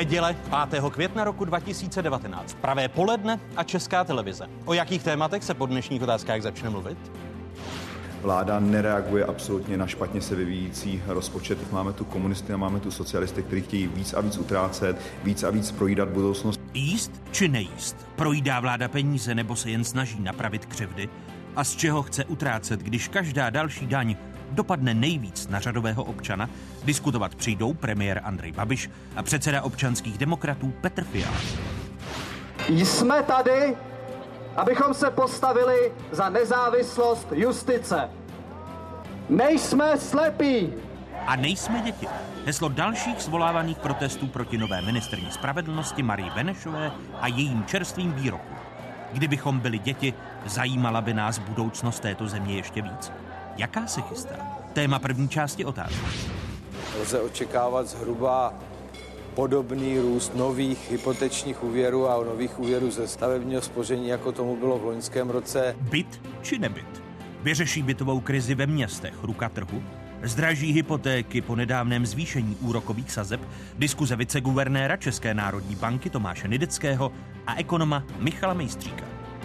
Neděle 5. května roku 2019. Pravé poledne a Česká televize. O jakých tématech se po dnešních otázkách začne mluvit? Vláda nereaguje absolutně na špatně se vyvíjící rozpočet. Máme tu komunisty a máme tu socialisty, kteří chtějí víc a víc utrácet, víc a víc projídat budoucnost. Jíst či nejíst? Projídá vláda peníze nebo se jen snaží napravit křivdy? A z čeho chce utrácet, když každá další daň dopadne nejvíc na řadového občana? Diskutovat přijdou premiér Andrej Babiš a předseda občanských demokratů Petr Fiala. Jsme tady, abychom se postavili za nezávislost justice. Nejsme slepí. A nejsme děti. Heslo dalších svolávaných protestů proti nové ministryni spravedlnosti Marii Benešové a jejím čerstvým výrokům. Kdybychom byli děti, zajímala by nás budoucnost této země ještě víc. Jaká se chystá? Téma první části otázky. Lze očekávat zhruba podobný růst nových hypotečních úvěrů a nových úvěrů ze stavebního spoření, jako tomu bylo v loňském roce. Byt či nebyt? Vyřeší bytovou krizi ve městech ruka trhu? Zdraží hypotéky po nedávném zvýšení úrokových sazeb? Diskuze viceguvernéra České národní banky Tomáše Nideckého a ekonoma Michala Mejstříka.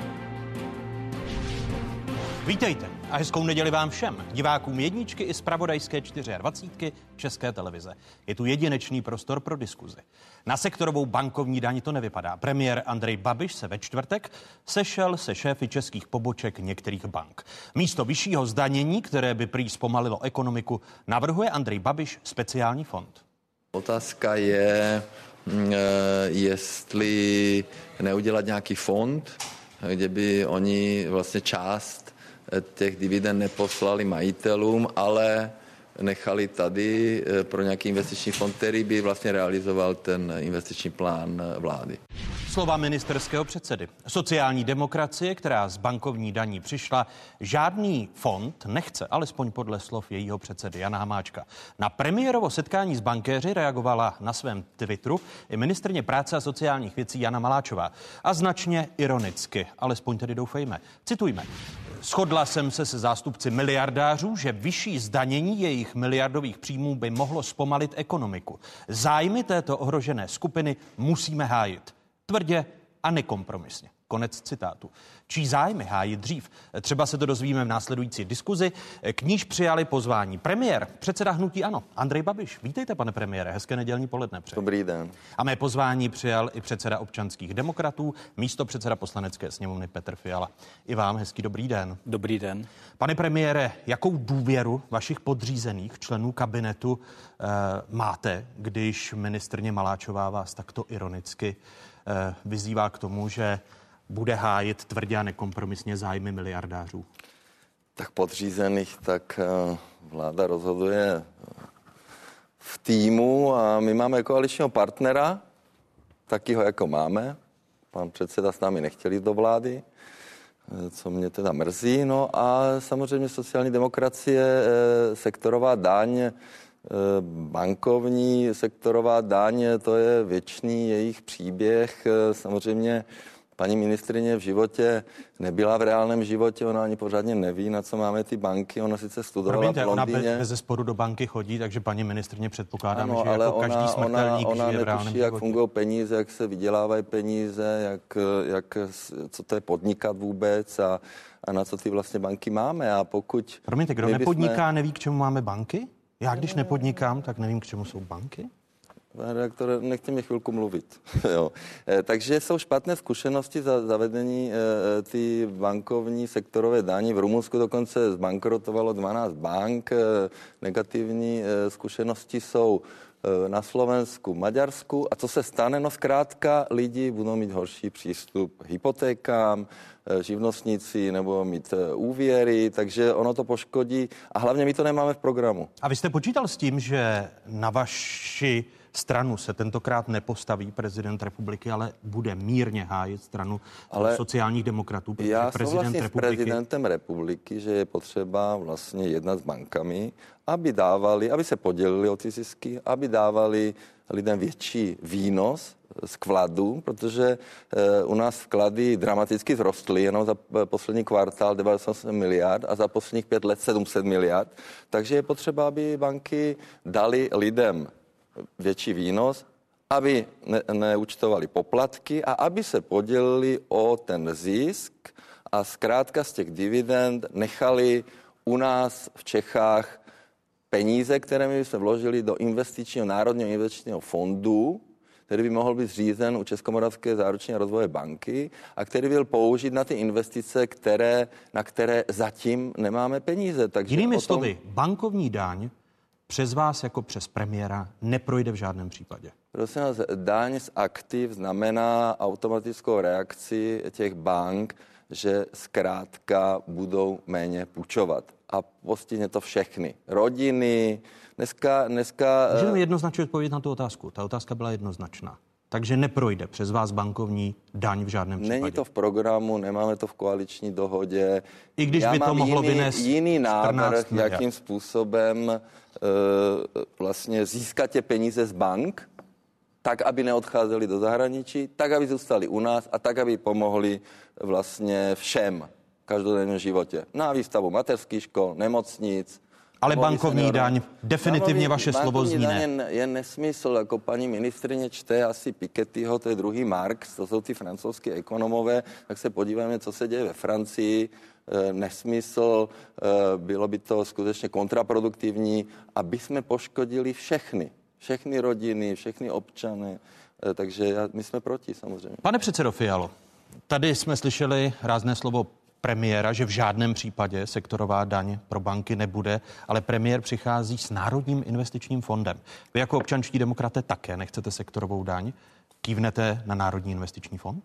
Vítejte a hezkou neděli vám všem, divákům jedničky i zpravodajské 24 České televize. Je tu jedinečný prostor pro diskuzi. Na sektorovou bankovní daň to nevypadá. Premiér Andrej Babiš se ve čtvrtek sešel se šéfy českých poboček některých bank. Místo vyššího zdanění, které by prý zpomalilo ekonomiku, navrhuje Andrej Babiš speciální fond. Otázka je, jestli neudělat nějaký fond, kde by oni vlastně část těch dividend neposlali majitelům, ale nechali tady pro nějaký investiční fond, který by vlastně realizoval ten investiční plán vlády. Slova ministerského předsedy. Sociální demokracie, která z bankovní daní přišla, žádný fond nechce, alespoň podle slov jejího předsedy Jana Hamáčka. Na premiérovo setkání s bankéři reagovala na svém Twitteru i ministryně práce a sociálních věcí Jana Maláčová. A značně ironicky, alespoň tedy doufejme. Citujme. Shodla jsem se zástupci miliardářů, že vyšší zdanění jejich miliardových příjmů by mohlo zpomalit ekonomiku. Zájmy této ohrožené skupiny musíme hájit. Tvrdě a nekompromisně. Konec citátu. Čí zájmy hájit dřív? Třeba se to dozvíme v následující diskuzi. K níž přijali pozvání premiér, předseda hnutí ANO, Andrej Babiš. Vítejte, pane premiére, hezké nedělní poledne. Dobrý den. A mé pozvání přijal i předseda občanských demokratů, místopředseda Poslanecké sněmovny Petr Fiala. I vám hezký dobrý den. Dobrý den. Pane premiére, jakou důvěru vašich podřízených členů kabinetu máte, když ministryně Maláčová vás takto ironicky vyzývá k tomu, že bude hájit tvrdě a nekompromisně zájmy miliardářů? Tak podřízených, tak vláda rozhoduje v týmu a my máme koaličního partnera, takýho jako máme. Pan předseda s námi nechtěl jít do vlády, co mě teda mrzí. No a samozřejmě sociální demokracie, sektorová daň, bankovní sektorová daň, to je věčný jejich příběh. Samozřejmě paní ministryně v životě nebyla v reálném životě, ona ani pořádně neví, na co máme ty banky, ona sice studovala v Londýně. Ona bez zesporu do banky chodí, takže paní ministryně předpokládám, ano, že ale jako každý smrtelník ona žije v reálném netuší, životě. jak fungují peníze, jak se vydělávají peníze, co to je podnikat vůbec a na co ty vlastně banky máme. A pokud... Promiňte, kdo nepodniká, neví, k čemu máme banky? Já když nepodnikám, tak nevím, k čemu jsou banky. Pane redaktore, nechte mě chvilku mluvit. Jo. Takže jsou špatné zkušenosti za zavedení ty bankovní sektorové daní. V Rumunsku dokonce zbankrotovalo 12 bank. Negativní zkušenosti jsou na Slovensku, Maďarsku. A co se stane? No zkrátka lidi budou mít horší přístup k hypotékám, živnostníci nebo mít úvěry, takže ono to poškodí a hlavně my to nemáme v programu. A vy jste počítal s tím, že na vaši stranu se tentokrát nepostaví prezident republiky, ale bude mírně hájit stranu sociálních demokratů, protože já prezident souhlasím republiky... s prezidentem republiky, že je potřeba vlastně jednat s bankami, aby se podělili o ty zisky, aby dávali lidem větší výnos z vkladů, protože u nás vklady dramaticky vzrostly, jenom za poslední kvartál 98 miliard a za posledních 5 let 700 miliard. Takže je potřeba, aby banky dali lidem větší výnos aby neúčtovali poplatky a aby se podělili o ten zisk a zkrátka z těch dividend nechali u nás v Čechách peníze, které my jsme vložili do národního investičního fondu, který by mohl být zřízen u Českomoravské záruční a rozvoje banky a který byl použit na ty investice, na které zatím nemáme peníze. Takže jinými slovy, bankovní daň přes vás jako přes premiéra neprojde v žádném případě. Prosím vás, daň z aktiv znamená automatickou reakci těch bank, že zkrátka budou méně půjčovat. A postihne to všechny. Rodiny, dneska... Můžeme jednoznačně odpovědět na tu otázku. Ta otázka byla jednoznačná. Takže neprojde přes vás bankovní daň v žádném případě. Není to v programu, nemáme to v koaliční dohodě. I když by to mohlo vynést jiný návrh, jakým způsobem vlastně získat tě peníze z bank, tak, aby neodcházeli do zahraničí, tak, aby zůstali u nás a tak, aby pomohli vlastně všem v každodenním životě. Na výstavu mateřských škol, nemocnic. Ale bankovní daň, definitivně vaše slovo zní ne. Je nesmysl, jako paní ministrině čte asi Pikettyho, to je druhý Marx, to jsou ty francouzský ekonomové, tak se podíváme, co se děje ve Francii. Nesmysl, bylo by to skutečně kontraproduktivní, aby jsme poškodili všechny rodiny, všechny občany, takže my jsme proti samozřejmě. Pane předsedo Fialo, tady jsme slyšeli rázné slovo premiéra, že v žádném případě sektorová daň pro banky nebude, ale premiér přichází s Národním investičním fondem. Vy jako občanští demokraté také nechcete sektorovou daň? Kývnete na Národní investiční fond?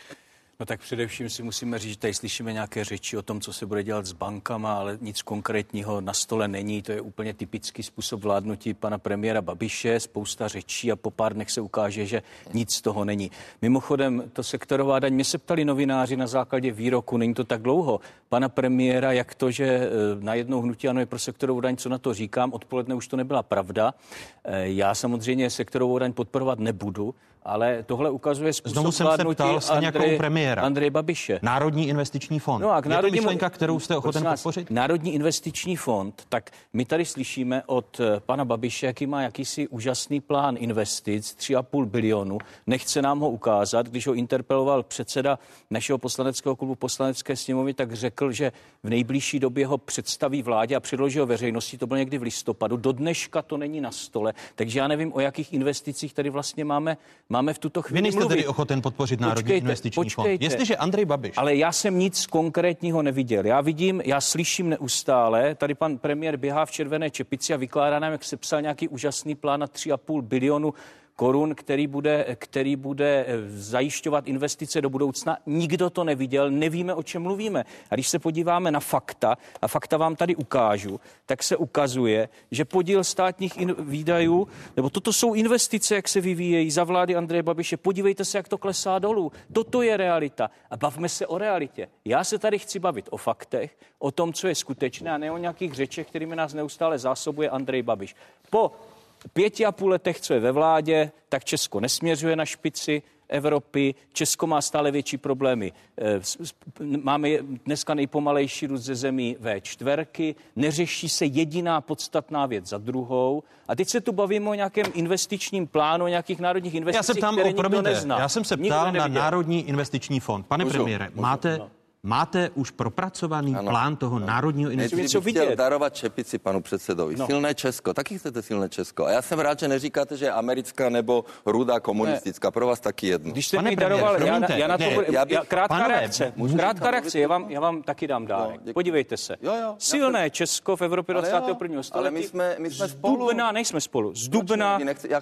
No tak především si musíme říct, že tady slyšíme nějaké řeči o tom, co se bude dělat s bankama, ale nic konkrétního na stole není. To je úplně typický způsob vládnutí pana premiéra Babiše, spousta řečí a po pár dnech se ukáže, že nic z toho není. Mimochodem, to sektorová daň, mě se ptali novináři na základě výroku, není to tak dlouho, pana premiéra, jak to, že najednou hnutí ANO je pro sektorovou daň, co na to říkám, odpoledne už to nebyla pravda. Já samozřejmě sektorovou daň podporovat nebudu, ale tohle ukazuje způsob vládnutí Andreje Babiše. Národní investiční fond. No a je to myšlenka, kterou jste ochoten podpořit? Národní investiční fond, tak my tady slyšíme od pana Babiše, jaký má jakýsi úžasný plán investic, 3,5 bilionu. Nechce nám ho ukázat. Když ho interpeloval předseda našeho poslaneckého klubu Poslanecké sněmovny, tak řekl, že v nejbližší době ho představí vládě a předloží ho veřejnosti. To bylo někdy v listopadu. Do dneška to není na stole, takže já nevím, o jakých investicích tady vlastně máme v tuto chvíli mluvit. Vy nejste tedy ochoten podpořit Národní investiční fond. Jestliže Andrej Babiš. Ale já jsem nic konkrétního neviděl. Já slyším neustále, tady pan premiér běhá v červené čepici a vykládá nám, jak sepsal nějaký úžasný plán na 3,5 bilionu korun, který bude zajišťovat investice do budoucna. Nikdo to neviděl, nevíme, o čem mluvíme. A když se podíváme na fakta, a fakta vám tady ukážu, tak se ukazuje, že podíl státních výdajů, nebo toto jsou investice, jak se vyvíjejí za vlády Andreje Babiše. Podívejte se, jak to klesá dolů. Toto je realita. A bavme se o realitě. Já se tady chci bavit o faktech, o tom, co je skutečné, a ne o nějakých řečech, kterými nás neustále zásobuje Andrej Babiš. Po 5,5 letech, co je ve vládě, tak Česko nesměřuje na špici Evropy. Česko má stále větší problémy. Máme dneska nejpomalejší růst ze zemí V4. Neřeší se jediná podstatná věc za druhou. A teď se tu bavíme o nějakém investičním plánu, o nějakých národních investicích, které nikdo nezná. Já jsem se ptal na Národní investiční fond. Pane premiére, máte už propracovaný plán toho národního investičního fondu? Chtěl darovat čepici panu předsedovi. No. Silné Česko. Taky chcete silné Česko. A já jsem rád, že neříkáte, že je americká nebo rudá komunistická. Pro vás taky jedno. Když jste mi daroval, krátká reakce. Já vám taky dám dárek. Podívejte se. Silné Česko v Evropě 21. století. Ale my jsme spolu. Nejsme spolu. Z dubna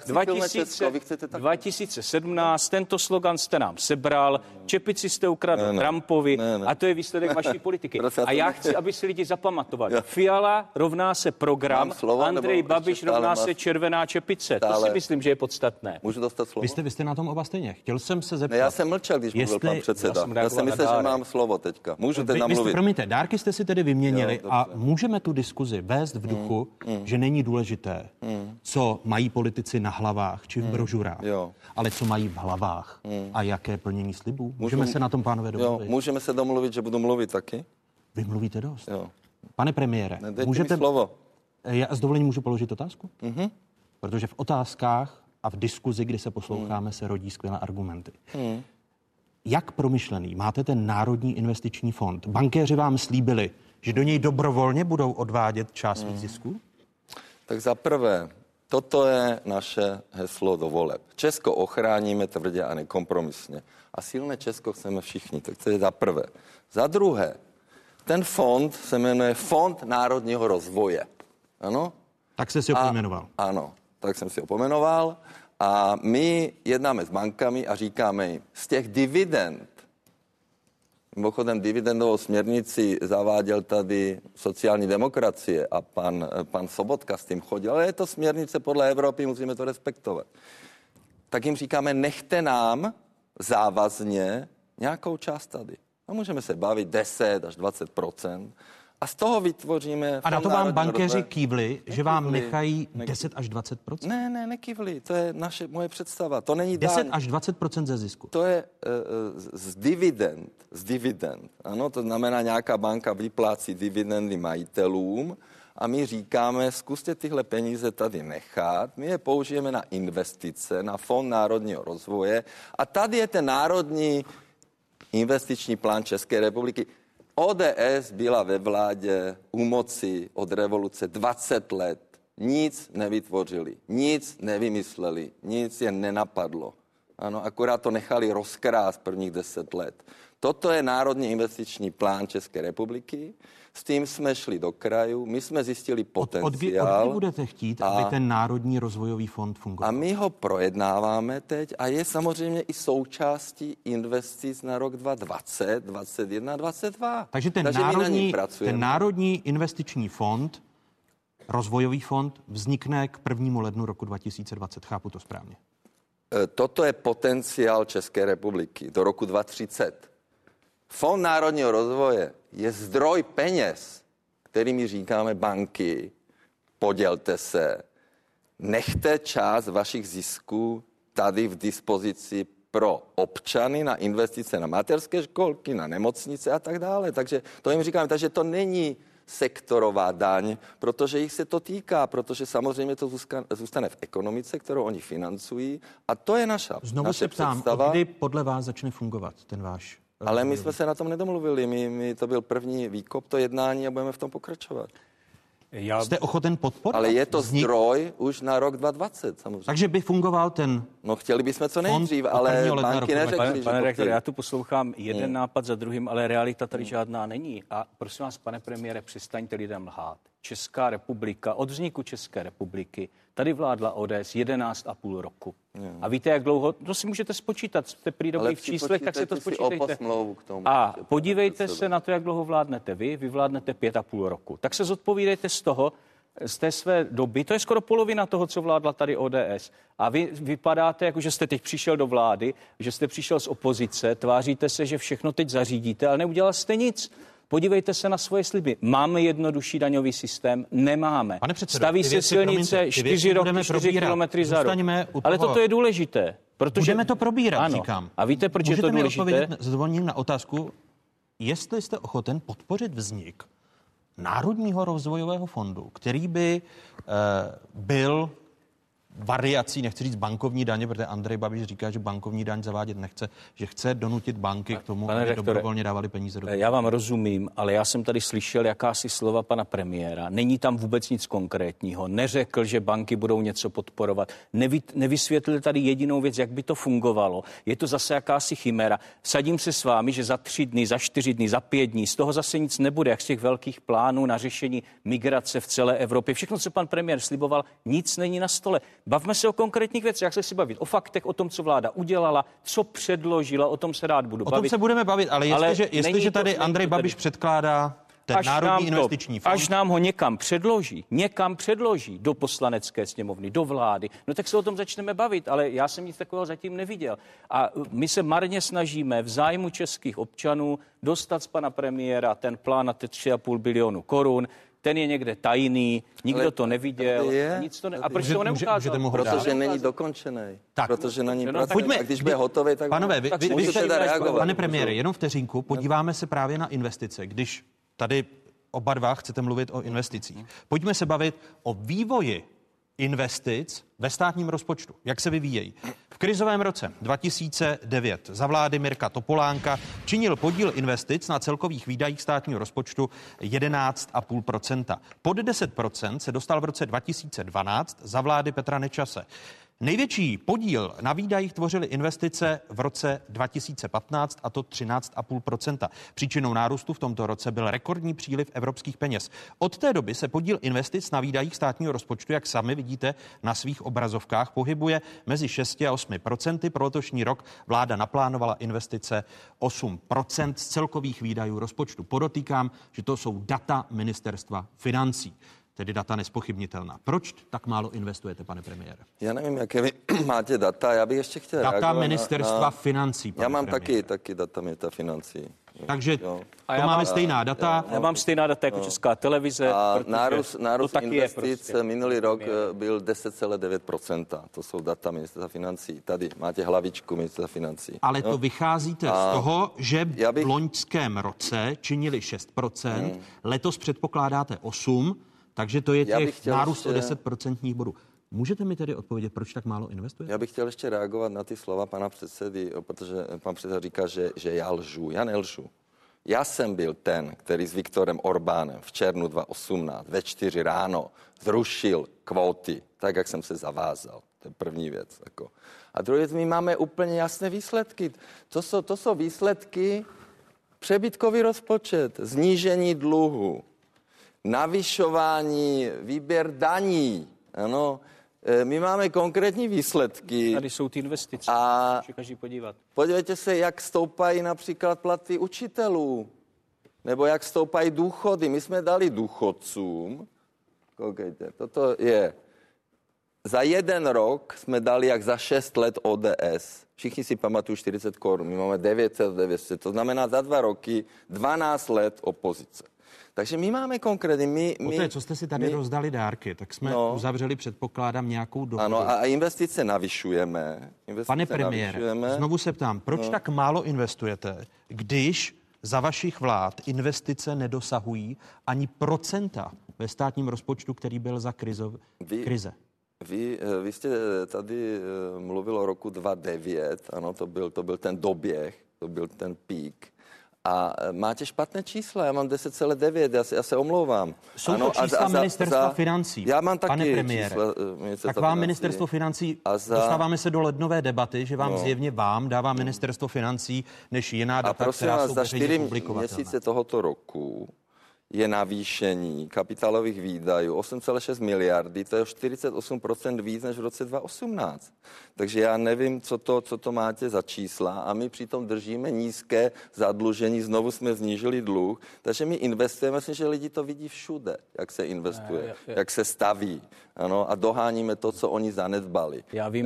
2017 tento slogan jste nám sebral. Čepici jste ukradl Trumpovi. A to je výsledek vaší politiky. A já chci, aby si lidi zapamatovali. Fiala rovná se program, Andrej Babiš rovná se červená čepice. To si myslím, že je podstatné. Můžu dostat slovo? Vy jste na tom oba stejně. Chtěl jsem se zeptat. Ne, já jsem mlčel, když mluvil pan předseda. Já jsem myslel, že mám slovo teďka. Můžu teď namluvit. Promiňte, dárky jste si tedy vyměnili a můžeme tu diskuzi vést v duchu, že není důležité, co mají politici na hlavách či v brožurách, ale co mají v hlavách a jaké plnění slibů. Můžeme se na tom, pánové, domluvit. Můžeme se domluvit, že budu mluvit taky? Vy mluvíte dost. Pane premiére, můžete mi slovo. Já s dovolením můžu položit otázku? Protože v otázkách a v diskuzi, kdy se posloucháme, se rodí skvělé argumenty. Jak promyšlený máte ten Národní investiční fond? Bankéři vám slíbili, že do něj dobrovolně budou odvádět část svých zisků? Tak za prvé, toto je naše heslo do voleb. Česko ochráníme tvrdě a nekompromisně. A silné Česko chceme všichni, tak to je za prvé. Za druhé, ten fond se jmenuje Fond národního rozvoje. Ano? Tak jste si ho pojmenoval. Ano, tak jsem si ho pojmenoval. A my jednáme s bankami a říkáme jim, z těch dividend, mimochodem dividendovou směrnici zaváděl tady sociální demokracie a pan Sobotka s tím chodil, ale je to směrnice podle Evropy, musíme to respektovat. Tak jim říkáme, nechte nám závazně nějakou část tady. A můžeme se bavit 10 až 20%. A z toho vytvoříme... A na to vám bankéři kývli, že vám nechají 10 až 20%? Ne, nekývli. To je moje představa. To není 10 daň. až 20% ze zisku. To je z dividend. Ano, to znamená, nějaká banka vyplácí dividendy majitelům a my říkáme, zkuste tyhle peníze tady nechat, my je použijeme na investice, na Fond národního rozvoje a tady je ten národní investiční plán České republiky. ODS byla ve vládě u moci od revoluce 20 let. Nic nevytvořili, nic nevymysleli, nic je nenapadlo. Ano, akorát to nechali rozkrást prvních 10 let. Toto je Národní investiční plán České republiky. S tím jsme šli do krajů, my jsme zjistili potenciál. Od kdy budete chtít, aby ten Národní rozvojový fond fungoval? A my ho projednáváme teď a je samozřejmě i součástí investic na rok 2020, 2021, 2022. Takže ten národní investiční fond, rozvojový fond, vznikne k 1. lednu roku 2020. Chápu to správně? Toto je potenciál České republiky do roku 2030. Fond národního rozvoje je zdroj peněz, kterými říkáme banky, podělte se, nechte část vašich zisků tady v dispozici pro občany na investice na mateřské školky, na nemocnice a tak dále. Takže to jim říkáme, takže to není sektorová daň, protože jich se to týká, protože samozřejmě to zůstane v ekonomice, kterou oni financují a to je naše se ptám, představa. Kdy podle vás začne fungovat ten váš... Ale my jsme se na tom nedomluvili, my to byl první výkop, to jednání a budeme v tom pokračovat. Jste ochoten podporovat? Ale je to zdroj už na rok 2020 samozřejmě. Takže by fungoval ten... No chtěli bychom co nejdřív, ale banky neřekli, Pane rektore, já tu poslouchám jeden nápad za druhým, ale realita tady žádná není. A prosím vás, pane premiére, přestaňte lidem lhát. Česká republika, od vzniku České republiky, tady vládla ODS 11,5 roku. A víte, jak dlouho, to si můžete spočítat, jste prý dobrý v číslech, tak se to spočítejte. A podívejte se na to, jak dlouho vládnete vy vládnete 5,5 roku. Tak se zodpovídejte z toho, z té své doby, to je skoro polovina toho, co vládla tady ODS. A vy vypadáte, jako že jste teď přišel do vlády, že jste přišel z opozice, tváříte se, že všechno teď zařídíte, ale neudělal jste nic. Podívejte se na svoje sliby. Máme jednodušší daňový systém? Nemáme. Pane předsedo, staví se silnice 4 roky, 4 kilometry za rok. Ale toto je důležité. Protože... Budeme to probírat, ano. Říkám. A víte, proč je to důležité? Můžete mi odpovědět s dovolením na otázku, jestli jste ochoten podpořit vznik Národního rozvojového fondu, který by byl variací, nechci říct bankovní daně, protože Andrej Babiš říká, že bankovní daň zavádět nechce, že chce donutit banky k tomu, aby dobrovolně dávali peníze do... Já vám rozumím, ale já jsem tady slyšel jakási slova pana premiéra. Není tam vůbec nic konkrétního. Neřekl, že banky budou něco podporovat. Nevysvětlil tady jedinou věc, jak by to fungovalo. Je to zase jakási chiméra. Sadím se s vámi, že za 3 dny, za 4 dny, za 5 dní, z toho zase nic nebude, jak z těch velkých plánů na řešení migrace v celé Evropě. Všechno, co pan premiér sliboval, nic není na stole. Bavme se o konkrétních věcech, jak se si bavit. O faktech, o tom, co vláda udělala, co předložila, o tom se rád budu bavit. O tom se budeme bavit, ale jestliže tady Andrej Babiš předkládá ten Národní investiční fond. Až nám ho někam předloží do Poslanecké sněmovny, do vlády, no tak se o tom začneme bavit, ale já jsem nic takového zatím neviděl. A my se marně snažíme v zájmu českých občanů dostat z pana premiéra ten plán na 3,5 bilionu korun. Ten je někde tajný, nikdo to neviděl. A proč to neukázal? Protože není dokončený. Protože na ní pracujeme. A když bude hotový, tak můžete reagovat. Pane premiére, jenom vteřinku, podíváme se právě na investice. Když tady oba dva chcete mluvit o investicích. Pojďme se bavit o vývoji investic ve státním rozpočtu. Jak se vyvíjejí? V krizovém roce 2009 za vlády Mirka Topolánka činil podíl investic na celkových výdajích státního rozpočtu 11,5%. Pod 10% se dostal v roce 2012 za vlády Petra Nečase. Největší podíl na výdajích tvořily investice v roce 2015, a to 13,5%. Příčinou nárůstu v tomto roce byl rekordní příliv evropských peněz. Od té doby se podíl investic na výdajích státního rozpočtu, jak sami vidíte na svých obrazovkách, pohybuje mezi 6 a 8%. Pro letošní rok vláda naplánovala investice 8% z celkových výdajů rozpočtu. Podotýkám, že to jsou data ministerstva financí. Tedy data nespochybnitelná. Proč tak málo investujete, pane premiére? Já nevím, jaké vy máte data. Já bych ještě chtěl data ministerstva financí. Já mám taky data ministerstva financí. Takže to máme stejná data. Já mám stejná data jako Česká televize. A nárůst investic prostě. Minulý rok byl 10,9%. To jsou data ministerstva financí. Tady máte hlavičku ministerstva financí. Ale to vycházíte z toho, že v loňském roce činili 6%, letos předpokládáte 8%, takže to je těch nárůst o 10% bodů. Můžete mi tedy odpovědět, proč tak málo investujete? Já bych chtěl ještě reagovat na ty slova pana předsedy, protože pan předseda říká, že já lžu. Já nelžu. Já jsem byl ten, který s Viktorem Orbánem v červnu 2018 ve 4 ráno zrušil kvóty, tak, jak jsem se zavázal. To je první věc. Jako. A druhý věc, my máme úplně jasné výsledky. To jsou výsledky přebytkový rozpočet, snížení dluhu, navyšování, výběr daní. Ano, my máme konkrétní výsledky. Tady jsou ty investice. A každý podívat. Podívejte se, jak stoupají například platy učitelů, nebo jak stoupají důchody. My jsme dali důchodcům, koukejte, toto je, za 1 rok jsme dali jak za 6 let ODS. Všichni si pamatují 40 korun, my máme 900, to znamená za 2 roky 12 let opozice. Takže my máme konkrétně. Poté, co jste si tady rozdali dárky, tak jsme uzavřeli, předpokládám, nějakou dohodu. Ano, a investice navyšujeme. Pane premiére, znovu se ptám, proč tak málo investujete, když za vašich vlád investice nedosahují ani procenta ve státním rozpočtu, který byl za krize? Vy jste tady mluvil o roku 2009, ano, to byl ten doběh, to byl ten pík. A máte špatné čísla, já mám 10,9, já se omlouvám. Jsou to čísla ministerstva financí, já mám taky pane premiére. Tak vám ministerstvo financí, dostáváme se do lednové debaty, že vám zjevně dává ministerstvo financí než jiná data, která jsou veřejně publikovatelná. Za 4 měsíce tohoto roku je navýšení kapitálových výdajů 8,6 miliardy, to je 48% víc než v roce 2018. Takže já nevím, co to máte za čísla a my přitom držíme nízké zadlužení, znovu jsme snížili dluh, takže my investujeme, myslím, že lidi to vidí všude, jak se investuje, jak se staví, ano, a doháníme to, co oni zanedbali. Já vím.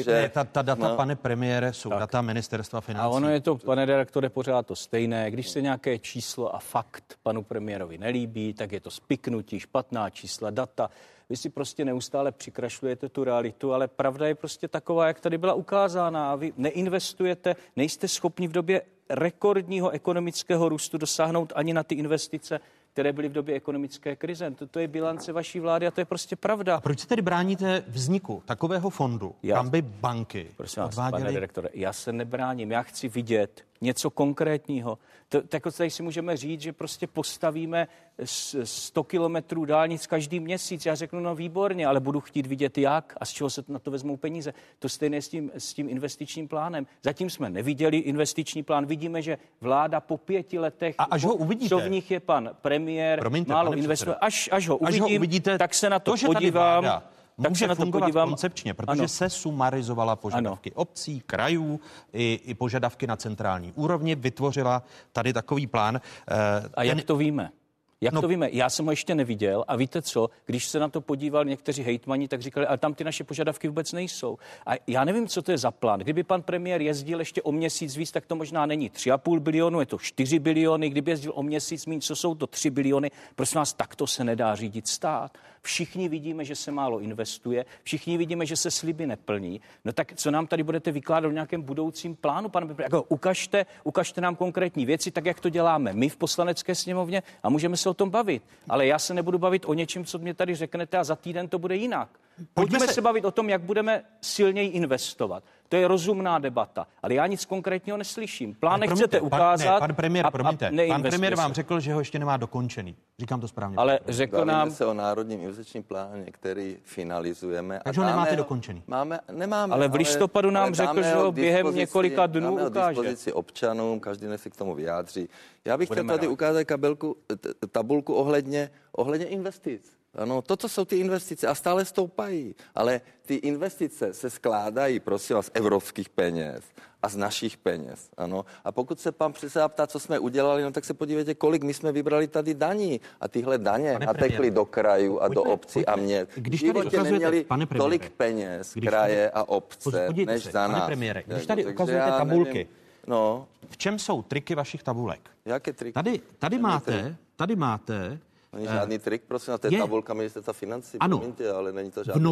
Ta data, pane premiére, jsou data ministerstva financí. A ono je to, pane redaktore, pořád to stejné. Když se nějaké číslo a fakt panu premiérovi nelíbí, tak je to spiknutí, špatná čísla, data. Vy si prostě neustále přikrašlujete tu realitu, ale pravda je prostě taková, jak tady byla ukázána. A vy neinvestujete, nejste schopni v době rekordního ekonomického růstu dosáhnout ani na ty investice, které byly v době ekonomické krize. To je bilance vaší vlády a to je prostě pravda. A proč se tedy bráníte vzniku takového fondu, kam by banky odváděly? Pane redaktore, já se nebráním, já chci vidět něco konkrétního. Tak tady si můžeme říct, že prostě postavíme 100 kilometrů dálnic každý měsíc. Já řeknu, no výborně, ale budu chtít vidět jak a z čeho se na to vezmou peníze. To stejné s tím investičním plánem. Zatím jsme neviděli investiční plán. Vidíme, že vláda po 5 letech, až ho uvidíte, co v nich je pan premiér, málo investuje. Až ho uvidíte, tak se na to podívám. Může fungovat koncepčně, protože se sumarizovala požadavky obcí, krajů i požadavky na centrální úrovni, vytvořila tady takový plán. Jak to víme? To víme? Já jsem ho ještě neviděl a víte co, když se na to podívali někteří hejtmani, tak říkali, ale tam ty naše požadavky vůbec nejsou. A já nevím, co to je za plán. Kdyby pan premiér jezdil ještě o měsíc víc, tak to možná není 3,5 bilionu, je to 4 biliony. Kdyby jezdil o měsíc míň, co jsou to 3 biliony? Prosím vás, takto se nedá řídit stát. Všichni vidíme, že se málo investuje, všichni vidíme, že se sliby neplní. No tak co nám tady budete vykládat o nějakém budoucím plánu, pane premiér? Jako ukažte nám konkrétní věci, tak jak to děláme my v Poslanecké sněmovně a můžeme se o tom bavit. Ale já se nebudu bavit o něčem, co mě tady řeknete a za týden to bude jinak. Pojďme se bavit o tom, jak budeme silněji investovat. To je rozumná debata, ale já nic konkrétního neslyším. Plán nechcete ukázat. Pan premiér vám řekl, že ho ještě nemá dokončený. Říkám to správně. Ale řekl nám se o národním investičním pláně, který finalizujeme. Takže ho nemáte dokončený. Nemáme. Ale v listopadu nám řekl, že ho během několika dnů ukáže. Máme o dispozici občanům, každý se k tomu vyjádří. Já bych chtěl tady ukázat tabulku ohledně investic. Ano, toto jsou ty investice a stále stoupají, ale ty investice se skládají, prosím vás, z evropských peněz a z našich peněz. Ano. A pokud se pan předseda ptá, co jsme udělali, no tak se podívejte, kolik my jsme vybrali tady daní. A tyhle daně natekly do krajů a do obcí a měst. Když v životě neměli tolik peněz, kraje a obce, než za nás. Pane premiére, když tady ukazujete tabulky, v čem jsou triky vašich tabulek? Jaké triky? Tady máte Není žádný trik, prosím, to je tabulka ministerstva financí. Ano, promiňte, ale není to žádný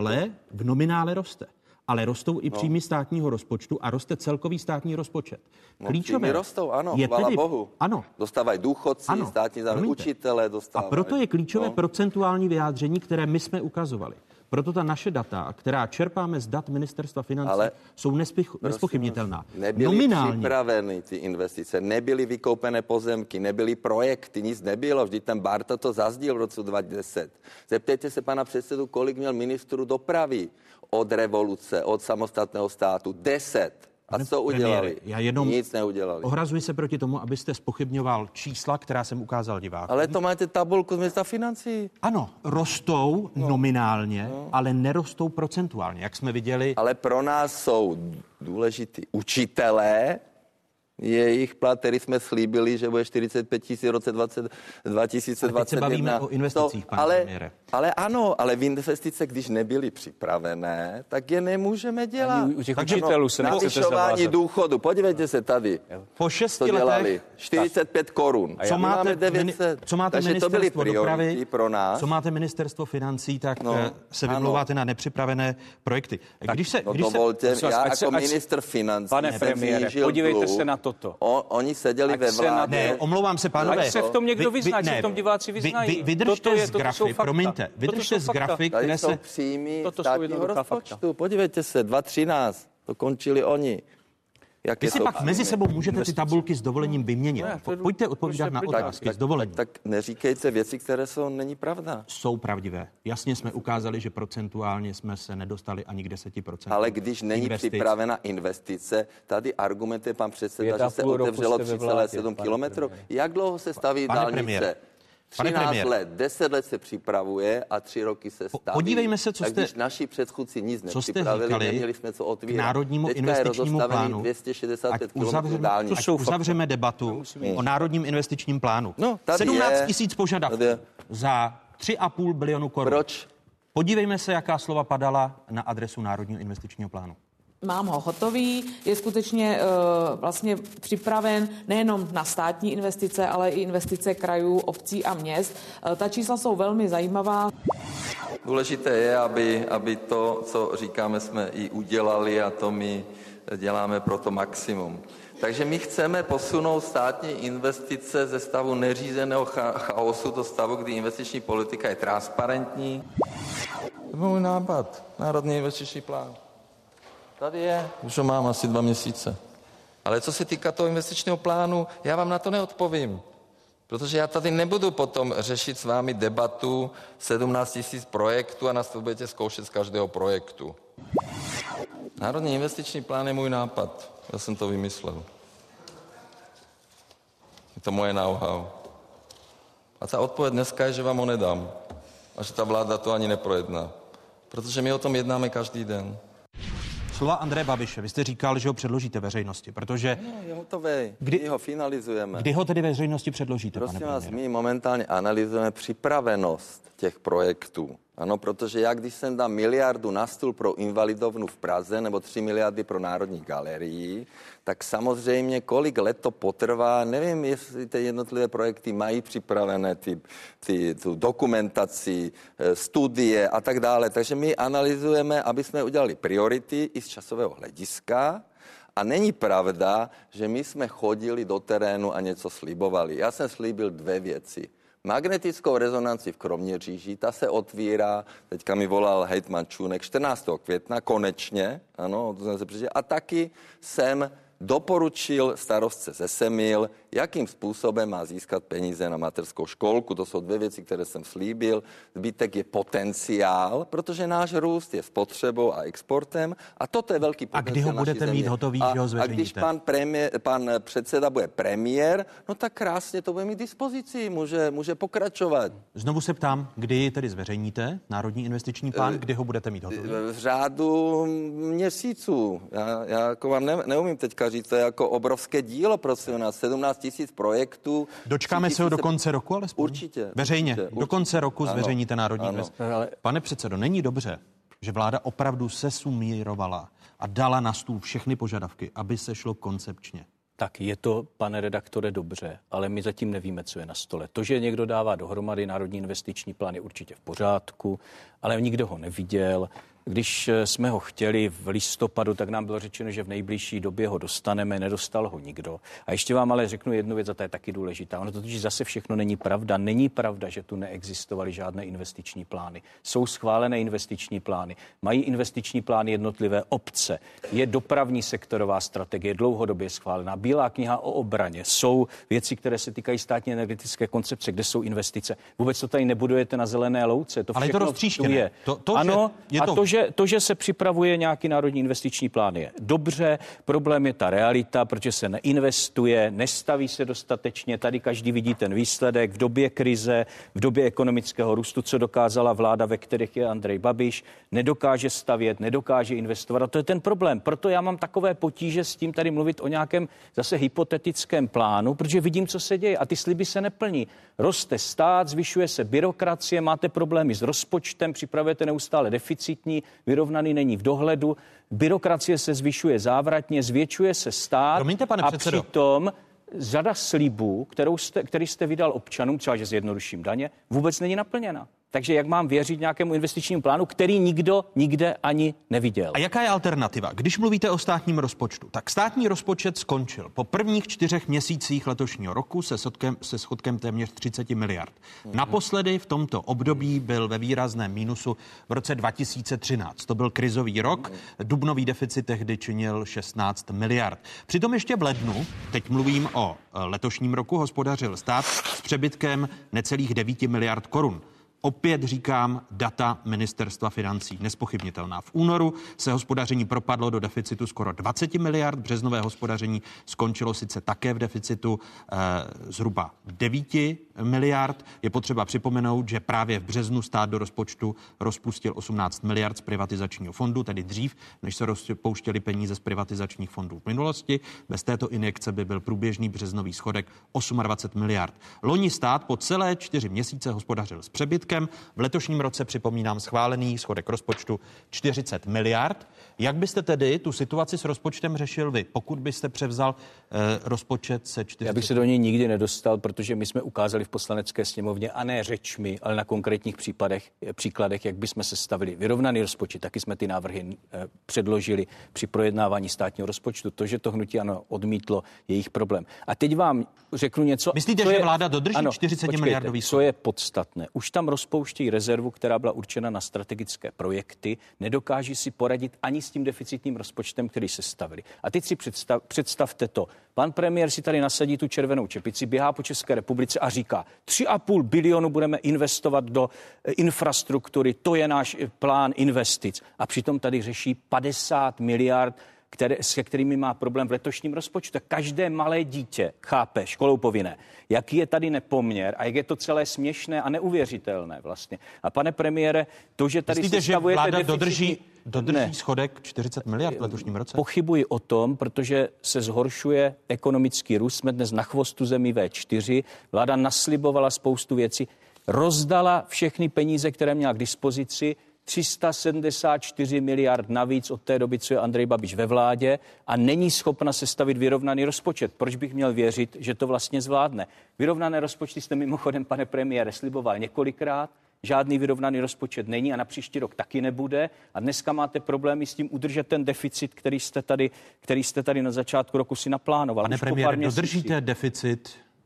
v nominále roste. Ale rostou i příjmy státního rozpočtu a roste celkový státní rozpočet. Příjmy rostou, ano, chvála Bohu. Ano. Dostávají důchodci, státní zároveň učitele dostávají. A proto je klíčové procentuální vyjádření, které my jsme ukazovali. Proto ta naše data, která čerpáme z dat ministerstva financí, jsou nespochybnitelná. Nebyly připraveny ty investice, nebyly vykoupené pozemky, nebyly projekty, nic nebylo. Vždyť ten Barta to zazdíl v roce 2010. Zeptejte se pana předsedu, kolik měl ministrů dopravy od revoluce, od samostatného státu. 10. A co udělali? Nic neudělali. Ohrazuji se proti tomu, abyste zpochybňoval čísla, která jsem ukázal divákům. Ale to máte tabulku z ministerstva financí. Ano, rostou nominálně, ale nerostou procentuálně, jak jsme viděli. Ale pro nás jsou důležití učitelé, jejich plat, který jsme slíbili, že bude 45 000 v roce 2021. Teď se bavíme o investicích, pane premiére. Ale ano, ale v investice, když nebyly připravené, tak je nemůžeme dělat. U těch učitelů se nechcete navyšování důchodu, podívejte se tady. Po 6 letech 45 korun. Co máte ministerstvo dopravy, pro nás. Co máte ministerstvo financí, tak se vymlouváte na nepřipravené projekty. Dovolte, já jako ministr financí pane premiére, podívejte se na toto. Oni seděli ve vládě. Ne, omlouvám se, pánové. Ať se v tom někdo vyzná, v tom diváci vyznají. Vydržte z grafy, promiňte, vydržte z grafy, které jsou příjmy státního rozpočtu. Podívejte se, 2013, to končili oni. Vy si pak mezi sebou můžete ty tabulky s dovolením vyměnit. Pojďte odpovídat na otázky s dovolením. Tak neříkejte věci, které není pravda. Jsou pravdivé. Jasně jsme ukázali, že procentuálně jsme se nedostali ani k 10%. Ale když není připravena investice, tady argumentuje pan předseda, že se otevřelo 3,7 kilometrů. Jak dlouho se staví dálnice? 13 let, 10 let se připravuje a 3 roky se staví. Podívejme se, když naši předchůdci nic nepřipravili, neměli jsme co otvírat. Národnímu investičnímu plánu. 265 kilometrů dálnic. Ať uzavřeme debatu o národním investičním plánu. 17 000 požadavků za 3,5 bilionu korun. Proč? Podívejme se, jaká slova padala na adresu Národního investičního plánu. Mám ho hotový, je skutečně vlastně připraven nejenom na státní investice, ale i investice krajů, obcí a měst. Ta čísla jsou velmi zajímavá. Důležité je, aby to, co říkáme, jsme i udělali a to my děláme pro to maximum. Takže my chceme posunout státní investice ze stavu neřízeného chaosu do stavu, kdy investiční politika je transparentní. To byl můj nápad, Národní investiční plán. Tady je, už ho mám asi 2 měsíce. Ale co se týká toho investičního plánu, já vám na to neodpovím. Protože já tady nebudu potom řešit s vámi debatu 17 000 projektů a nás to budete zkoušet z každého projektu. Národní investiční plán je můj nápad. Já jsem to vymyslel. Je to moje know-how. A ta odpověď dneska je, že vám ho nedám. A že ta vláda to ani neprojedná. Protože my o tom jednáme každý den. Slova Andreje Babiše, vy jste říkal, že ho předložíte veřejnosti, protože... No, je hotový, kdy ho finalizujeme. Kdy ho tedy veřejnosti předložíte, prosím pane vás, premiére? my momentálně analyzujeme připravenost těch projektů. Ano, protože já, když jsem dám 1 miliardu na stůl pro invalidovnu v Praze nebo 3 miliardy pro Národní galerii, tak samozřejmě kolik let to potrvá, nevím, jestli ty jednotlivé projekty mají připravené tu dokumentaci, studie a tak dále. Takže my analyzujeme, aby jsme udělali priority i z časového hlediska. A není pravda, že my jsme chodili do terénu a něco slibovali. Já jsem slíbil 2 věci. magnetickou rezonanci v Kroměříži, ta se otvírá, teďka mi volal hejtman Čunek 14. května, konečně, ano, to jsem se přečetl, a taky jsem doporučil starostce ze Semil, jakým způsobem má získat peníze na mateřskou školku. To jsou 2 věci, které jsem slíbil. Zbytek je potenciál, protože náš růst je spotřebou a exportem a toto je velký potenciál. A kdy ho budete mít hotový, že ho zveřejníte? A když pan předseda bude premiér, no tak krásně to bude mít dispozici, může pokračovat. Znovu se ptám, kdy tedy zveřejníte Národní investiční plán, kdy ho budete mít hotový? V řádu měsíců. Já jako vám neumím teďka říct, to je jako obrovské dílo, prosím nás, 17 000 projektů. Dočkáme se ho do konce roku alespoň? Určitě. Veřejně, určitě. Do konce roku zveřejníte Národní investiční. Ale... Pane předsedo, není dobře, že vláda opravdu sesumírovala a dala na stůl všechny požadavky, aby se šlo koncepčně? Tak je to, pane redaktore, dobře, ale my zatím nevíme, co je na stole. To, že někdo dává dohromady Národní investiční plán, je určitě v pořádku, ale nikdo ho neviděl. Když jsme ho chtěli v listopadu, tak nám bylo řečeno, že v nejbližší době ho dostaneme, nedostal ho nikdo. A ještě vám ale řeknu jednu věc, a ta je taky důležitá. Ono totiž zase všechno není pravda. Není pravda, že tu neexistovaly žádné investiční plány. Jsou schválené investiční plány. Mají investiční plány jednotlivé obce. Je dopravní sektorová strategie dlouhodobě schválená. Bílá kniha o obraně. Jsou věci, které se týkají státní energetické koncepce, kde jsou investice. Vůbec to tady nebudujete na zelené louce. To ale je to roztříštěné. Ano, to, že se připravuje nějaký národní investiční plán, je dobře. Problém je ta realita, protože se neinvestuje, nestaví se dostatečně. Tady každý vidí ten výsledek v době krize, v době ekonomického růstu, co dokázala vláda, ve kterých je Andrej Babiš, nedokáže stavět, nedokáže investovat. A to je ten problém. Proto já mám takové potíže s tím tady mluvit o nějakém zase hypotetickém plánu, protože vidím, co se děje a ty sliby se neplní. Roste stát, zvyšuje se byrokracie, máte problémy s rozpočtem, připravujete neustále deficitní, vyrovnaný není v dohledu, byrokracie se zvyšuje závratně, zvětšuje se stát. Promiňte, pane předsedo. Přitom řada slibů, který jste vydal občanům, třeba že zjednoduším daně, vůbec není naplněna. Takže jak mám věřit nějakému investičnímu plánu, který nikdo nikde ani neviděl? A jaká je alternativa? Když mluvíte o státním rozpočtu, tak státní rozpočet skončil po prvních 4 měsících letošního roku se schodkem téměř 30 miliard. Naposledy v tomto období byl ve výrazném mínusu v roce 2013. To byl krizový rok, dubnový deficit tehdy činil 16 miliard. Přitom ještě v lednu, teď mluvím o letošním roku, hospodařil stát s přebytkem necelých 9 miliard korun. Opět říkám data ministerstva financí, nespochybnitelná. V únoru se hospodaření propadlo do deficitu skoro 20 miliard, březnové hospodaření skončilo sice také v deficitu zhruba 9 miliard. Je potřeba připomenout, že právě v březnu stát do rozpočtu rozpustil 18 miliard z privatizačního fondu, tedy dřív, než se rozpouštěly peníze z privatizačních fondů v minulosti. Bez této injekce by byl průběžný březnový schodek 28 miliard. Loni stát po celé 4 měsíce hospodařil s přebytkem. V letošním roce, připomínám, schválený schodek rozpočtu 40 miliard. Jak byste tedy tu situaci s rozpočtem řešil vy, pokud byste převzal rozpočet se 40? Já bych se do něj nikdy nedostal, protože my jsme ukázali v Poslanecké sněmovně, a ne řečmi, ale na konkrétních příkladech, jak bychom sestavili vyrovnaný rozpočet. Taky jsme ty návrhy předložili při projednávání státního rozpočtu. To, že to hnutí ANO odmítlo, je jejich problém. A teď vám řeknu něco. Myslíte, že vláda dodrží 40 miliardový schodek? Co je podstatné? Už tam rozpouštějí rezervu, která byla určena na strategické projekty, nedokáží si poradit ani s tím deficitním rozpočtem, který sestavili. A teď si představte to. Pan premiér si tady nasadí tu červenou čepici, běhá po České republice a říká, 3,5 bilionu budeme investovat do infrastruktury, to je náš plán investic. A přitom tady řeší 50 miliard, se kterými má problém v letošním rozpočtu. Každé malé dítě chápe, školou povinné, jaký je tady nepoměr a jak je to celé směšné a neuvěřitelné vlastně. A pane premiére, to, že tady myslíte, že vláda dodrží ne. schodek 40 miliard v letošním roce? Pochybuji o tom, protože se zhoršuje ekonomický růst. Jsme dnes na chvostu zemí V4. Vláda naslibovala spoustu věcí, rozdala všechny peníze, které měla k dispozici, 374 miliard navíc od té doby, co je Andrej Babiš ve vládě a není schopna sestavit vyrovnaný rozpočet. Proč bych měl věřit, že to vlastně zvládne? Vyrovnané rozpočty jste mimochodem, pane premiére, sliboval několikrát. Žádný vyrovnaný rozpočet není a na příští rok taky nebude. A dneska máte problémy s tím udržet ten deficit, který jste tady na začátku roku si naplánoval. Pane premiére, dodržíte deficit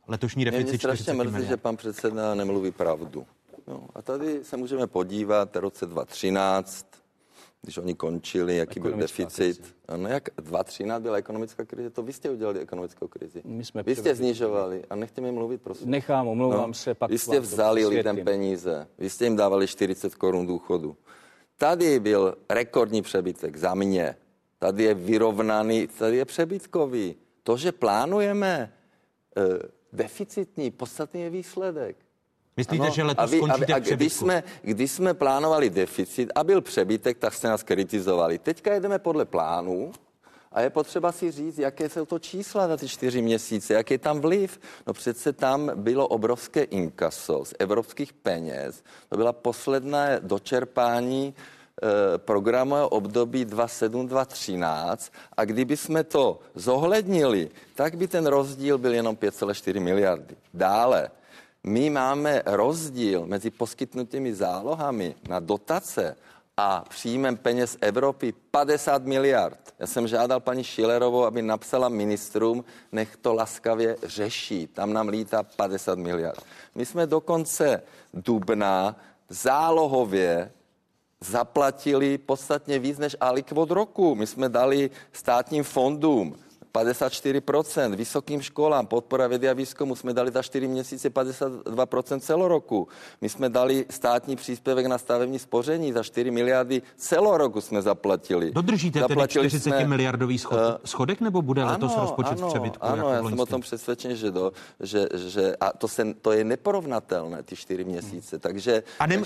Letošní deficit 40 miliard. Mě strašně mrzí, že pan předseda nemluví pravdu. No, a tady se můžeme podívat roce 2013, když oni končili, jaký byl deficit. No jak 2013 byla ekonomická krize, to vy jste udělali ekonomickou krizi. Vy jste snižovali a nechte mi mluvit, prosím. Nechám, omlouvám se. Pak vy jste vzali lidem peníze, vy jste jim dávali 40 korun důchodu. Tady byl rekordní přebytek za mě. Tady je vyrovnaný, tady je přebytkový. To, že plánujeme deficitní, podstatný je výsledek. Myslíte, že letos skončíte v přebytku? Když jsme plánovali deficit a byl přebytek, tak jste nás kritizovali. Teďka jedeme podle plánu a je potřeba si říct, jaké jsou to čísla za ty 4 měsíce, jaký je tam vliv. No přece tam bylo obrovské inkaso z evropských peněz. To byla posledné dočerpání programového období 2007-2013 a kdyby jsme to zohlednili, tak by ten rozdíl byl jenom 5,4 miliardy. Dále, my máme rozdíl mezi poskytnutými zálohami na dotace a příjmem peněz Evropy 50 miliard. Já jsem žádal paní Schillerovou, aby napsala ministrům, nech to laskavě řeší. Tam nám lítá 50 miliard. My jsme do konce dubna zálohově zaplatili podstatně víc než alikvot roku. My jsme dali státním fondům 54%, vysokým školám, podpora vědy a výzkumu jsme dali za 4 měsíce 52% celoroku. My jsme dali státní příspěvek na stavební spoření za 4 miliardy celoroku jsme zaplatili. Dodržíte tedy 40 miliardový schodek, nebo bude letos rozpočet v přebytku? Ano, já jsem o tom přesvědčen, že to je neporovnatelné, ty 4 měsíce. Takže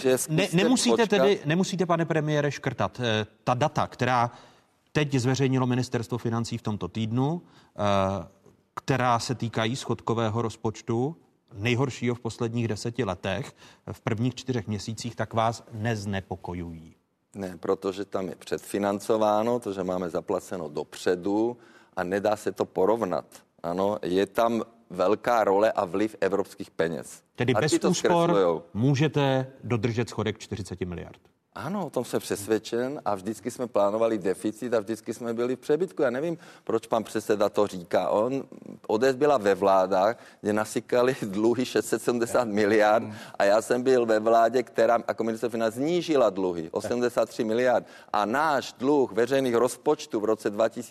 nemusíte, pane premiére, škrtat ta data, která teď zveřejnilo ministerstvo financí v tomto týdnu, která se týkají schodkového rozpočtu, nejhoršího v posledních 10 letech, v prvních 4 měsících, tak vás neznepokojují. Ne, protože tam je předfinancováno, to, že máme zaplaceno dopředu a nedá se to porovnat. Ano, je tam velká role a vliv evropských peněz. Tedy bez úspor můžete dodržet schodek 40 miliard. Ano, o tom jsem přesvědčen a vždycky jsme plánovali deficit a vždycky jsme byli v přebytku. Já nevím, proč pan předseda to říká. ODS byla ve vládách, kde nasykali dluhy 670 miliard a já jsem byl ve vládě, která jako ministr financí snížila dluhy 83 miliard. A náš dluh veřejných rozpočtů v roce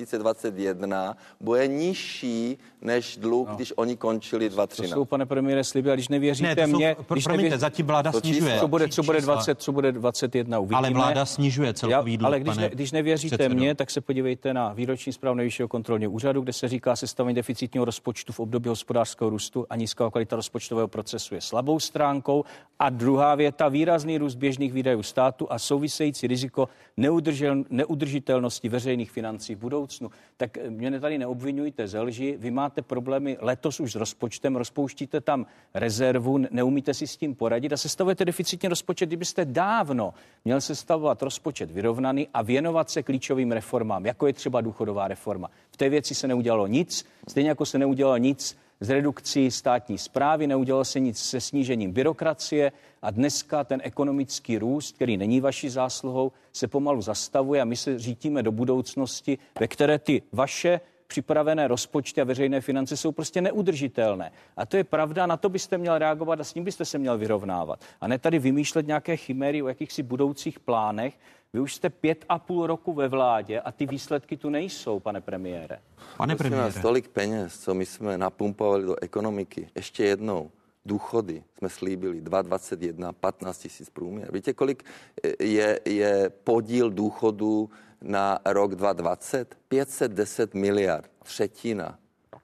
2021 bude nižší než dluh, když oni končili 2013. To jsou, pane premiére, sliby, a když nevěříte mě... Promiňte, zatím vláda snižuje. Co bude 21? Uvidíme. Ale vláda snižuje celkový dluh. Ale když nevěříte mně, tak se podívejte na výroční zprávu Nejvyššího kontrolního úřadu, kde se říká, sestavení deficitního rozpočtu v období hospodářského růstu a nízká kvalita rozpočtového procesu je slabou stránkou. A druhá věta, výrazný růst běžných výdajů státu a související riziko neudržitelnosti veřejných financí v budoucnu. Tak mě tady neobvinujte ze lži. Vy máte problémy letos už s rozpočtem, rozpouštíte tam rezervu, neumíte si s tím poradit a sestavujete deficitní rozpočet, kdybyste dávno měl sestavovat rozpočet vyrovnaný a věnovat se klíčovým reformám, jako je třeba důchodová reforma. V té věci se neudělalo nic, stejně jako se neudělalo nic s redukcí státní správy, neudělalo se nic se snížením byrokracie a dneska ten ekonomický růst, který není vaší zásluhou, se pomalu zastavuje a my se řítíme do budoucnosti, ve které ty vaše připravené rozpočty a veřejné finance jsou prostě neudržitelné. A to je pravda, na to byste měl reagovat a s ním byste se měl vyrovnávat. A ne tady vymýšlet nějaké chiméry o jakýchsi budoucích plánech. Vy už jste 5,5 roku ve vládě a ty výsledky tu nejsou, pane premiére. Pane premiére. Tolik peněz, co my jsme napumpovali do ekonomiky. Ještě jednou. Důchody jsme slíbili 2021, 15 000 průměr. Víte, kolik je podíl důchodů na rok 2020? 510 miliard, třetina.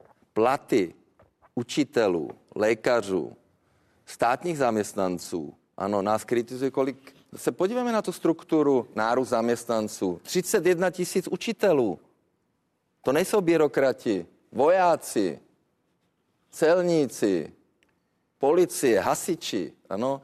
Platy učitelů, lékařů, státních zaměstnanců, ano, nás kritizuje, kolik... Se podíváme na tu strukturu nárůst zaměstnanců. 31 000 učitelů. To nejsou byrokrati, vojáci, celníci, policie, hasiči, ano.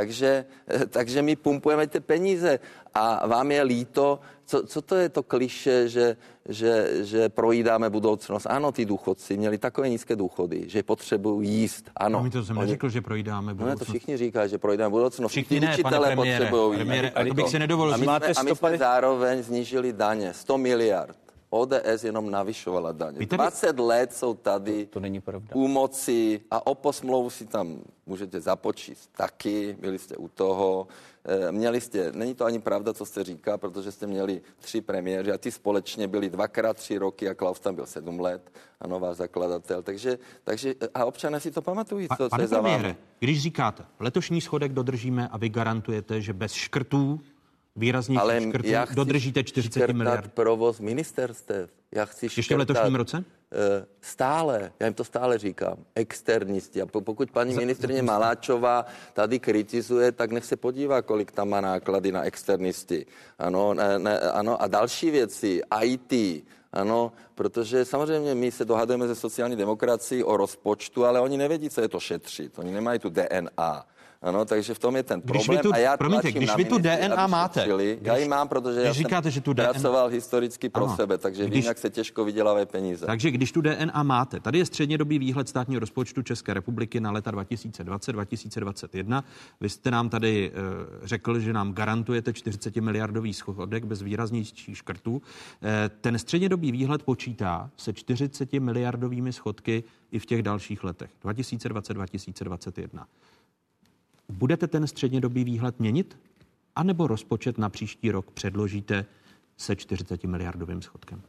Takže my pumpujeme ty peníze a vám je líto, co to je to kliše, že projídáme budoucnost. Ano, ty důchodci měli takové nízké důchody, že potřebují jíst. Ano. My to jsem neřekl, že projídáme budoucnost. No, to všichni říkají, že projídáme budoucnost. Všichni ne, pane premiére. Potřebují jíst. Bych si nedovolil. A my jsme zároveň snížili daně 100 miliard. ODS jenom navyšovala daně. 20 let jsou tady to není pravda. U moci a oposmlouvu si tam můžete započíst taky, byli jste u toho, měli jste, není to ani pravda, co jste říká, protože jste měli 3 premiéři a ty společně byli 2x 3 roky a Klaus tam byl 7 let a nová zakladatel, takže a občané si to pamatují, co je za vámi. Když říkáte, letošní schodek dodržíme a vy garantujete, že bez škrtů výraznějších škrtů dodržíte 40 miliard. Provoz ministerstev. Já chci ještě v letošním roce? Stále, já jim to stále říkám, externisti. A pokud paní ministryně Maláčová tady kritizuje, tak nech se podívá, kolik tam má náklady na externisty. Ano, a další věci, IT, ano, protože samozřejmě my se dohadujeme ze sociální demokracií o rozpočtu, ale oni nevědí, co je to šetřit. Oni nemají tu DNA. Ano, takže v tom je ten problém. Když vy tu DNA máte. Já ji mám, protože já říkáte, že tu pracoval historicky pro sebe, takže vím, jak se těžko vydělávají peníze. Takže když tu DNA máte, tady je střednědobý výhled státního rozpočtu České republiky na léta 2020-2021. Vy jste nám tady řekl, že nám garantujete 40 miliardový schodek bez výraznějších škrtů. Ten střednědobý výhled počítá se 40 miliardovými schodky i v těch dalších letech 2020-2021. Budete ten střednědobý výhled měnit? A nebo rozpočet na příští rok předložíte se 40 miliardovým schodkem?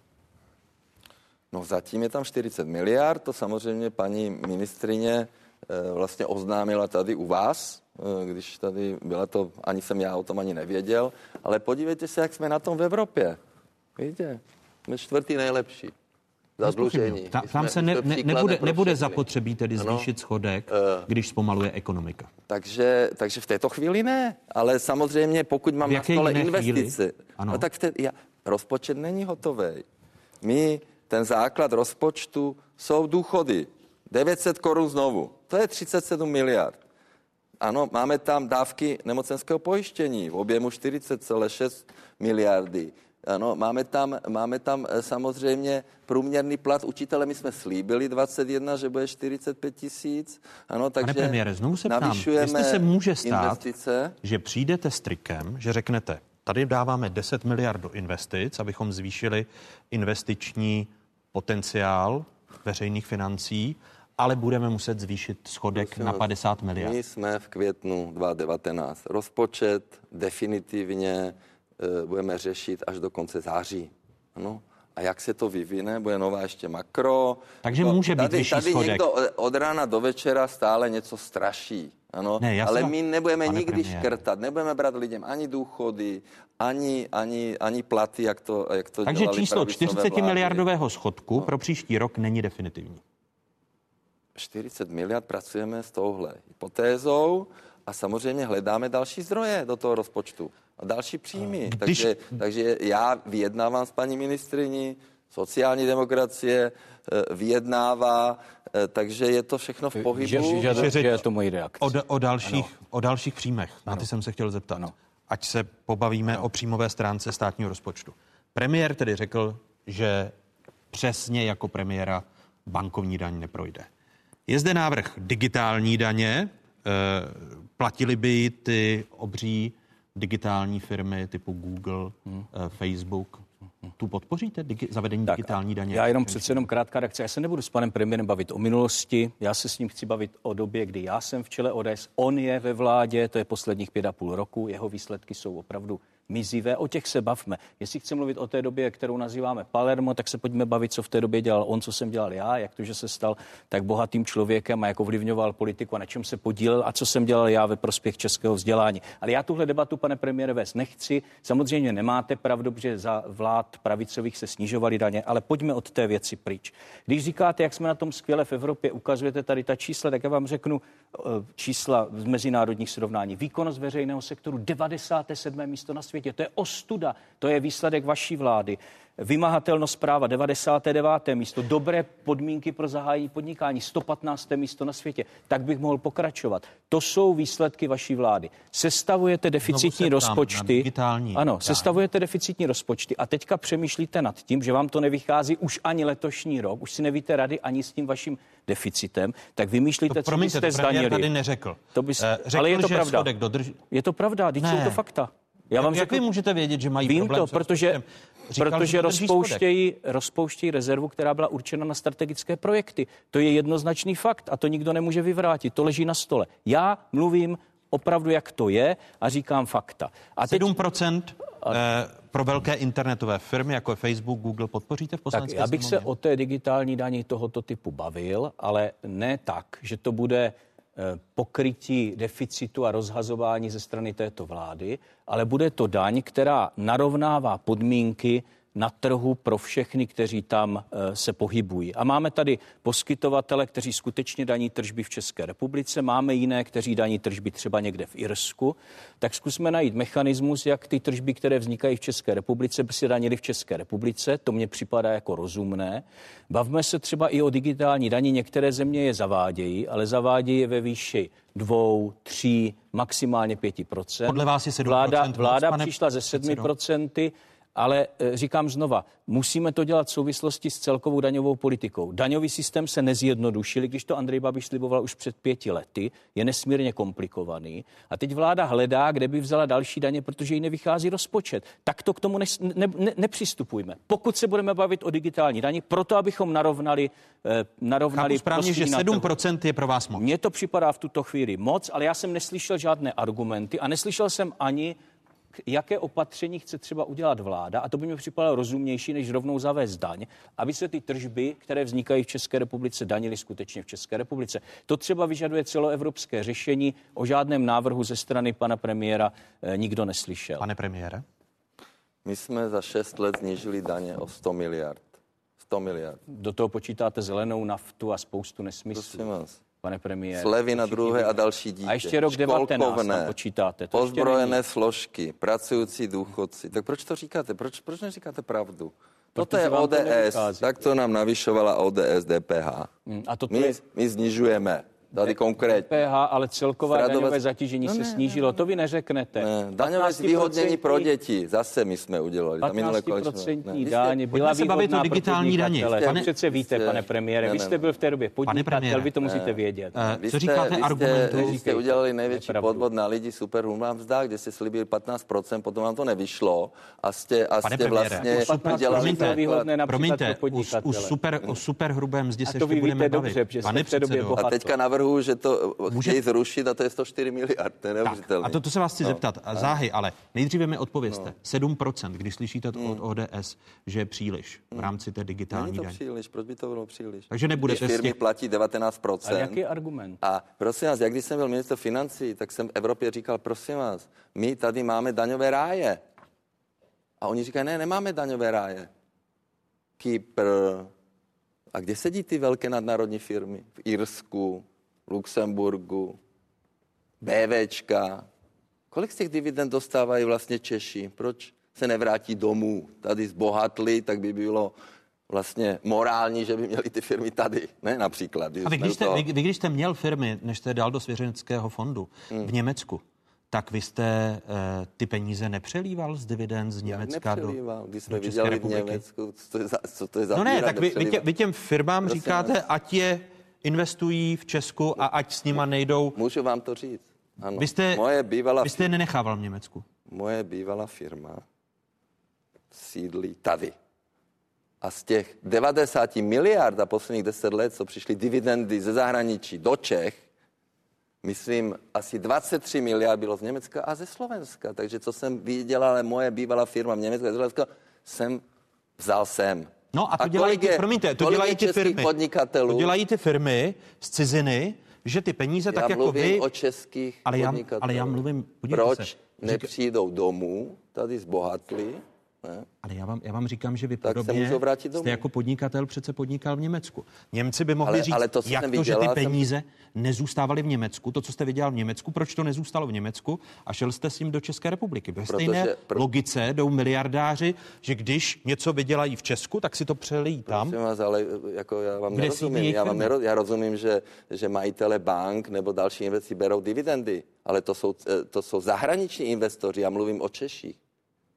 No zatím je tam 40 miliard, to samozřejmě paní ministrině vlastně oznámila tady u vás, když tady byla to, ani jsem já o tom ani nevěděl, ale podívejte se, jak jsme na tom v Evropě. Víte, jsme 4. nejlepší. Zadlužení. Tam se nebude zapotřebí tedy zvýšit schodek, když zpomaluje ekonomika. Takže v této chvíli ne, ale samozřejmě pokud mám na stole investice, no tak rozpočet není hotový. Ten základ rozpočtu jsou důchody. 900 korun znovu. To je 37 miliard. Ano, máme tam dávky nemocenského pojištění v objemu 40,6 miliardy. Ano, máme tam samozřejmě průměrný plat učitele. My jsme slíbili 21, že bude 45 tisíc. Ano, takže pane premiére, znovu se ptám, jestli se může stát, investice, že přijdete s trikem, že řeknete, tady dáváme 10 miliard do investic, abychom zvýšili investiční potenciál veřejných financí, ale budeme muset zvýšit schodek na 50 miliard. My jsme v květnu 2019. Rozpočet definitivně budeme řešit až do konce září. Ano. A jak se to vyvine, bude nová ještě makro. Takže může být vyšší schodek. Tady někdo od rána do večera stále něco straší. Ano. Ne, ale my nebudeme nikdy škrtat, nebudeme brát lidem ani důchody, ani platy, jak to takže dělali číslo 40 vlády. miliardového schodku pro příští rok není definitivní. 40 miliard pracujeme s touhle hypotézou a samozřejmě hledáme další zdroje do toho rozpočtu a další příjmy. Takže já vyjednávám s paní ministryní, sociální demokracie vyjednává, takže je to všechno v pohybu. Že je to moje reakce. O dalších příjmech, na ty jsem se chtěl zeptat. Ano. Ať se pobavíme o příjmové stránce státního rozpočtu. Premiér tedy řekl, že přesně jako premiéra bankovní daň neprojde. Je zde návrh digitální daně, platili by ty obří digitální firmy typu Google, Facebook. Tu podpoříte zavedení digitální daně? Já přece jenom krátká reakce. Já se nebudu s panem premiérem bavit o minulosti, já se s ním chci bavit o době, kdy já jsem v čele ODS, on je ve vládě, to je posledních 5,5 roku, jeho výsledky jsou opravdu mizivé, o těch se bavme. Jestli chci mluvit o té době, kterou nazýváme Palermo, tak se pojďme bavit, co v té době dělal on, co jsem dělal já, jak to, že se stal tak bohatým člověkem a jak ovlivňoval politiku a na čem se podílel a co jsem dělal já ve prospěch českého vzdělání. Ale já tuhle debatu, pane premiére, vést nechci. Samozřejmě nemáte pravdu, že za vlád pravicových se snižovaly daně, ale pojďme od té věci pryč. Když říkáte, jak jsme na tom skvěle v Evropě, ukazujete tady ta čísla, tak já vám řeknu čísla z mezinárodních srovnání. Výkonnost veřejného sektoru 97. místo na světě. To je ostuda. To je výsledek vaší vlády. Vymahatelnost práva 99. místo. Dobré podmínky pro zahájení podnikání 115. místo na světě. Tak bych mohl pokračovat. To jsou výsledky vaší vlády. Sestavujete deficitní rozpočty. Ano, sestavujete deficitní rozpočty a teďka přemýšlíte nad tím, že vám to nevychází už ani letošní rok, už si nevíte rady ani s tím vaším deficitem, tak vymýšlíte, co byste zdanili. Tady neřekl. Ale je to pravda. Je to pravda, teď jsou to fakta. Já vám Jak vy můžete vědět, že mají vím problém to, s rozpočtem? protože rozpouštějí rezervu, která byla určena na strategické projekty. To je jednoznačný fakt a to nikdo nemůže vyvrátit. To leží na stole. Já mluvím opravdu, jak to je a říkám fakta. A 7% pro velké internetové firmy, jako je Facebook, Google, podpoříte v Poslanecké sněmovně? Já bych se sněmovně? o té digitální dani tohoto typu bavil, ale ne tak, že to bude pokrytí deficitu a rozhazování ze strany této vlády, ale bude to daň, která narovnává podmínky na trhu pro všechny, kteří tam se pohybují. A máme tady poskytovatele, kteří skutečně daní tržby v České republice, máme jiné, kteří daní tržby třeba někde v Irsku, tak zkusme najít mechanismus, jak ty tržby, které vznikají v České republice, by se danily v České republice, to mně připadá jako rozumné. Bavme se třeba i o digitální dani, některé země je zavádějí, ale zavádějí je ve výši 2, 3, maximálně 5%. Podle vás je 7%? Vláda přišla ze 7%. Ale říkám znova, musíme to dělat v souvislosti s celkovou daňovou politikou. Daňový systém se nezjednodušil, když to Andrej Babiš sliboval už před 5 lety, je nesmírně komplikovaný. A teď vláda hledá, kde by vzala další daně, protože jí nevychází rozpočet. Tak to k tomu nepřistupujme. Pokud se budeme bavit o digitální dani, proto abychom narovnali Chápu správně, že 7% je pro vás moc. Mně to připadá v tuto chvíli moc, ale já jsem neslyšel žádné argumenty a neslyšel jsem ani jaké opatření chce třeba udělat vláda, a to by mi připadalo rozumnější, než rovnou zavést daň, aby se ty tržby, které vznikají v České republice, danily skutečně v České republice. To třeba vyžaduje celoevropské řešení, o žádném návrhu ze strany pana premiéra nikdo neslyšel. Pane premiére? My jsme za 6 let snížili daně o 100 miliard. 100 miliard. Do toho počítáte zelenou naftu a spoustu nesmyslů. Prosím vás. Pane premiére. Slevy na druhé a další dítě. A ještě rok 19 tam počítáte. To ozbrojené složky, pracující důchodci. Tak proč to říkáte? Proč neříkáte pravdu? Toto je ODS, tak to nám navyšovala ODS DPH. A to my snižujeme. Tady konkrétně. DPH, ale celkové daňové zatížení se snížilo. To vy neřeknete. Daňové zvýhodnění pro děti. Zase my jsme udělali. 15% daň byla výhodná pro podnikatele. To přece víte, pane premiére. Vy jste byl v té době podnikatel, vy to musíte vědět. Co říkáte argumentu? Vy jste udělali největší podvod na lidi superhrubá mzda, kde jste slibili 15%, potom vám to nevyšlo a jste vlastně udělali výhodné například pro podnikatele. U superhrubé mzdě se ještě budeme bavit. Pane předsedo. A teďka že to chtějí zrušit a to je 104 miliard. To je neuvěřitelné. A to se vás chci zeptat. Záhy, ale nejdříve mi odpovězte. 7%, když slyšíte od ODS, že je příliš v rámci té digitální daně. Není to příliš, proč by to bylo příliš? Takže nebudete když firmy platí 19%. Ale jaký argument? A prosím vás, jak když jsem byl ministr financí, tak jsem v Evropě říkal, prosím vás, my tady máme daňové ráje. A oni říkají, ne, nemáme daňové ráje. Kypr. A kde sedí ty velké nadnárodní firmy? V Irsku, Luxemburgu, BVčka. Kolik z těch dividend dostávají vlastně Češi? Proč se nevrátí domů? Tady zbohatli, tak by bylo vlastně morální, že by měli ty firmy tady, ne například. A vy když jste měl firmy, než jste dal do svěřeneckého fondu v Německu, tak vy jste ty peníze nepřelíval z dividend z Německa do České republiky? V Německu, co to je za no ne, tak vy těm firmám říkáte, ať je investují v Česku a ať s nima nejdou. Můžu vám to říct. Ano. Vy jste je nenechával v Německu. Moje bývalá firma sídlí tady. A z těch 90 miliard a posledních 10 let, co přišly dividendy ze zahraničí do Čech, myslím, asi 23 miliard bylo z Německa a ze Slovenska. Takže co jsem vydělala, moje bývalá firma v Německu a ze Slovenska, jsem vzal sem. No a to dělají podnikatelů. To dělají ty firmy z ciziny, že ty peníze tak jako vy... Já mluvím o českých podnikatelů. Ale já mluvím... Proč nepřijdou domů, tady zbohatli? Ne? Ale já vám říkám, že vy podobně jste jako podnikatel přece podnikal v Německu. Němci by mohli říct, jak to, že ty peníze nezůstávaly v Německu, to, co jste vydělal v Německu, proč to nezůstalo v Německu a šel jste s ním do České republiky. Ve stejné logice jdou miliardáři, že když něco vydělají v Česku, tak si to přelijí tam. Prosím vás, ale jako já vám nerozumím. Já rozumím, že majitele bank nebo další investoři berou dividendy, ale to jsou zahraniční investoři, já mluvím o Češích.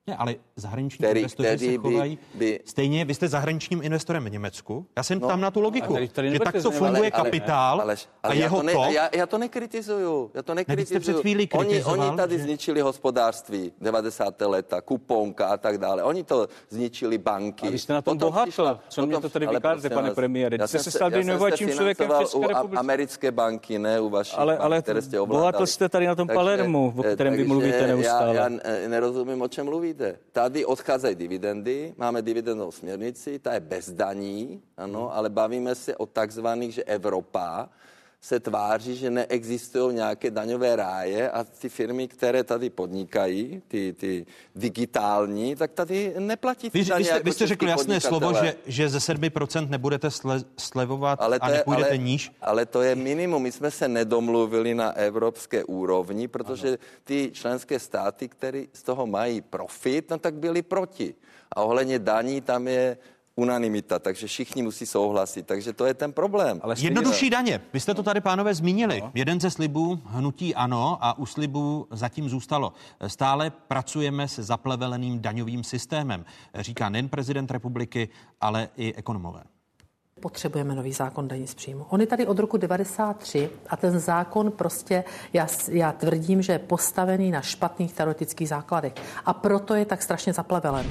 Ne, ale zahraniční investoři se chovají stejně. Vy jste zahraničním investorem v Německu. Já jsem tam na tu logiku, že takto funguje kapitál a jeho tok. Já to nekritizuju. Vy jste před chvílí kritizoval, oni tady zničili hospodářství 90. leta, kuponka a tak dále. Oni to zničili banky. A vy jste na tom bohatl. Co mě to tady vykládáte, pane premiére? Jste se stal nejnovějším člověkem v České republice. Americké banky, ne u vašich, ale které jste ovládali. bohatl jste tady na tom Palermu, o kterém vy mluvíte neustále. Já nerozumím, o čem mluvíte. Tady odcházejí dividendy, máme dividendovou směrnici, ta je bez daní, ano, ale bavíme se o takzvaných, že Evropa se tváří, že neexistují nějaké daňové ráje a ty firmy, které tady podnikají, ty digitální, tak tady neplatí ty daně. Vy jste řekl jasné slovo, že ze 7% nebudete slevovat a nepůjdete níž. Ale to je minimum. My jsme se nedomluvili na evropské úrovni, protože ty členské státy, které z toho mají profit, no tak byli proti. A ohledně daní tam je unanimita, takže všichni musí souhlasit. Takže to je ten problém. Ale jednodušší daně. Vy jste to tady, pánové, zmínili. No. Jeden ze slibů hnutí ANO a u slibů zatím zůstalo. Stále pracujeme se zapleveleným daňovým systémem. Říká nejen prezident republiky, ale i ekonomové. Potřebujeme nový zákon daní z příjmu. On je tady od roku 1993 a ten zákon prostě, já tvrdím, že je postavený na špatných teoretických základech. A proto je tak strašně zaplevelen.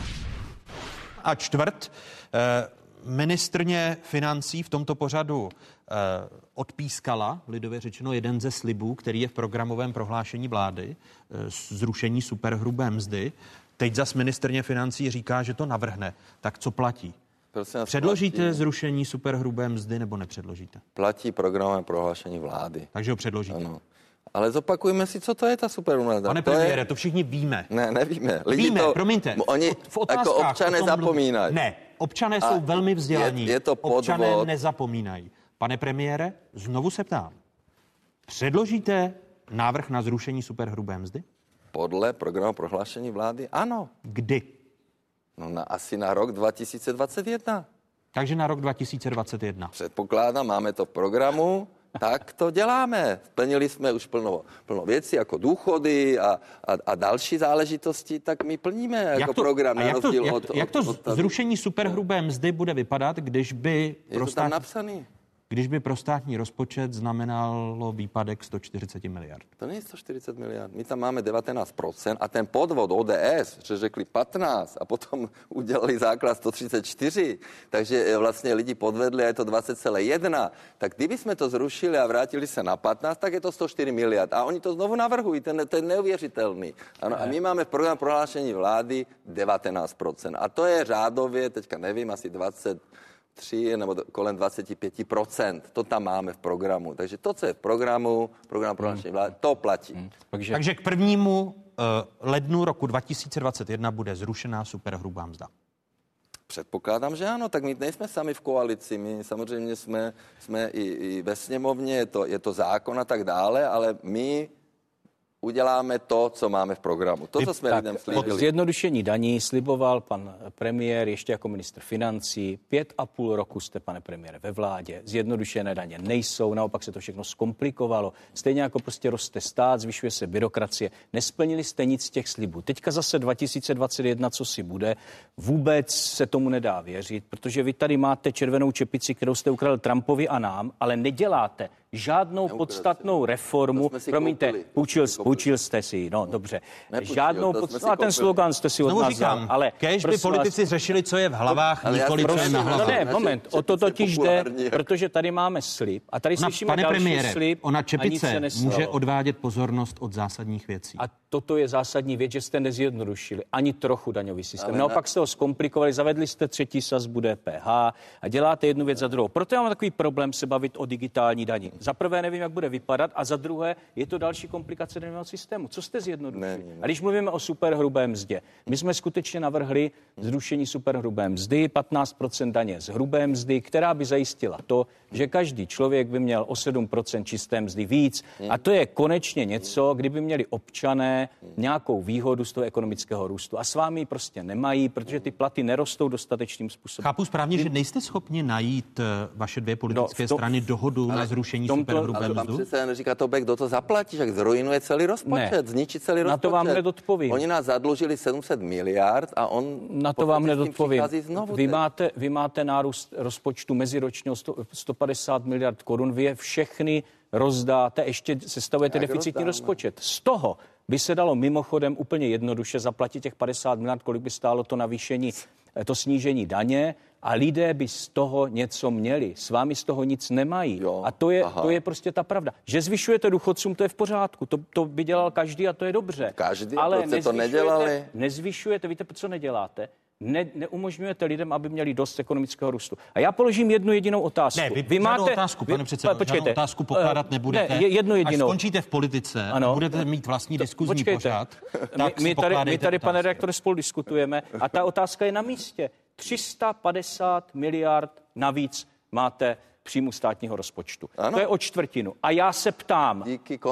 A čtvrt, ministryně financí v tomto pořadu odpískala, lidově řečeno, jeden ze slibů, který je v programovém prohlášení vlády, zrušení superhrubé mzdy. Teď zas ministryně financí říká, že to navrhne. Tak co platí? Předložíte zrušení superhrubé mzdy nebo nepředložíte? Platí programové prohlášení vlády. Takže ho předložíte. Ano. Ale zopakujme si, co to je ta superhrubá mzda. Pane premiére, to všichni víme. Ne, nevíme. Víme, promiňte. Oni jako občané zapomínají. Ne, občané jsou velmi vzdělaní. Je to podvod. Občané nezapomínají. Pane premiére, znovu se ptám. Předložíte návrh na zrušení superhrubé mzdy? Podle programu prohlášení vlády ano. Kdy? No asi na rok 2021. Takže na rok 2021. Předpokládám, máme to v programu, tak to děláme. Splnili jsme už plno věcí, jako důchody a další záležitosti, tak my plníme jako program. Jak to zrušení superhrubé mzdy bude vypadat, když by pro státní rozpočet znamenalo výpadek 140 miliard? To není 140 miliard. My tam máme 19% a ten podvod ODS, že řekli 15 a potom udělali základ 134, takže vlastně lidi podvedli a je to 20,1. Tak kdyby jsme to zrušili a vrátili se na 15, tak je to 104 miliard. A oni to znovu navrhují, to je neuvěřitelný. Ano, a my máme v programu prohlášení vlády 19%. A to je řádově, teďka nevím, asi 23 nebo kolem 25%. To tam máme v programu. Takže to, co je v programu, program prohlášení vlády, to platí. Takže k 1. lednu roku 2021 bude zrušená superhrubá mzda. Předpokládám, že ano, tak my nejsme sami v koalici, my samozřejmě jsme i ve sněmovně, je to zákon a tak dále, ale my uděláme to, co máme v programu. To, co jsme lidem slíbili. Zjednodušení daní sliboval pan premiér ještě jako ministr financí. 5,5 roku jste, pane premiére, ve vládě. Zjednodušené daně nejsou, naopak se to všechno zkomplikovalo. Stejně jako prostě roste stát, zvyšuje se byrokracie. Nesplnili jste nic z těch slibů. Teďka zase 2021, co si bude, vůbec se tomu nedá věřit, protože vy tady máte červenou čepici, kterou jste ukradl Trumpovi a nám, ale neděláte žádnou podstatnou reformu. Promiňte, půjčil jste si, no dobře. Žádnou podstatnou, a ten slogan jste si od nás vzal. Ale kéž by politici řešili, co je v hlavách, nikoli co je na hlavách. No ne, moment, o to totiž jde, protože tady máme slib a tady slyšíme další slib. Ona čepice může odvádět pozornost od zásadních věcí. A toto je zásadní věc, že jste nezjednodušili ani trochu daňový systém. Naopak jste ho zkomplikovali, zavedli jste 3. sazbu DPH a děláte jednu věc za druhou. Proto já mám takový problém se bavit o digitální dani. Za prvé nevím, jak bude vypadat a za druhé je to další komplikace daňového systému. Co jste zjednodušili? A když mluvíme o superhrubé mzdě, my jsme skutečně navrhli zrušení superhrubé mzdy, 15% daně z hrubé mzdy, která by zajistila to, že každý člověk by měl o 7% čisté mzdy víc. A to je konečně něco, kdyby měli občané nějakou výhodu z toho ekonomického růstu. A s vámi prostě nemají, protože ty platy nerostou dostatečným způsobem. Chápu správně, že nejste schopni najít vaše dvě politické strany dohodu na zrušení superhrubé mzdu? Pan předseda říká to, kdo to zaplatí, jak zrujnuje celý rozpočet, zničí celý rozpočet. Na to vám nedodpovím. Oni nás zadlužili 700 miliard a on na to vám nedodpovím. Vy máte nárůst rozpočtu meziročního 150 miliard korun, vy je všechny rozdáte, ještě sestavujete deficitní rozpočet. Z toho by se dalo mimochodem úplně jednoduše zaplatit těch 50 miliard, kolik by stálo to navýšení, to snížení daně, a lidé by z toho něco měli. S vámi z toho nic nemají. Jo, a to je prostě ta pravda. Že zvyšujete důchodcům, to je v pořádku. To by dělal každý a to je dobře. Každý, ale to nedělali. Nezvyšujete, víte, co neděláte? Neumožňujete lidem, aby měli dost ekonomického růstu. A já položím jednu jedinou otázku. Ne, vy máte otázku, pane předsedo, žádnou otázku pokládat nebudete. Ne, jednu jedinou. Až skončíte v politice a budete mít vlastní diskuzní pořad, tak my tady, pane redaktore, spolu diskutujeme a ta otázka je na místě. 350 miliard navíc máte příjmu státního rozpočtu. Ano. To je o čtvrtinu. A já se ptám,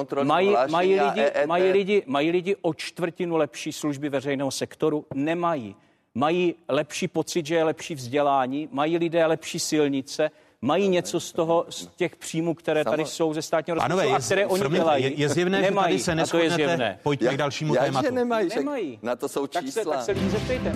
mají lidi o čtvrtinu lepší služby veřejného sektoru? Nemají. Mají lepší pocit, že je lepší vzdělání? Mají lidé lepší silnice? Mají něco z těch příjmů, které tady jsou ze státního rozpočtu a které oni dělají? Je zjevné, nemají, že tady se neshodnete. Pojďme k dalšímu tématu. Nemají. Na to jsou čísla. Tak se lidí zeptejte.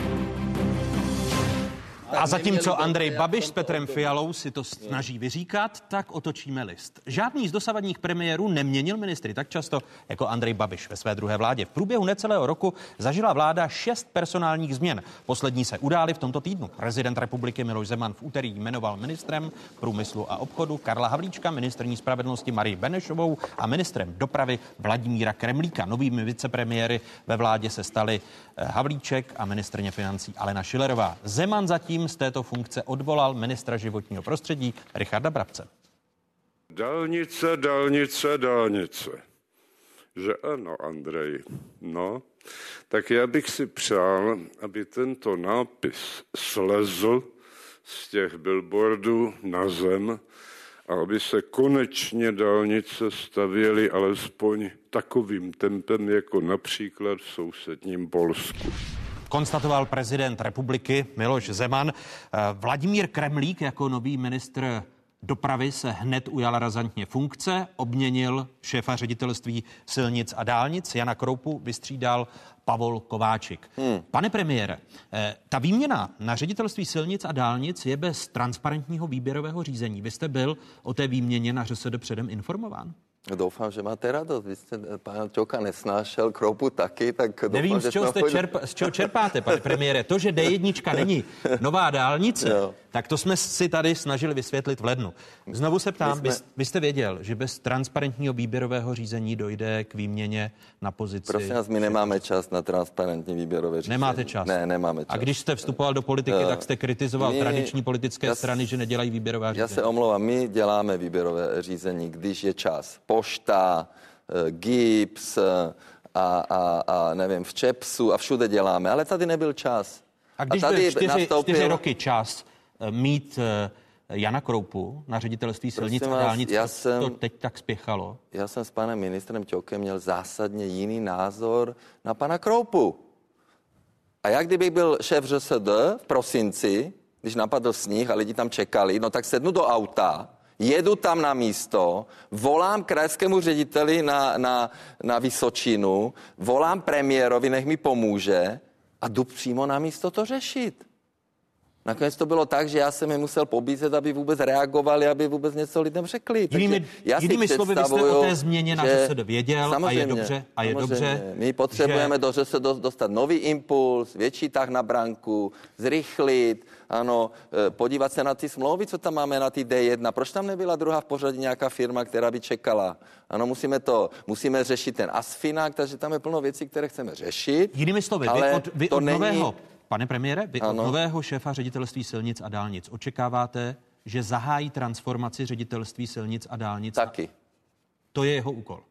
A zatímco Andrej Babiš s Petrem Fialou si to snaží vyříkat, tak otočíme list. Žádný z dosavadních premiérů neměnil ministry tak často jako Andrej Babiš ve své druhé vládě. V průběhu necelého roku zažila vláda 6 personálních změn. Poslední se udály v tomto týdnu. Prezident republiky Miloš Zeman v úterý jmenoval ministrem průmyslu a obchodu Karla Havlíčka, ministryní spravedlnosti Marii Benešovou a ministrem dopravy Vladimíra Kremlíka. Novými vicepremiéry ve vládě se stali Havlíček a ministryně financí Alena Schillerová. Zeman zatím z této funkce odvolal ministra životního prostředí Richarda Brabce. Dálnice, dálnice, dálnice. Že ano, Andrej. No, tak já bych si přál, aby tento nápis slezl z těch billboardů na zem a aby se konečně dálnice stavěly alespoň takovým tempem, jako například v sousedním Polsku. Konstatoval prezident republiky Miloš Zeman. Vladimír Kremlík jako nový ministr dopravy se hned ujal razantně funkce, obměnil šéfa ředitelství silnic a dálnic, Jana Kroupu vystřídal Pavol Kováčik. Pane premiére, ta výměna na ředitelství silnic a dálnic je bez transparentního výběrového řízení. Vy jste byl o té výměně na ŘSD předem informován? Doufám, že máte radost. Vy jste pana Ťoka nesnášel, Kroupu taky, tak doufám, nevím, z čeho čerpáte, pane premiére. To, že D1 není nová dálnice, tak to jsme si tady snažili vysvětlit v lednu. Znovu se ptám, vy jste věděl, že bez transparentního výběrového řízení dojde k výměně na pozici? Prosím vás, my nemáme čas na transparentní výběrové řízení. Nemáte čas? Ne, nemáme čas. A když jste vstupoval do politiky, tak jste kritizoval tradiční politické strany, že nedělají výběrová řízení. Já se omlouvám, my děláme výběrové řízení, když je čas. Pošta, GIBS a nevím, v ČEPSu a všude děláme, ale tady nebyl čas. A když byl 4 roky čas mít Jana Kroupu na ředitelství silnic a dálnic, to teď tak spěchalo? Já jsem s panem ministrem Ťokem měl zásadně jiný názor na pana Kroupu. A já kdybych byl šéf ŘSD v prosinci, když napadl sníh a lidi tam čekali, no tak sednu do auta, jedu tam na místo, volám krajskému řediteli na Vysočinu, volám premiérovi, nech mi pomůže a jdu přímo na místo to řešit. Nakonec to bylo tak, že já jsem je musel pobízet, aby vůbec reagovali, aby vůbec něco lidem řekli. Jinými slovy, vy jste o té změně na ŘSD věděl a je dobře. My potřebujeme do ŘSD dostat nový impuls, větší tah na branku, zrychlit, ano, podívat se na ty smlouvy, co tam máme na ty D1. Proč tam nebyla druhá v pořadí nějaká firma, která by čekala? Ano, musíme řešit ten ASFINAG, takže tam je plno věcí, které chceme řešit. Jinými slovy, vy od nového, pane premiére, vy od nového šéfa ředitelství silnic a dálnic očekáváte, že zahájí transformaci ředitelství silnic a dálnic? Taky. To je jeho úkol.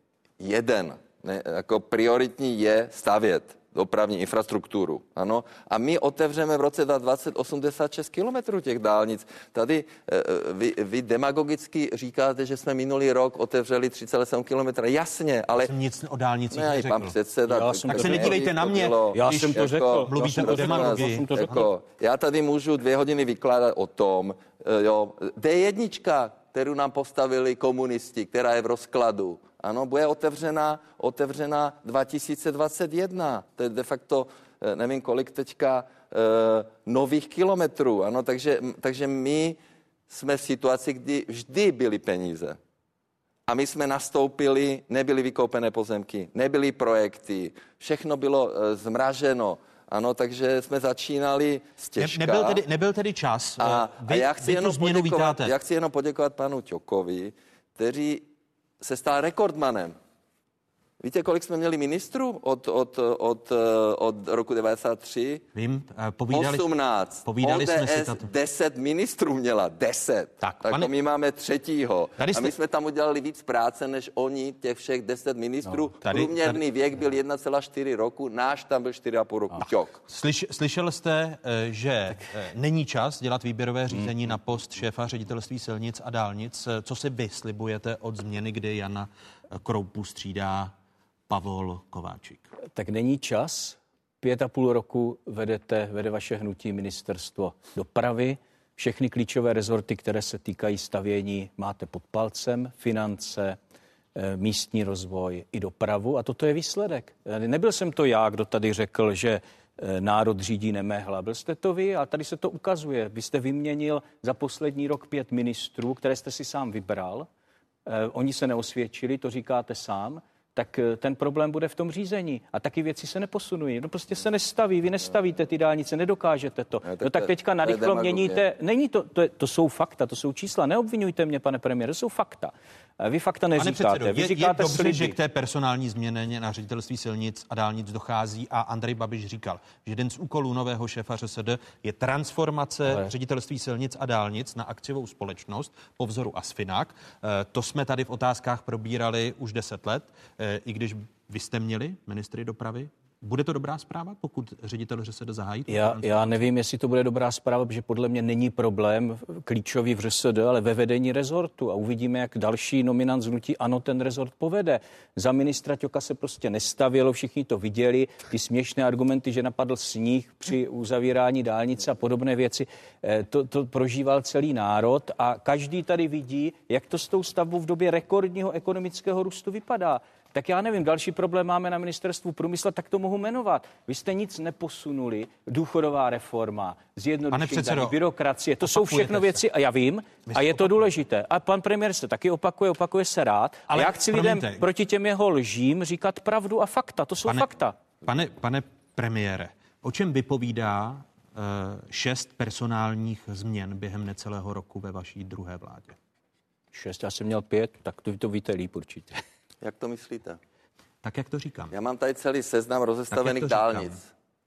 Jako prioritní je stavět dopravní infrastrukturu. Ano. A my otevřeme v roce 2020 86 kilometrů těch dálnic. Tady vy demagogicky říkáte, že jsme minulý rok otevřeli 3,7 kilometra. Jasně, ale... Jsem nic o dálnicích neřekl. Pan předseda, tak se nedívejte na mě. Já jsem to řekl. Mluvíte o demagogii. Já tady můžu 2 hodiny vykládat o tom, D1, kterou nám postavili komunisti, která je v rozkladu, ano, bude otevřena 2021. To je de facto, nevím kolik teďka, nových kilometrů, ano, takže my jsme v situaci, kdy vždy byly peníze. A my jsme nastoupili, nebyly vykoupené pozemky, nebyly projekty, všechno bylo zmraženo. Ano, takže jsme začínali z těžka. Nebyl tedy čas. A já chci jenom poděkovat panu Ťokovi, který se stal rekordmanem. Víte, kolik jsme měli ministrů od roku 93? Vím, 18. Povídali ODS jsme si tato. 10 ministrů měla, 10. Tak my máme 3. A my jsme tam udělali víc práce, než oni, těch všech 10 ministrů. Průměrný věk byl 1,4 roku, náš tam byl 4,5 roku. Ťok. Slyšel jste, že není čas dělat výběrové řízení na post šéfa ředitelství silnic a dálnic. Co si vy slibujete od změny, kdy Jana Kroupu střídá Pavol Kováčik? Tak není čas. 5,5 roku vede vaše hnutí ministerstvo dopravy. Všechny klíčové rezorty, které se týkají stavění, máte pod palcem. Finance, místní rozvoj i dopravu. A toto je výsledek. Nebyl jsem to já, kdo tady řekl, že národ řídí neméhla. Byl jste to vy a tady se to ukazuje. Vy jste vyměnil za poslední rok 5 ministrů, které jste si sám vybral. Oni se neosvědčili, to říkáte sám. Tak ten problém bude v tom řízení. A taky věci se neposunují. No prostě se nestaví, vy nestavíte ty dálnice, nedokážete to. No tak teďka narychlo měníte. Není to jsou fakta, to jsou čísla. Neobvinujte mě, pane premiére, to jsou fakta. Vy fakta neříkáte. Vy říkáte je dobře, sliby. že k té personální změně na ředitelství silnic a dálnic dochází a Andrej Babiš říkal, že jeden z úkolů nového šéfa ŘSD je transformace ředitelství silnic a dálnic na akciovou společnost po vzoru Asfinag. To jsme tady v otázkách probírali už 10 let, i když vy jste měli ministry dopravy. Bude to dobrá zpráva, pokud ředitel ŘSD zahájí? Já nevím, jestli to bude dobrá zpráva, protože podle mě není problém klíčový v ŘSD, ale ve vedení rezortu. A uvidíme, jak další nominant z hnutí ANO ten rezort povede. Za ministra Ťoka se prostě nestavilo, všichni to viděli. Ty směšné argumenty, že napadl sníh při uzavírání dálnice a podobné věci, to prožíval celý národ a každý tady vidí, jak to s tou stavbou v době rekordního ekonomického růstu vypadá. Tak já nevím, další problém máme na ministerstvu průmyslu, tak to mohu jmenovat. Vy jste nic neposunuli, důchodová reforma, zjednodušení daní, byrokracie, to jsou všechno věci, a já vím, a je to důležité. A pan premiér se taky opakuje se rád. Ale já chci lidem proti těm jeho lžím říkat pravdu a fakta, to jsou fakta. Pane premiére, o čem vypovídá 6 personálních změn během necelého roku ve vaší druhé vládě? 6, já jsem měl 5, tak to víte líp určitě. Jak to myslíte? Tak, jak to říkám. Já mám tady celý seznam rozestavených dálnic.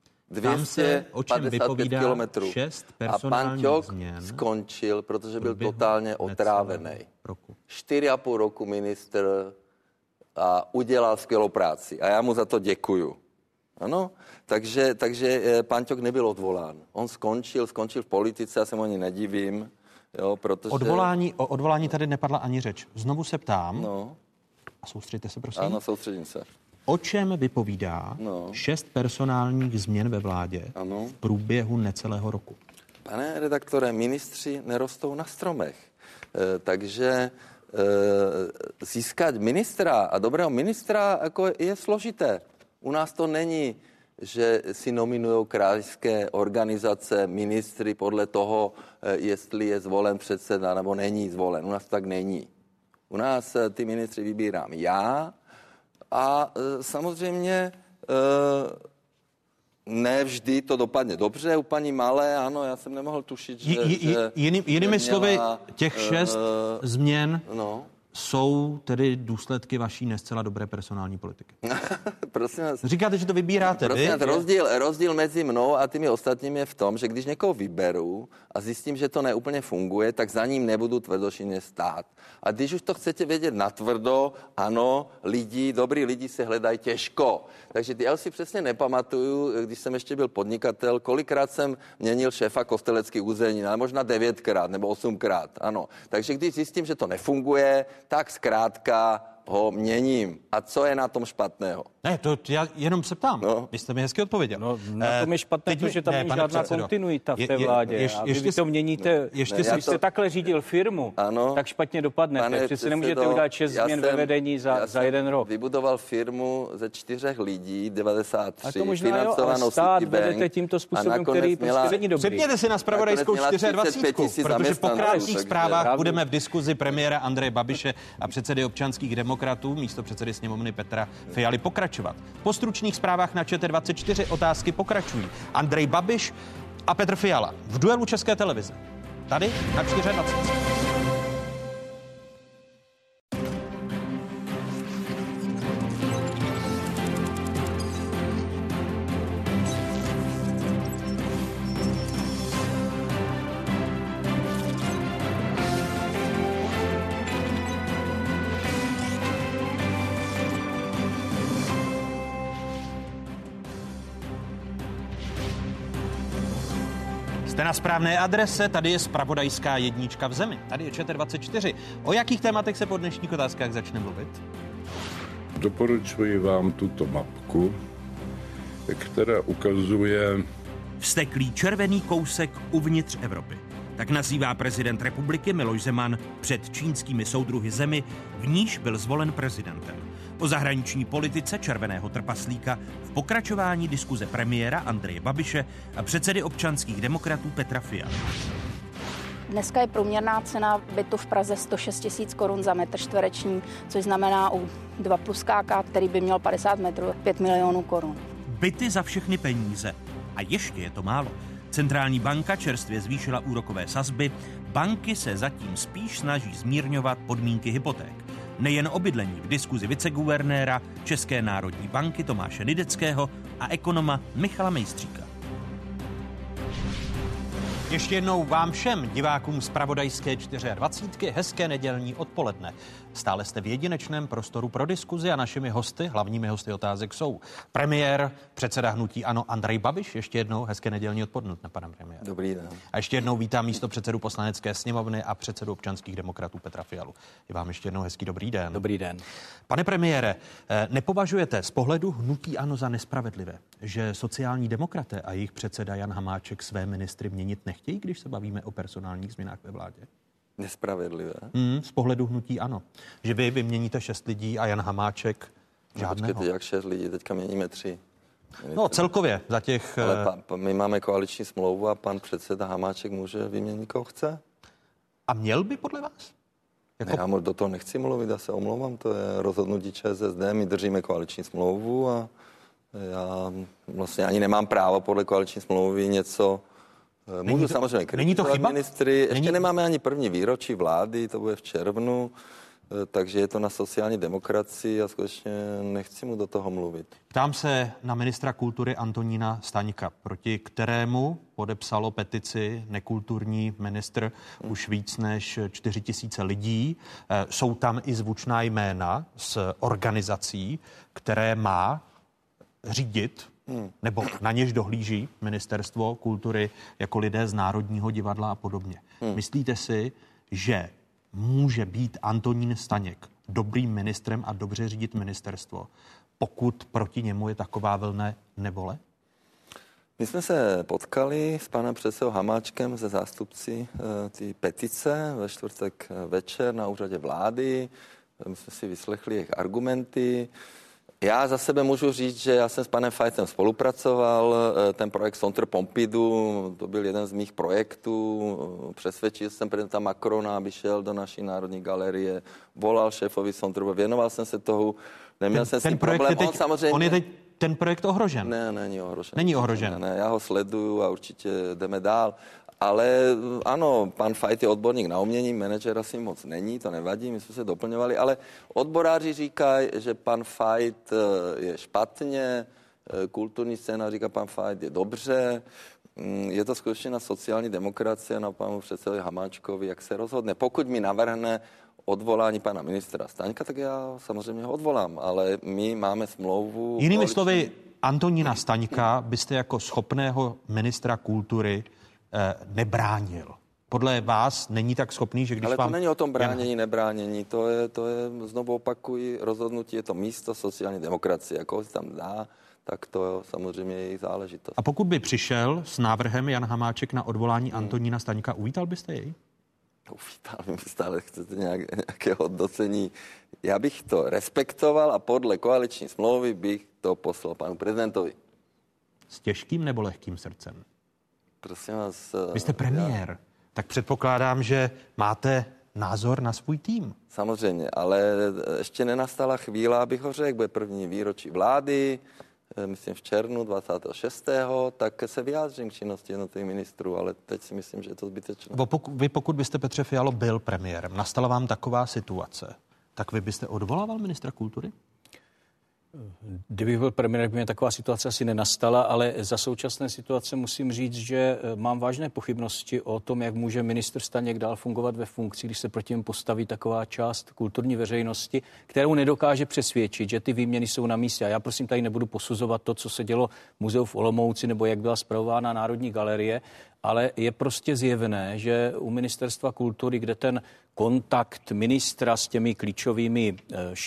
255 kilometrů. A pan Ťok skončil, protože byl totálně otrávený. 4,5 roku ministr a udělal skvělou práci. A já mu za to děkuju. Ano, takže pan Ťok nebyl odvolán. On skončil v politice, já se mu ani nedivím. Jo, protože... O odvolání tady nepadla ani řeč. Znovu se ptám. No. A soustřeďte se, prosím. Ano, soustředím se. O čem vypovídá 6 personálních změn ve vládě v průběhu necelého roku? Pane redaktore, ministři nerostou na stromech. Takže získat ministra a dobrého ministra jako je složité. U nás to není, že si nominují krajské organizace ministry podle toho, jestli je zvolen předseda nebo není zvolen. U nás to tak není. U nás ty ministry vybírám já a samozřejmě ne vždy to dopadne dobře. U paní Malé, ano, já jsem nemohl tušit, že jinými slovy, těch 6 změn jsou tedy důsledky vaší nescela dobré personální politiky. Prosím vás. Říkáte, že to vybíráte vy? Rozdíl mezi mnou a těmi ostatními je v tom, že když někoho vyberu a zjistím, že to neúplně funguje, tak za ním nebudu tvrdošíjně stát. A když už to chcete vědět natvrdo, ano, dobrý lidi se hledají těžko. Takže já si přesně nepamatuju, když jsem ještě byl podnikatel, kolikrát jsem měnil šéfa kosteleckých území, ale možná 9krát nebo 8krát, ano. Takže když zjistím, že to nefunguje, tak zkrátka ho měním. A co je na tom špatného? Ne, to já jenom se ptám. No. Vy jste mi hezky odpověděl. No, na tom je špatné to, že tam není žádná kontinuita v té vládě. Vy to měníte, když jste takhle řídil firmu, tak špatně dopadnete. Přece nemůžete udělat 6 změn ve vedení za jeden rok. Vybudoval firmu ze 4 lidí, 93, a to možná financovanou stát vedete tímto způsobem, který prostě není dobrý. Přepněte si na zpravodajskou 24, protože po krátkých zprávách budeme v diskuzi premiéra Andreje Babiše a předsedy občanských demokratů, místopředsedy sněmovny Petra Fialy pokračovat. Po stručných zprávách na ČT24 otázky pokračují. Andrej Babiš a Petr Fiala v duelu České televize. Tady na 24. Jste na správné adrese, tady je zpravodajská jednička v zemi. Tady je ČT24. O jakých tématech se po dnešních otázkách začne mluvit? Doporučuji vám tuto mapku, která ukazuje vzteklý červený kousek uvnitř Evropy. Tak nazývá prezident republiky Miloš Zeman před čínskými soudruhy zemi, v níž byl zvolen prezidentem. O zahraniční politice červeného trpaslíka v pokračování diskuze premiéra Andreje Babiše a předsedy občanských demokratů Petra Fialy. Dneska je průměrná cena bytu v Praze 106 000 korun za metr čtvereční, což znamená u 2+KK, který by měl 50 metrů, 5 milionů korun. Byty za všechny peníze. A ještě je to málo. Centrální banka čerstvě zvýšila úrokové sazby, banky se zatím spíš snaží zmírňovat podmínky hypoték. Nejen o bydlení v diskuzi viceguvernéra České národní banky Tomáše Nideckého a ekonoma Michala Mejstříka. Ještě jednou vám všem divákům zpravodajské 24 hezké nedělní odpoledne. Stále jste v jedinečném prostoru pro diskuzi a našimi hosty, hlavními hosty otázek jsou premiér, předseda hnutí ANO Andrej Babiš. Ještě jednou hezké nedělní odpoledne, pane premiér. Dobrý den. A ještě jednou vítám místopředsedu Poslanecké sněmovny a předsedu občanských demokratů Petra Fialu. Je vám ještě jednou hezký dobrý den. Dobrý den. Pane premiére, nepovažujete z pohledu hnutí ANO za nespravedlivé, že sociální demokraté a jejich předseda Jan Hamáček své ministry měnit nechtějí, když se bavíme o personálních změnách ve vládě? Nespravedlivé? Z pohledu hnutí ANO. Že vy vyměníte 6 lidí a Jan Hamáček žádného. Počkejte, jak 6 lidí, teďka měníme 3. No celkově za těch... Ale my máme koaliční smlouvu a pan předseda Hamáček může vyměnit, koho chce. A měl by podle vás? Jako... Já do toho nechci mluvit, já se omlouvám, to je rozhodnutí ČSSD, my držíme koaliční smlouvu a já vlastně ani nemám právo podle koaliční smlouvy něco... Můžu samozřejmě kritizovat ministry. Ještě nemáme ani první výročí vlády, to bude v červnu, takže je to na sociální demokracii a skutečně nechci mu do toho mluvit. Ptám se na ministra kultury Antonína Staňka, proti kterému podepsalo petici nekulturní ministr už víc než 4 000 lidí. Jsou tam i zvučná jména z organizací, které má řídit nebo na něž dohlíží ministerstvo kultury jako lidé z Národního divadla a podobně. Myslíte si, že může být Antonín Staněk dobrým ministrem a dobře řídit ministerstvo, pokud proti němu je taková vlna nevole? My jsme se potkali s panem předsedou Hamáčkem se zástupci té petice ve čtvrtek večer na úřadě vlády. My jsme si vyslechli jejich argumenty. Já za sebe můžu říct, že já jsem s panem Fajtem spolupracoval, ten projekt Centre Pompidou, to byl jeden z mých projektů, přesvědčil jsem prezidenta Macrona, aby šel do naší národní galerie, volal šéfovi Centru, věnoval jsem se toho, neměl jsem s tím problém. On je teď ten projekt ohrožen? Ne, není ohrožen. Není ohrožen? Ne, já ho sleduju a určitě jdeme dál. Ale ano, pan Fajt je odborník na umění, manažer asi moc není, to nevadí, my jsme se doplňovali, ale odboráři říkají, že pan Fajt je špatně, kulturní scéna říká, pan Fajt je dobře, je to skutečně na sociální demokracii a na panu předsedovi Hamáčkovi, jak se rozhodne. Pokud mi navrhne odvolání pana ministra Staňka, tak já samozřejmě ho odvolám, ale my máme smlouvu... Jinými slovy, Antonína Staňka byste jako schopného ministra kultury nebránil podle vás není tak schopný, že když ale vám... to není o tom bránění, nebránění, to je, znovu opakuji, rozhodnutí, je to místo sociální demokracie, jako si tam dá, tak to samozřejmě je jejich záležitost. A pokud by přišel s návrhem Jan Hamáček na odvolání Antonína Staňka, uvítal byste jej? Uvítal, vy stále chcete nějaké hodnocení. Já bych to respektoval a podle koaliční smlouvy bych to poslal panu prezidentovi. S těžkým nebo lehkým srdcem? Prosím vás... Vy jste premiér, tak předpokládám, že máte názor na svůj tým. Samozřejmě, ale ještě nenastala chvíle, abych ho řekl, bude první výročí vlády, myslím v červnu 26. tak se vyjádřím k činnosti jednotlivých ministrů, ale teď si myslím, že je to zbytečné. Vy pokud byste, Petře Fialo, byl premiérem, nastala vám taková situace, tak vy byste odvolával ministra kultury? Kdybych byl premiér, by mě taková situace asi nenastala, ale za současné situace musím říct, že mám vážné pochybnosti o tom, jak může ministr Staněk dál fungovat ve funkci, když se proti němu postaví taková část kulturní veřejnosti, kterou nedokáže přesvědčit, že ty výměny jsou na místě. A já prosím tady nebudu posuzovat to, co se dělo v muzeu v Olomouci nebo jak byla spravována Národní galerie, ale je prostě zjevné, že u Ministerstva kultury, kde ten kontakt ministra s těmi klíčovými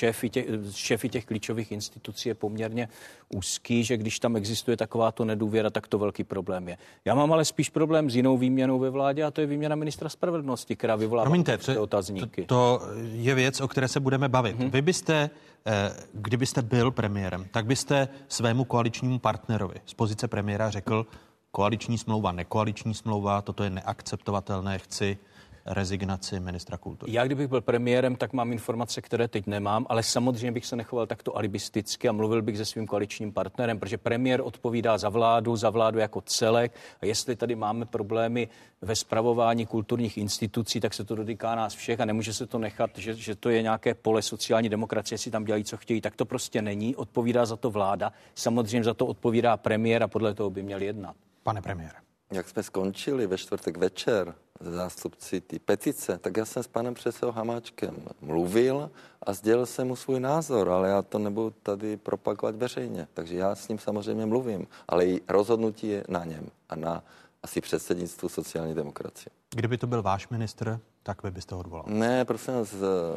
šéfy těch klíčových institucí je poměrně úzký, že když tam existuje takováto nedůvěra, tak to velký problém je. Já mám ale spíš problém s jinou výměnou ve vládě a to je výměna ministra spravedlnosti, která vyvolává otazníky. To je věc, o které se budeme bavit. Vy byste, kdybyste byl premiérem, tak byste svému koaličnímu partnerovi z pozice premiéra řekl: koaliční smlouva, nekoaliční smlouva, toto je neakceptovatelné, chci rezignaci ministra kultury. Já kdybych byl premiérem, tak mám informace, které teď nemám, ale samozřejmě bych se nechoval takto alibisticky a mluvil bych se svým koaličním partnerem, protože premiér odpovídá za vládu jako celek a jestli tady máme problémy ve spravování kulturních institucí, tak se to dotýká nás všech a nemůže se to nechat, že to je nějaké pole sociální demokracie, si tam dělají, co chtějí, tak to prostě není. Odpovídá za to vláda, samozřejmě za to odpovídá premiér a podle toho by měl jednat. Pane premiére. Jak jsme skončili ve čtvrtek večer se zástupci té petice, tak já jsem s panem předsedou Hamáčkem mluvil a sdělil jsem mu svůj názor, ale já to nebudu tady propagovat veřejně. Takže já s ním samozřejmě mluvím, ale i rozhodnutí je na něm a na asi předsednictvu sociální demokracie. Kdyby to byl váš ministr, tak vy byste ho odvolal? Ne, prosím vás,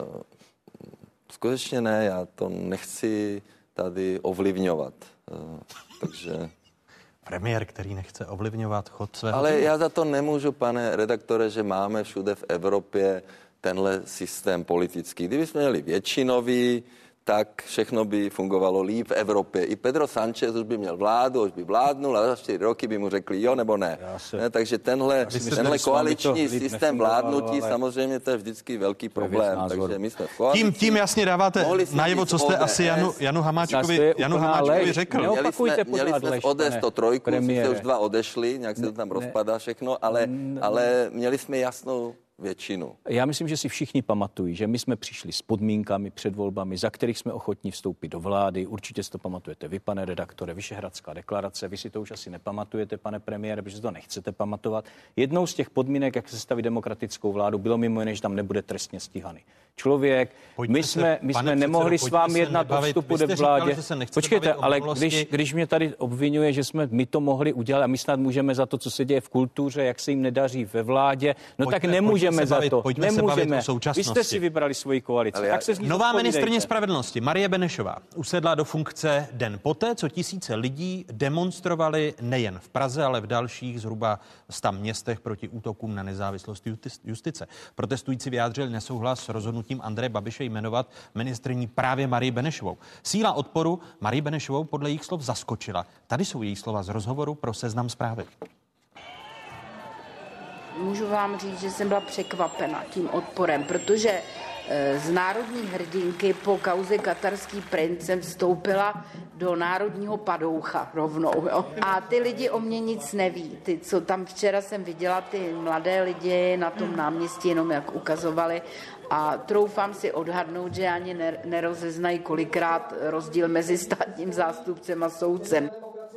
skutečně ne, já to nechci tady ovlivňovat, takže... Premiér, který nechce ovlivňovat chod svého... Ale já za to nemůžu, pane redaktore, že máme všude v Evropě tenhle systém politický. Kdyby jsme měli většinový, tak všechno by fungovalo líp v Evropě. I Pedro Sánchez už by měl vládu, už by vládnul a za 4 roky by mu řekli jo nebo ne. Takže tenhle koaliční systém vládnutí, samozřejmě to je vždycky velký problém. Takže my jsme v koalici. Tím jasně dáváte najevo, co jste asi Janu Hamáčkovi řekl. Měli jsme v ODS 103, sice už 2 odešli, nějak se to tam rozpadá všechno, ale měli jsme jasnou většinu. Já myslím, že si všichni pamatují, že my jsme přišli s podmínkami před volbami, za kterých jsme ochotní vstoupit do vlády. Určitě si to pamatujete vy, pane redaktore, Vyšehradská deklarace. Vy si to už asi nepamatujete, pane premiére, protože to nechcete pamatovat. Jednou z těch podmínek, jak se staví demokratickou vládu, bylo mimo jiné, že tam nebude trestně stíhaný člověk. My jsme nemohli s vámi jednat o vstupu do vládě. Počkejte, ale když mě tady obvinuje, že jsme my to mohli udělat a my snad můžeme za to, co se děje v kultuře, jak se jim nedaří ve vládě, tak nemůžeme za to. Nemůžeme. Vy jste si vybrali svoji koalici. Nová ministryně spravedlnosti Marie Benešová usedla do funkce den poté, co tisíce lidí demonstrovali nejen v Praze, ale v dalších zhruba 100 městech proti útokům na nezávislost justice. Protestující vyjádřili nesouhlas s rozhodnutím Andreje Babiše jmenovat ministryní právě Marii Benešovou. Síla odporu Marii Benešovou podle jejich slov zaskočila. Tady jsou její slova z rozhovoru pro Seznam Zprávy. Můžu vám říct, že jsem byla překvapena tím odporem, protože z národní hrdinky po kauze Katarský princ jsem vstoupila do národního padoucha rovnou. Jo? A ty lidi o mě nic neví. Ty, co tam včera jsem viděla, ty mladé lidi na tom náměstí jenom jak ukazovali a troufám si odhadnout, že ani nerozeznají kolikrát rozdíl mezi státním zástupcem a soudcem.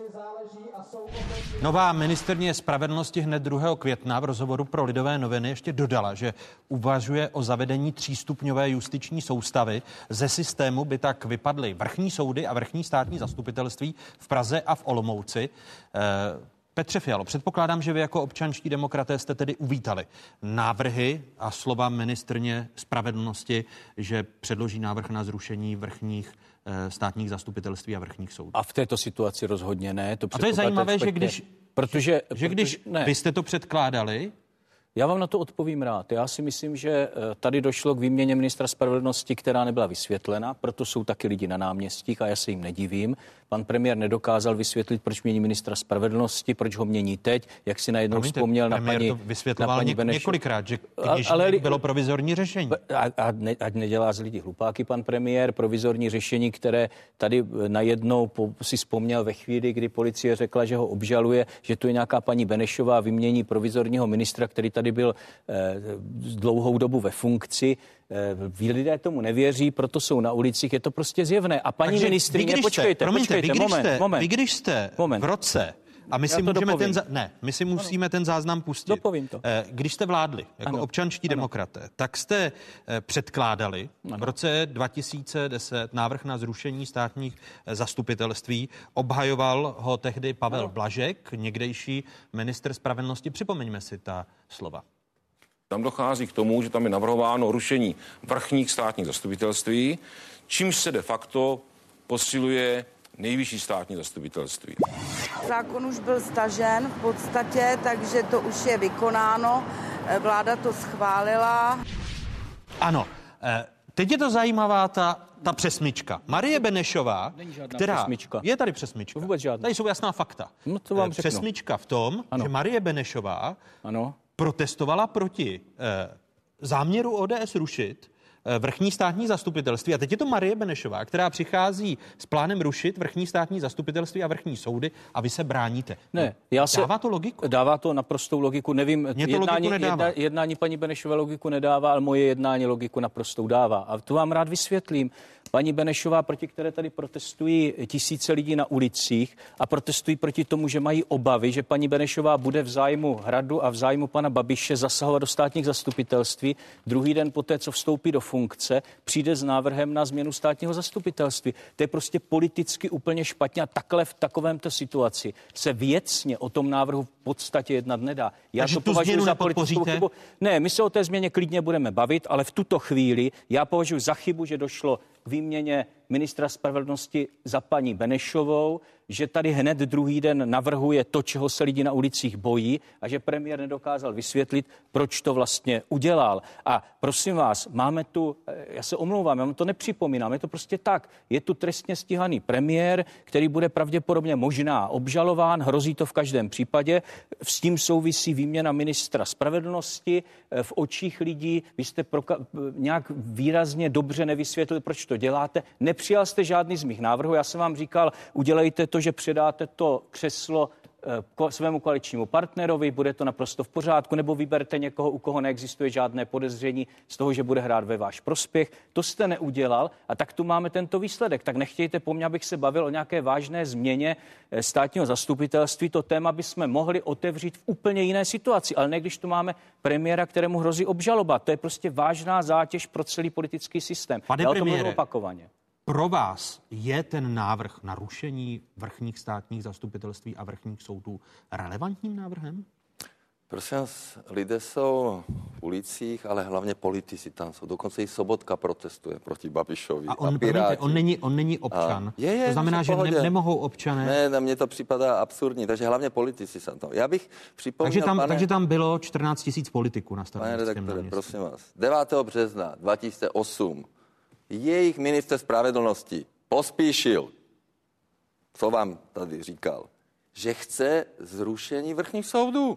Nová ministryně spravedlnosti hned 2. května v rozhovoru pro Lidové noviny ještě dodala, že uvažuje o zavedení 3stupňové justiční soustavy. Ze systému by tak vypadly vrchní soudy a vrchní státní zastupitelství v Praze a v Olomouci. Petře Fialo, předpokládám, že vy jako občanští demokraté jste tedy uvítali návrhy a slova ministryně spravedlnosti, že předloží návrh na zrušení vrchních státních zastupitelství a vrchních soudů. A v této situaci rozhodně ne. A to je zajímavé, že když vy jste to předkládali. Já vám na to odpovím rád. Já si myslím, že tady došlo k výměně ministra spravedlnosti, která nebyla vysvětlena, proto jsou taky lidi na náměstích a já se jim nedivím. Pan premiér nedokázal vysvětlit, proč mění ministra spravedlnosti, proč ho mění teď, jak si najednou vzpomněl na paní to vysvětloval několikrát, že bylo provizorní řešení. Ať nedělá z lidí hlupáky pan premiér, provizorní řešení, které tady najednou si vzpomněl ve chvíli, kdy policie řekla, že ho obžaluje, že tu je nějaká paní Benešová, vymění provizorního ministra, který tady byl dlouhou dobu ve funkci. Lidé tomu nevěří, proto jsou na ulicích, je to prostě zjevné. A paní ministryně, počkejte, moment. Vy když jste v roce, a my si musíme ten záznam pustit. Dopovím to. Když jste vládli jako občanští demokraté, tak jste předkládali v roce 2010 návrh na zrušení státních zastupitelství. Obhajoval ho tehdy Pavel Blažek, někdejší ministr spravedlnosti. Připomeňme si ta slova. Tam dochází k tomu, že tam je navrhováno rušení vrchních státních zastupitelství, čímž se de facto posiluje nejvyšší státní zastupitelství. Zákon už byl stažen v podstatě, takže to už je vykonáno. Vláda to schválila. Ano, teď je to zajímavá ta přesmička. Marie Benešová, která... Přesmička. Je tady přesmička. Vůbec žádná. Tady jsou jasná fakta. No to vám řeknu. Přesmička v tom, že Marie Benešová protestovala proti záměru ODS rušit vrchní státní zastupitelství. A teď je to Marie Benešová, která přichází s plánem rušit vrchní státní zastupitelství a vrchní soudy a vy se bráníte. Ne, dává to logiku? Dává to naprostou logiku. Nevím, jednání paní Benešové logiku nedává, ale moje jednání logiku naprostou dává. A tu vám rád vysvětlím. Paní Benešová, proti které tady protestují tisíce lidí na ulicích a protestují proti tomu, že mají obavy, že paní Benešová bude v zájmu Hradu a v zájmu pana Babiše zasahovat do státních zastupitelství. Druhý den poté, co vstoupí do funkce, přijde s návrhem na změnu státního zastupitelství. To je prostě politicky úplně špatně a takhle v takovémto situaci se věcně o tom návrhu v podstatě jednat nedá. Já to považuji za politickou chybu. Ne, my se o té změně klidně budeme bavit, ale v tuto chvíli já považuji za chybu, že došlo k výměně ministra spravedlnosti za paní Benešovou, že tady hned druhý den navrhuje to, čeho se lidi na ulicích bojí a že premiér nedokázal vysvětlit, proč to vlastně udělal. A prosím vás, máme tu, já se omlouvám, já vám to nepřipomínám, je to prostě tak. Je tu trestně stíhaný premiér, který bude pravděpodobně možná obžalován, hrozí to v každém případě. S tím souvisí výměna ministra spravedlnosti v očích lidí. Vy jste nějak výrazně dobře nevysvětlili, proč to děláte. Nepřijal jste žádný z mých návrhů. Já jsem vám říkal, udělejte to, že předáte to křeslo svému koaličnímu partnerovi, bude to naprosto v pořádku, nebo vyberte někoho, u koho neexistuje žádné podezření z toho, že bude hrát ve váš prospěch. To jste neudělal a tak tu máme tento výsledek. Tak nechtějte po mně, abych se bavil o nějaké vážné změně státního zastupitelství. To téma bychom mohli otevřít v úplně jiné situaci, ale ne když tu máme premiéra, kterému hrozí obžaloba. To je prostě vážná zátěž pro celý politický systém. Pane Já o tom mluvím premiére, opakovaně. Pro vás je ten návrh na rušení vrchních státních zastupitelství a vrchních soudů relevantním návrhem? Prosím vás, lidé jsou v ulicích, ale hlavně politici tam jsou. Dokonce i Sobotka protestuje proti Babišovi. A on není občan. To znamená, že nemohou občané... Ne, na mě to připadá absurdní, takže hlavně politici jsou tam. Já bych připomněl, takže tam bylo 14 000 politiků na Pane redaktore, prosím vás. 9. března 2008 jejich ministr spravedlnosti Pospíšil, co vám tady říkal, že chce zrušení vrchních soudů.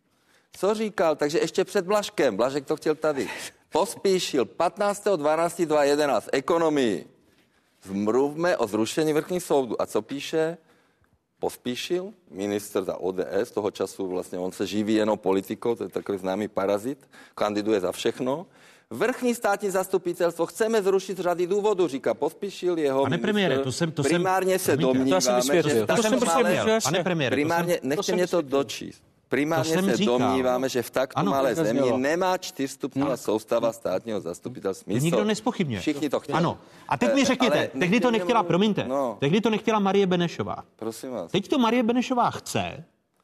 Co říkal? Takže ještě před Blažkem. Blažek to chtěl tady. Pospíšil 15.12.2011 ekonomii. Zmluvme o zrušení vrchních soudů. A co píše? Pospíšil, ministr za ODS, toho času vlastně on se živí jenom politikou, to je takový známý parazit, kandiduje za všechno. Vrchní státní zastupitelstvo chceme zrušit z řady důvodů, říká Pospíšil, jeho Pane premiére, primárně se domníváme, že Pane premiére, primárně, nechte mě to dočíst. Primárně se domníváme, že v takto malé zemi nemá 4stupňová soustava státního zastupitelství. Nikdo nezpochybňuje. Všichni to chtěli. Ano. A teď mi řekněte, tehdy to nechtěla, tehdy to nechtěla Marie Benešová. Prosím vás. Teď to Marie Benešová chce.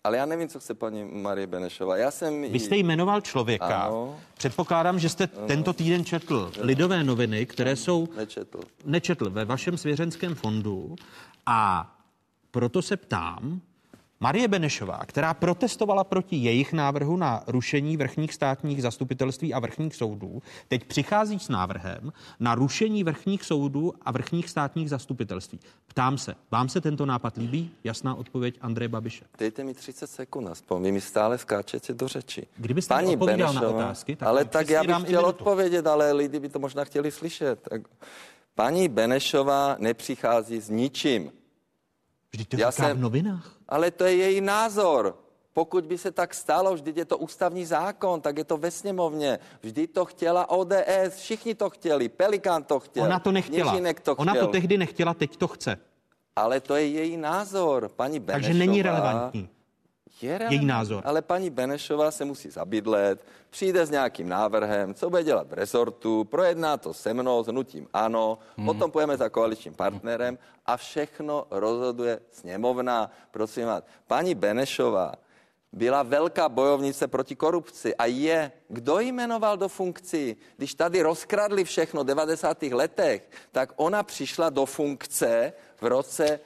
Ale já nevím, co chce paní Marie Benešová. Vy jste jmenoval člověka. Ano. Předpokládám, že jste tento týden četl Lidové noviny, které jsou... Nečetl ve vašem svěřenském fondu. A proto se ptám, Marie Benešová, která protestovala proti jejich návrhu na rušení vrchních státních zastupitelství a vrchních soudů, teď přichází s návrhem na rušení vrchních soudů a vrchních státních zastupitelství. Ptám se, vám se tento nápad líbí? Jasná odpověď Andreje Babiše. Dejte mi 30 sekund aspoň, vy mi stále skáčete do řeči. Kdybyste paní odpovídal Benešová, na otázky, tak ale tak já bych chtěl odpovědět, ale lidi by to možná chtěli slyšet. Tak. Paní Benešová nepřichází s ničím. Vždyť to říká v novinách. Ale to je její názor. Pokud by se tak stalo, vždyť je to ústavní zákon, tak je to ve sněmovně. Vždy to chtěla ODS, všichni to chtěli, Pelikán to chtěl. Ona to nechtěla. Ona to tehdy nechtěla, teď to chce. Ale to je její názor, paní Benešová. Takže není relevantní. Její názor. Ale paní Benešová se musí zabydlet, přijde s nějakým návrhem, co bude dělat v rezortu, projedná to se mnou, s hnutím ANO, potom půjdeme za koaličním partnerem a všechno rozhoduje sněmovna. Prosím vás, paní Benešová byla velká bojovnice proti korupci a je. Kdo ji jmenoval do funkcí? Když tady rozkradli všechno v 90. letech, tak ona přišla do funkce v roce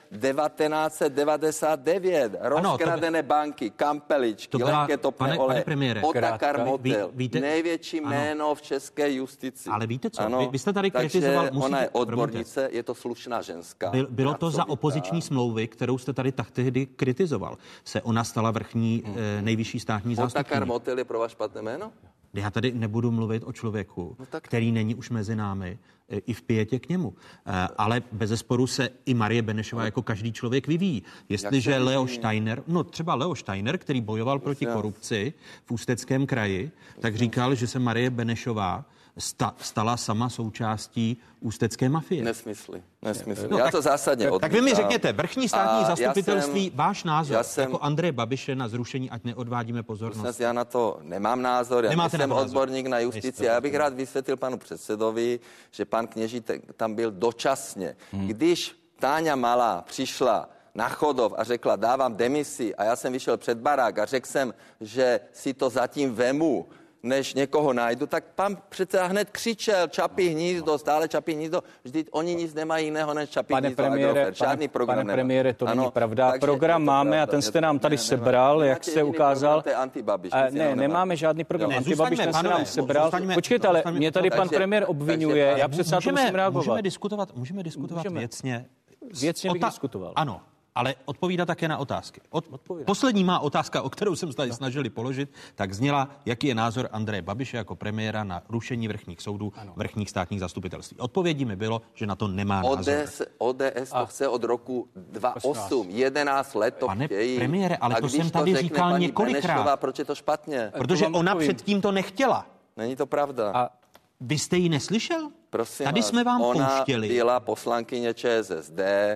1999. Rozkradené banky, kampeličky, lehké topné oleje, Otakar Motel, největší jméno v české justici. Ale víte co, vy jste tady kritizoval... Ona je odbornice, je to slušná ženská. Bylo to za opoziční smlouvy, kterou jste tady tak tehdy kritizoval. Se ona stala vrchní nejvyšší státní zástupkyní. Otakar Motel je pro vás špatné jméno? Já tady nebudu mluvit o člověku, který není už mezi námi, i v pietě k němu. Ale bezesporu se i Marie Benešová jako každý člověk vyvíjí. Jestliže třeba Leo Steiner, který bojoval proti korupci v Ústeckém kraji, tak říkal, že se Marie Benešová stala sama součástí ústecké mafie. Nesmysly. Já to zásadně odmítám. Tak vy mi řekněte, vrchní státní zastupitelství, váš názor jako Andreje Babiše na zrušení, ať neodvádíme pozornost. Já na to nemám názor, já jsem odborník na justici. Já bych rád vysvětlil panu předsedovi, že pan Kněžítek tam byl dočasně. Když Táňa Malá přišla na Chodov a řekla, dávám demisi a já jsem vyšel před barák a řekl jsem, že si to zatím vemu, než někoho najdu, tak pan předseda hned křičel Čapí hnízdo, stále Čapí hnízdo. Vždyť oni nic nemají jiného než Čapí hnízdo. Žádný program Pane premiére, to není pravda. Program máme a ten jste nám tady sebral, jak se ukázal. Ne, nemáme žádný program. Antibabiš ten se nám sebral. Počkejte, ale mě tady pan premiér obvinuje. Já přece na to musím reagovat. Můžeme diskutovat věcně. Věcně bych diskutoval. Ano. Ale odpovídá také na otázky. Poslední má otázka, o kterou jsem se tady snažili položit, tak zněla, jaký je názor Andreje Babiše jako premiéra na rušení vrchních soudů, vrchních státních zastupitelství. Odpovědí mi bylo, že na to nemá názor. ODS to chce od roku 2008, 11 let to chtějí. Pane premiére, ale to jsem tady říkal několikrát. Proč je to špatně? Protože ona předtím to nechtěla. Není to pravda. A vy jste ji neslyšel? Prosím tady vás, jsme vám ona pouštěli. byla poslankyně ČSSD,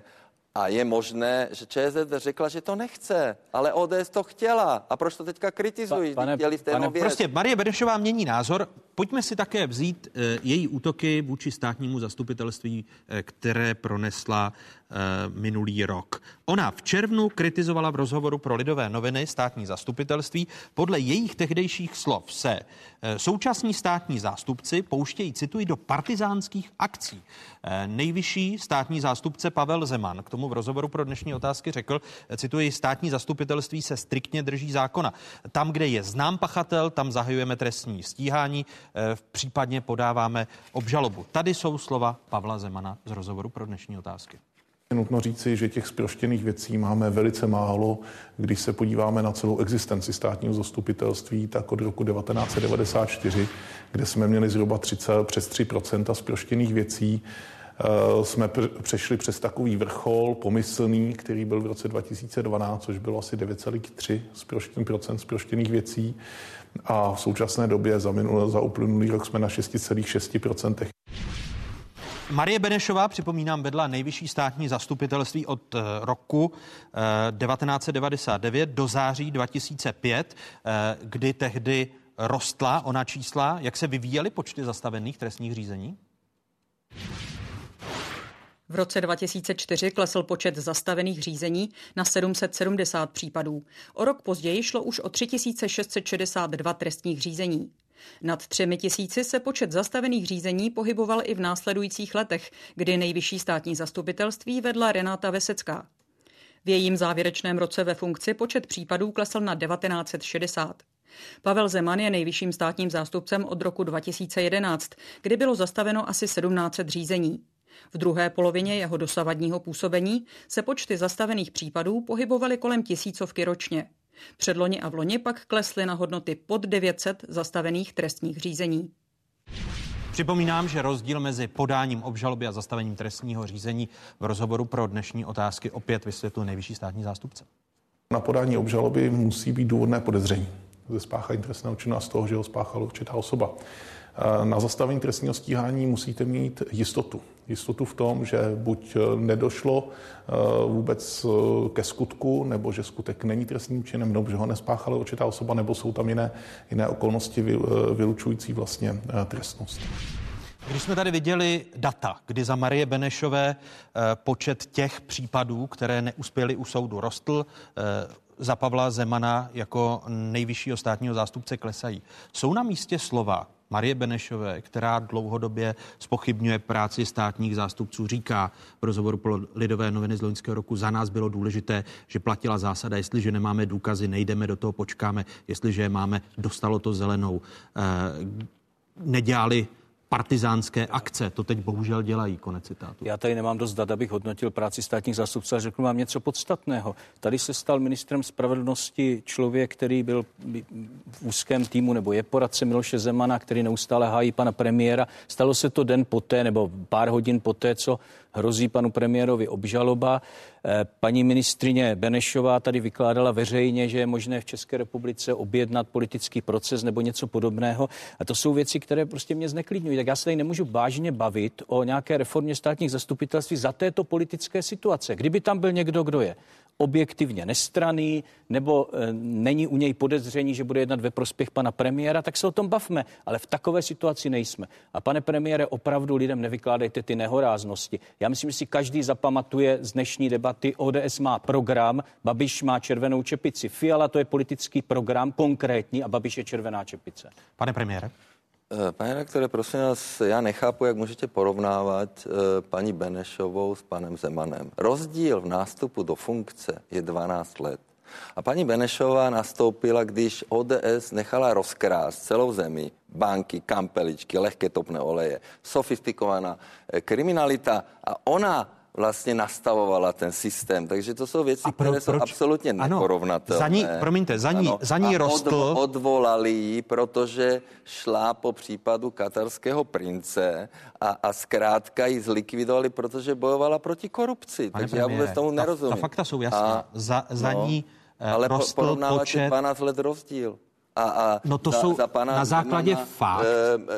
a je možné, že ČSSD řekla, že to nechce, ale ODS to chtěla. A proč to teďka kritizují? Chtěli stejnou věc. Prostě Marie Benešová mění názor. Pojďme si také vzít její útoky vůči státnímu zastupitelství, které pronesla minulý rok. Ona v červnu kritizovala v rozhovoru pro Lidové noviny státní zastupitelství. Podle jejich tehdejších slov se současní státní zástupci pouštějí, cituji, do partizánských akcí. Nejvyšší státní zástupce Pavel Zeman k tomu v rozhovoru pro dnešní otázky řekl, cituji, státní zastupitelství se striktně drží zákona. Tam, kde je znám pachatel, tam zahajujeme trestní stíhání, případně podáváme obžalobu. Tady jsou slova Pavla Zemana z rozhovoru pro dnešní otázky. Nutno říci, že těch zproštěných věcí máme velice málo. Když se podíváme na celou existenci státního zastupitelství, tak od roku 1994, kde jsme měli zhruba přes 3% zproštěných věcí, jsme přešli přes takový vrchol pomyslný, který byl v roce 2012, což bylo asi 9,3% zproštěných věcí. A v současné době za uplynulý rok jsme na 6,6%. Marie Benešová, připomínám, vedla nejvyšší státní zastupitelství od roku 1999 do září 2005, kdy tehdy rostla ona čísla. Jak se vyvíjely počty zastavených trestních řízení? V roce 2004 klesl počet zastavených řízení na 770 případů. O rok později šlo už o 3662 trestních řízení. Nad 3000 se počet zastavených řízení pohyboval i v následujících letech, kdy nejvyšší státní zastupitelství vedla Renáta Vesecká. V jejím závěrečném roce ve funkci počet případů klesl na 1960. Pavel Zeman je nejvyšším státním zástupcem od roku 2011, kdy bylo zastaveno asi 1700 řízení. V druhé polovině jeho dosavadního působení se počty zastavených případů pohybovaly kolem 1000 ročně. Předloni a vloni pak klesly na hodnoty pod 900 zastavených trestních řízení. Připomínám, že rozdíl mezi podáním obžaloby a zastavením trestního řízení v rozhovoru pro dnešní otázky opět vysvětlil nejvyšší státní zástupce. Na podání obžaloby musí být důvodné podezření ze spáchání trestného činu a z toho, že ho spáchala určitá osoba. Na zastavení trestního stíhání musíte mít jistotu. Jistotu v tom, že buď nedošlo vůbec ke skutku, nebo že skutek není trestným činem, nebo že ho nespáchala určitá osoba, nebo jsou tam jiné okolnosti vylučující vlastně trestnost. Když jsme tady viděli data, kdy za Marie Benešové počet těch případů, které neuspěly u soudu, rostl, za Pavla Zemana jako nejvyššího státního zástupce klesají. Jsou na místě slova Marie Benešové, která dlouhodobě zpochybňuje práci státních zástupců, říká v rozhovoru pro Lidové noviny z loňského roku: za nás bylo důležité, že platila zásada, jestliže nemáme důkazy, nejdeme do toho, počkáme, jestliže je máme, dostalo to zelenou. Nedělali partizánské akce, to teď bohužel dělají, konec citátu. Já tady nemám dost dat, abych hodnotil práci státních zástupců, a řeknu vám něco podstatného. Tady se stal ministrem spravedlnosti člověk, který byl v úzkém týmu, nebo je poradce Miloše Zemana, který neustále hájí pana premiéra. Stalo se to den poté, nebo pár hodin poté, co hrozí panu premiérovi obžaloba. Paní ministrině Benešová tady vykládala veřejně, že je možné v České republice objednat politický proces nebo něco podobného. A to jsou věci, které prostě mě zneklidňují. Tak já se tady nemůžu vážně bavit o nějaké reformě státních zastupitelství za této politické situace. Kdyby tam byl někdo, kdo je objektivně nestranný, nebo není u něj podezření, že bude jednat ve prospěch pana premiéra, tak se o tom bavme. Ale v takové situaci nejsme. A pane premiére, opravdu lidem nevykládejte ty nehoráznosti. Já myslím, že si každý zapamatuje z dnešní debaty: ODS má program, Babiš má červenou čepici. Fiala, to je politický program konkrétní, a Babiš je červená čepice. Pane premiére? Pane redaktore, prosím vás, já nechápu, jak můžete porovnávat paní Benešovou s panem Zemanem. Rozdíl v nástupu do funkce je 12 let. A paní Benešová nastoupila, když ODS nechala rozkrást celou zemi, banky, kampeličky, lehké topné oleje, sofistikovaná kriminalita, a ona vlastně nastavovala ten systém. Takže to jsou věci, které jsou absolutně neporovnatelné. Za ní rostl. Odvolali ji, protože šla po případu katarského prince a zkrátka ji zlikvidovali, protože bojovala proti korupci. Takže já vůbec tomu nerozumím. Ta fakta jsou jasná. Za ní ale rostl porovnávat počet... 12 let rozdíl. No to jsou za pana na základě fakt.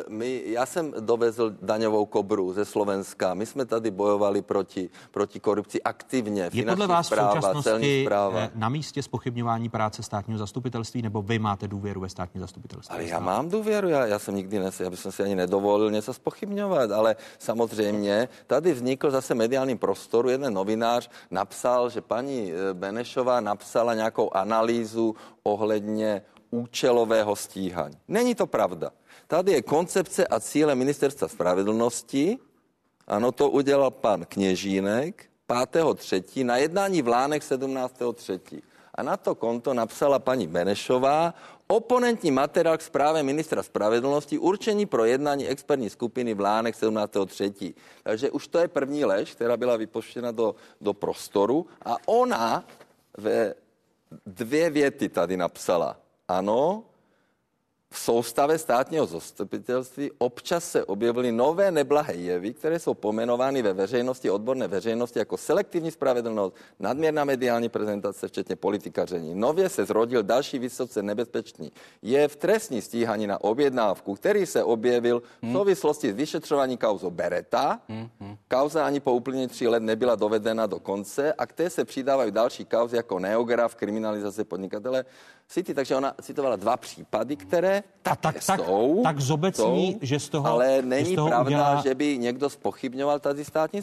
Já jsem dovezl daňovou kobru ze Slovenska. My jsme tady bojovali proti korupci aktivně. Je podle vás v současnosti na místě zpochybňování práce státního zastupitelství, nebo vy máte důvěru ve státní zastupitelství? Ale já mám důvěru, já jsem nikdy já bych si ani nedovolil něco zpochybňovat, ale samozřejmě tady vznikl zase v mediálním prostoru jeden novinář, napsal, že paní Benešová napsala nějakou analýzu ohledně účelového stíhání. Není to pravda. Tady je koncepce a cíle Ministerstva spravedlnosti. Ano, to udělal pan Kněžínek 5.3. na jednání v Lánech 17.3. A na to konto napsala paní Benešová oponentní materiál k zprávě ministra spravedlnosti určení pro jednání expertní skupiny v Lánech 17.3. Takže už to je první lež, která byla vypuštěna do prostoru, a ona ve 2 věty tady napsala: ano, v soustavě státního zastupitelství občas se objevily nové neblahé jevy, které jsou pomenovány ve veřejnosti, odborné veřejnosti, jako selektivní spravedlnost, nadměrná mediální prezentace, včetně politikaření. Nově se zrodil další vysoce nebezpečný jev, trestní stíhání na objednávku, který se objevil v souvislosti s vyšetřováním kauzu Beretta. Kauza ani po uplynění 3 let nebyla dovedena do konce a k té se přidávají další kauzy jako Neograf, kriminalizace podnikatele City. Takže ona citovala 2 případy, které peníze, tak zobecní, že z toho ale není pravda, udělá... že by někdo zpochybňoval tady státní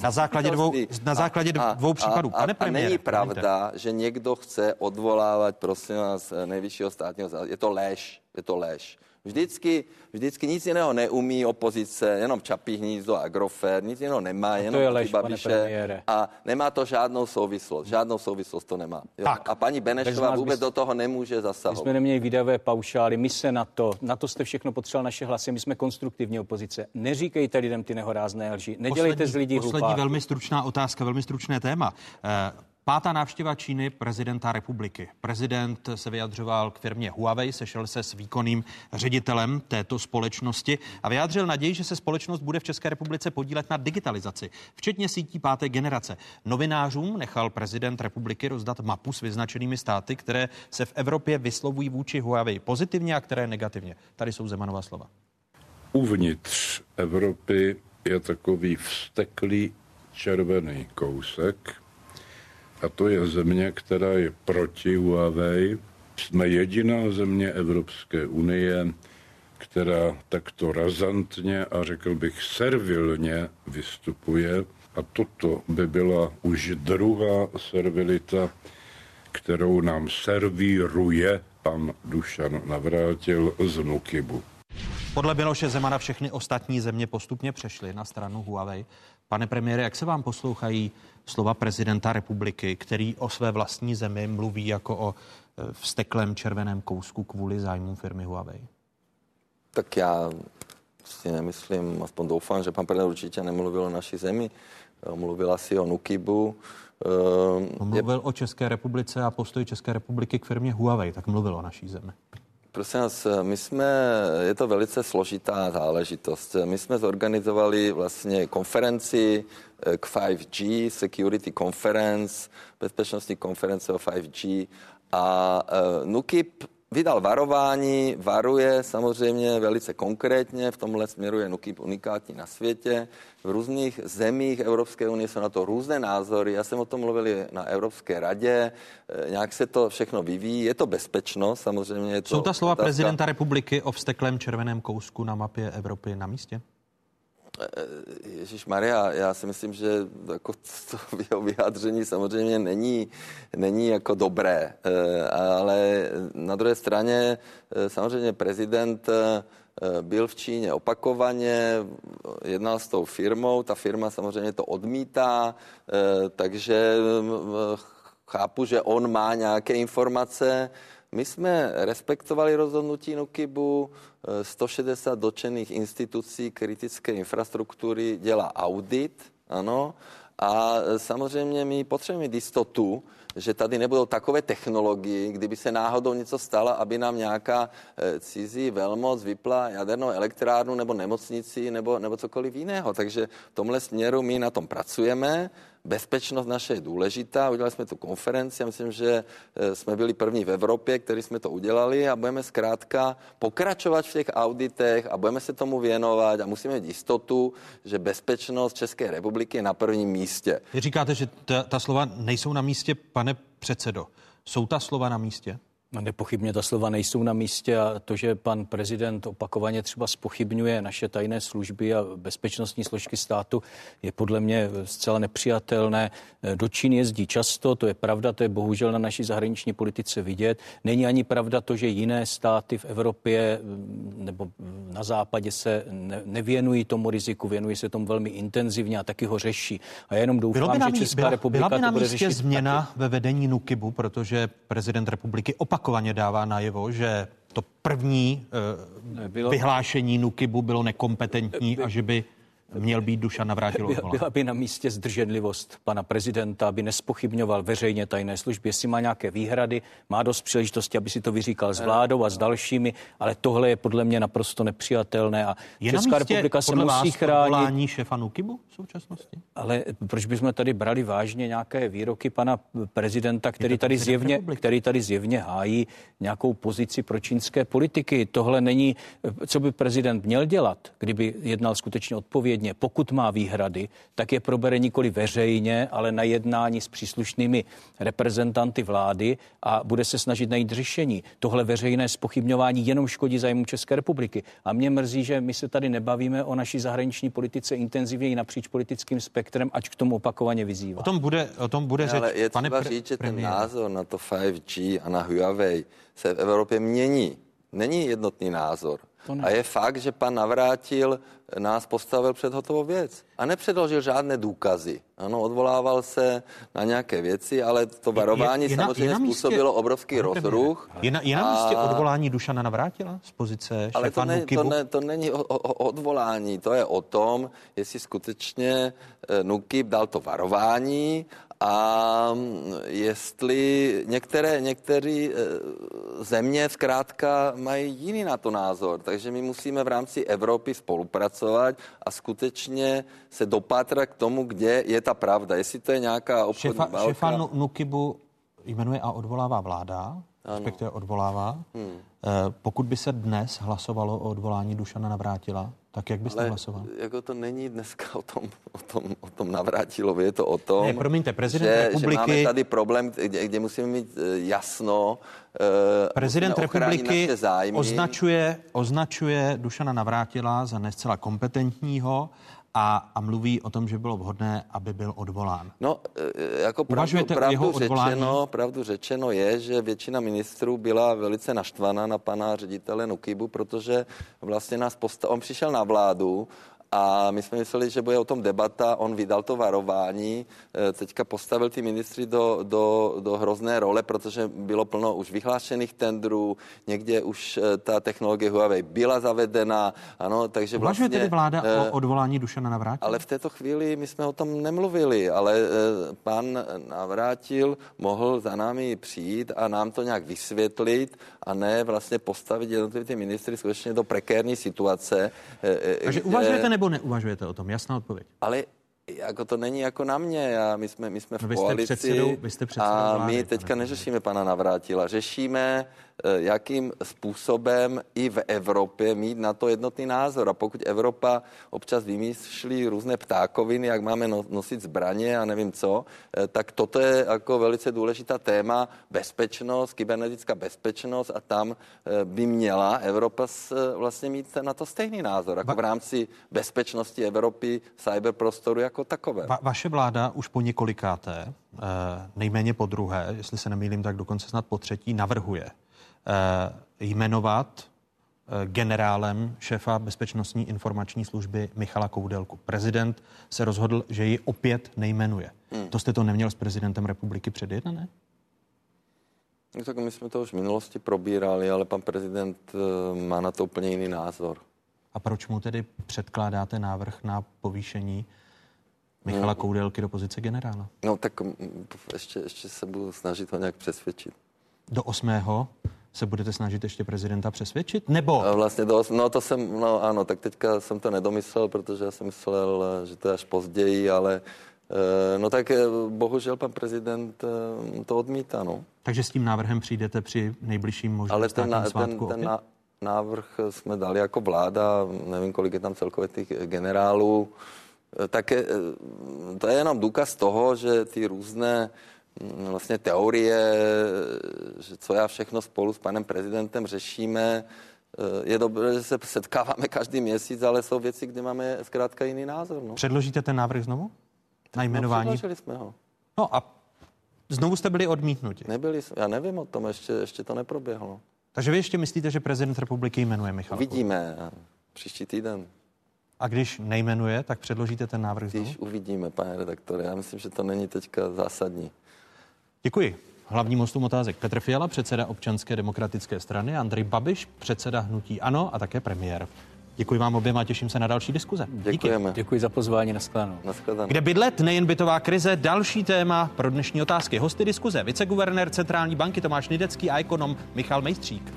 Na základě dvou případů. Pane premiére, a není pravda, že někdo chce odvolávat, prosím vás, nejvyššího státního zástupce. Je to lež. Vždycky nic jiného neumí opozice, jenom Čapí hnízdo, Agrofert, nic jiného nemá, jenom Babiše a nemá to žádnou souvislost to nemá. Jo? A paní Benešová vůbec do toho nemůže zasahovat. My jsme neměli výdajové paušály, my se na to jste všechno potřeboval naše hlasy, my jsme konstruktivní opozice. Neříkejte lidem ty nehorázné lži, nedělejte z lidí hlupáky. Poslední velmi stručná otázka, velmi stručné téma. 5. návštěva Číny prezidenta republiky. Prezident se vyjadřoval k firmě Huawei, sešel se s výkonným ředitelem této společnosti a vyjádřil naději, že se společnost bude v České republice podílet na digitalizaci, včetně sítí 5. generace. Novinářům nechal prezident republiky rozdat mapu s vyznačenými státy, které se v Evropě vyslovují vůči Huawei pozitivně a které negativně. Tady jsou Zemanova slova. Uvnitř Evropy je takový vzteklý červený kousek, a to je země, která je proti Huawei. Jsme jediná země Evropské unie, která takto razantně a řekl bych servilně vystupuje. A toto by byla už druhá servilita, kterou nám servíruje pan Dušan Navrátil z Nukibu. Podle Miloše Zemana všechny ostatní země postupně přešly na stranu Huawei. Pane premiére, jak se vám poslouchají slova prezidenta republiky, který o své vlastní zemi mluví jako o vzteklém červeném kousku kvůli zájmům firmy Huawei? Tak já si nemyslím, aspoň doufám, že pan prezident určitě nemluvil o naší zemi. Mluvil asi o Nukibu. Mluvil o České republice a postoji České republiky k firmě Huawei, tak mluvil o naší zemi. Prosím vás, je to velice složitá záležitost. My jsme zorganizovali vlastně konferenci k 5G, Security Conference, bezpečnostní konference o 5G a NÚKIB vydal varování, varuje samozřejmě velice konkrétně, v tomhle směru je NÚKIB unikátní na světě. V různých zemích Evropské unie jsou na to různé názory, já jsem o tom mluvil na Evropské radě, nějak se to všechno vyvíjí, je to bezpečnost, samozřejmě. Jsou ta slova prezidenta republiky o vzteklém červeném kousku na mapě Evropy na místě? Ježišmarja, já si myslím, že jako to jeho vyjádření samozřejmě není jako dobré, ale na druhé straně samozřejmě prezident byl v Číně opakovaně, jednal s tou firmou, ta firma samozřejmě to odmítá, takže chápu, že on má nějaké informace. My jsme respektovali rozhodnutí NÚKIBu, 160 dotčených institucí kritické infrastruktury dělá audit, ano, a samozřejmě my potřebujeme mít jistotu, že tady nebudou takové technologie, kdyby se náhodou něco stalo, aby nám nějaká cizí velmoc vypla jadernou elektrárnu nebo nemocnici nebo cokoliv jiného. Takže v tomhle směru my na tom pracujeme. Bezpečnost naše je důležitá. Udělali jsme tu konferenci. Já myslím, že jsme byli první v Evropě, kteří jsme to udělali a budeme zkrátka pokračovat v těch auditech a budeme se tomu věnovat a musíme mít jistotu, že bezpečnost České republiky je na prvním místě. Vy říkáte, že ta slova nejsou na místě, pane předsedo. Jsou ta slova na místě? No nepochybně ta slova nejsou na místě a to, že pan prezident opakovaně třeba zpochybňuje naše tajné služby a bezpečnostní složky státu, je podle mě zcela nepřijatelné. Do Číny jezdí často, to je pravda, to je bohužel na naší zahraniční politice vidět. Není ani pravda to, že jiné státy v Evropě nebo na západě se nevěnují tomu riziku, věnují se tomu velmi intenzivně a taky ho řeší. A já jenom doufám, že Česká republika to bude řešit. Změna taky ve vedení NÚKIBu, protože prezident republiky opakovaně dává najevo, že to první vyhlášení NÚKIBu bylo nekompetentní a že by měl být Dušan Navrátil odvolán. Byla by na místě zdrženlivost pana prezidenta, aby nespochybňoval veřejně tajné služby. Jestli má nějaké výhrady, má dost příležitosti, aby si to vyříkal s vládou a s dalšími, ale tohle je podle mě naprosto nepřijatelné a Česká republika se musí chránit. Šéfa NÚKIBu v současnosti? Ale proč bychom tady brali vážně nějaké výroky pana prezidenta, který tady zjevně hájí nějakou pozici pro čínské politiky? Tohle není, co by prezident měl dělat, kdyby jednal skutečně odpovědně. následně, pokud má výhrady, tak je probere nikoli veřejně, ale na jednání s příslušnými reprezentanty vlády a bude se snažit najít řešení. Tohle veřejné zpochybňování jenom škodí zájmu České republiky. A mě mrzí, že my se tady nebavíme o naší zahraniční politice intenzivněji napříč politickým spektrem, ač k tomu opakovaně vyzývá. O tom bude řeč. Ale je třeba říct, že ten názor na to 5G a na Huawei se v Evropě mění. Není jednotný názor. A je fakt, že pan Navrátil nás postavil před hotovou věc a nepředložil žádné důkazy. Ano, odvolával se na nějaké věci, ale to varování samozřejmě způsobilo obrovský rozruch. Je na místě odvolání Dušana Navrátila z pozice šéfa NÚKIBu? To není o odvolání, to je o tom, jestli skutečně NÚKIB dal to varování a jestli některé země zkrátka mají jiný na to názor. Takže my musíme v rámci Evropy spolupracovat a skutečně se dopátrat k tomu, kde je ta pravda. Jestli to je nějaká obchodní válka. Šéfa NÚKIBu jmenuje a odvolává vláda, respektive odvolává. Pokud by se dnes hlasovalo o odvolání Dušana Navrátila, tak jak byste hlasoval? Jako to není dneska o tom Navrátilovi, je to o tom, ne, promiňte, prezident republiky... že máme tady problém, kde musíme mít jasno. Prezident republiky označuje Dušana Navrátila za nescela kompetentního a mluví o tom, že bylo vhodné, aby byl odvolán. No, jako pravdu řečeno je, že většina ministrů byla velice naštvaná na pana ředitele NÚKIBu, protože vlastně on přišel na vládu a my jsme mysleli, že bude o tom debata, on vydal to varování, teďka postavil ty ministry do hrozné role, protože bylo plno už vyhlášených tendrů, někde už ta technologie Huawei byla zavedena, ano, takže Uvažuje tedy vláda o odvolání Dušana Navrátila? Ale v této chvíli my jsme o tom nemluvili, ale pan Navrátil mohl za námi přijít a nám to nějak vysvětlit a ne vlastně postavit jednotlivé ty ministry skutečně do prekérní situace. Takže uvažujete nebo neuvažujete o tom? Jasná odpověď. Ale jako to není jako na mě. My jsme v koalici vy jste předsedou a vlády, my teďka neřešíme pana Navrátila. Řešíme, jakým způsobem i v Evropě mít na to jednotný názor. A pokud Evropa občas vymýšlí různé ptákoviny, jak máme nosit zbraně a nevím co, tak toto je jako velice důležitá téma. Bezpečnost, kybernetická bezpečnost a tam by měla Evropa vlastně mít na to stejný názor. Jako v rámci bezpečnosti Evropy, cyberprostoru jako takové. Vaše vláda už po několikáté, nejméně po druhé, jestli se nemýlím, tak dokonce snad po třetí, navrhuje jmenovat generálem šéfa Bezpečnostní informační služby Michala Koudelku. Prezident se rozhodl, že ji opět nejmenuje. To jste to neměl s prezidentem republiky předjednané? No, tak my jsme to už v minulosti probírali, ale pan prezident má na to úplně jiný názor. A proč mu tedy předkládáte návrh na povýšení Michala Koudelky do pozice generála? No tak ještě se budu snažit ho nějak přesvědčit. Do 8. se budete snažit ještě prezidenta přesvědčit? Nebo? Vlastně ano, tak teďka jsem to nedomyslel, protože já jsem myslel, že to je až později, ale no tak bohužel pan prezident to odmítá, no. Takže s tím návrhem přijdete při nejbližším možném státním svátku? Ale ten návrh jsme dali jako vláda, nevím, kolik je tam celkově těch generálů, tak to je jenom důkaz toho, že ty různé vlastně teorie, že co já všechno spolu s panem prezidentem řešíme, je dobré, že se setkáváme každý měsíc, ale jsou věci, kde máme zkrátka jiný názor. No. Předložíte ten návrh znovu? Na jmenování? No, předložili jsme ho. No a znovu jste byli odmítnuti? Nebyli, já nevím o tom, ještě to neproběhlo. Takže vy ještě myslíte, že prezident republiky jmenuje Michala? Uvidíme příští týden. A když nejmenuje, tak předložíte ten návrh znovu? Když uvidíme, pane redaktore. Já myslím, že to není teďka zásadní. Děkuji. Hlavním hostům otázek Petr Fiala, předseda Občanské demokratické strany, Andrej Babiš, předseda hnutí ANO a také premiér. Děkuji vám oběma a těším se na další diskuze. Děkujeme. Děkuji za pozvání, nashledanou. Kde bydlet, nejen bytová krize, další téma pro dnešní otázky. Hosty diskuze, viceguvernér Centrální banky Tomáš Nydecký a ekonom Michal Mejstřík.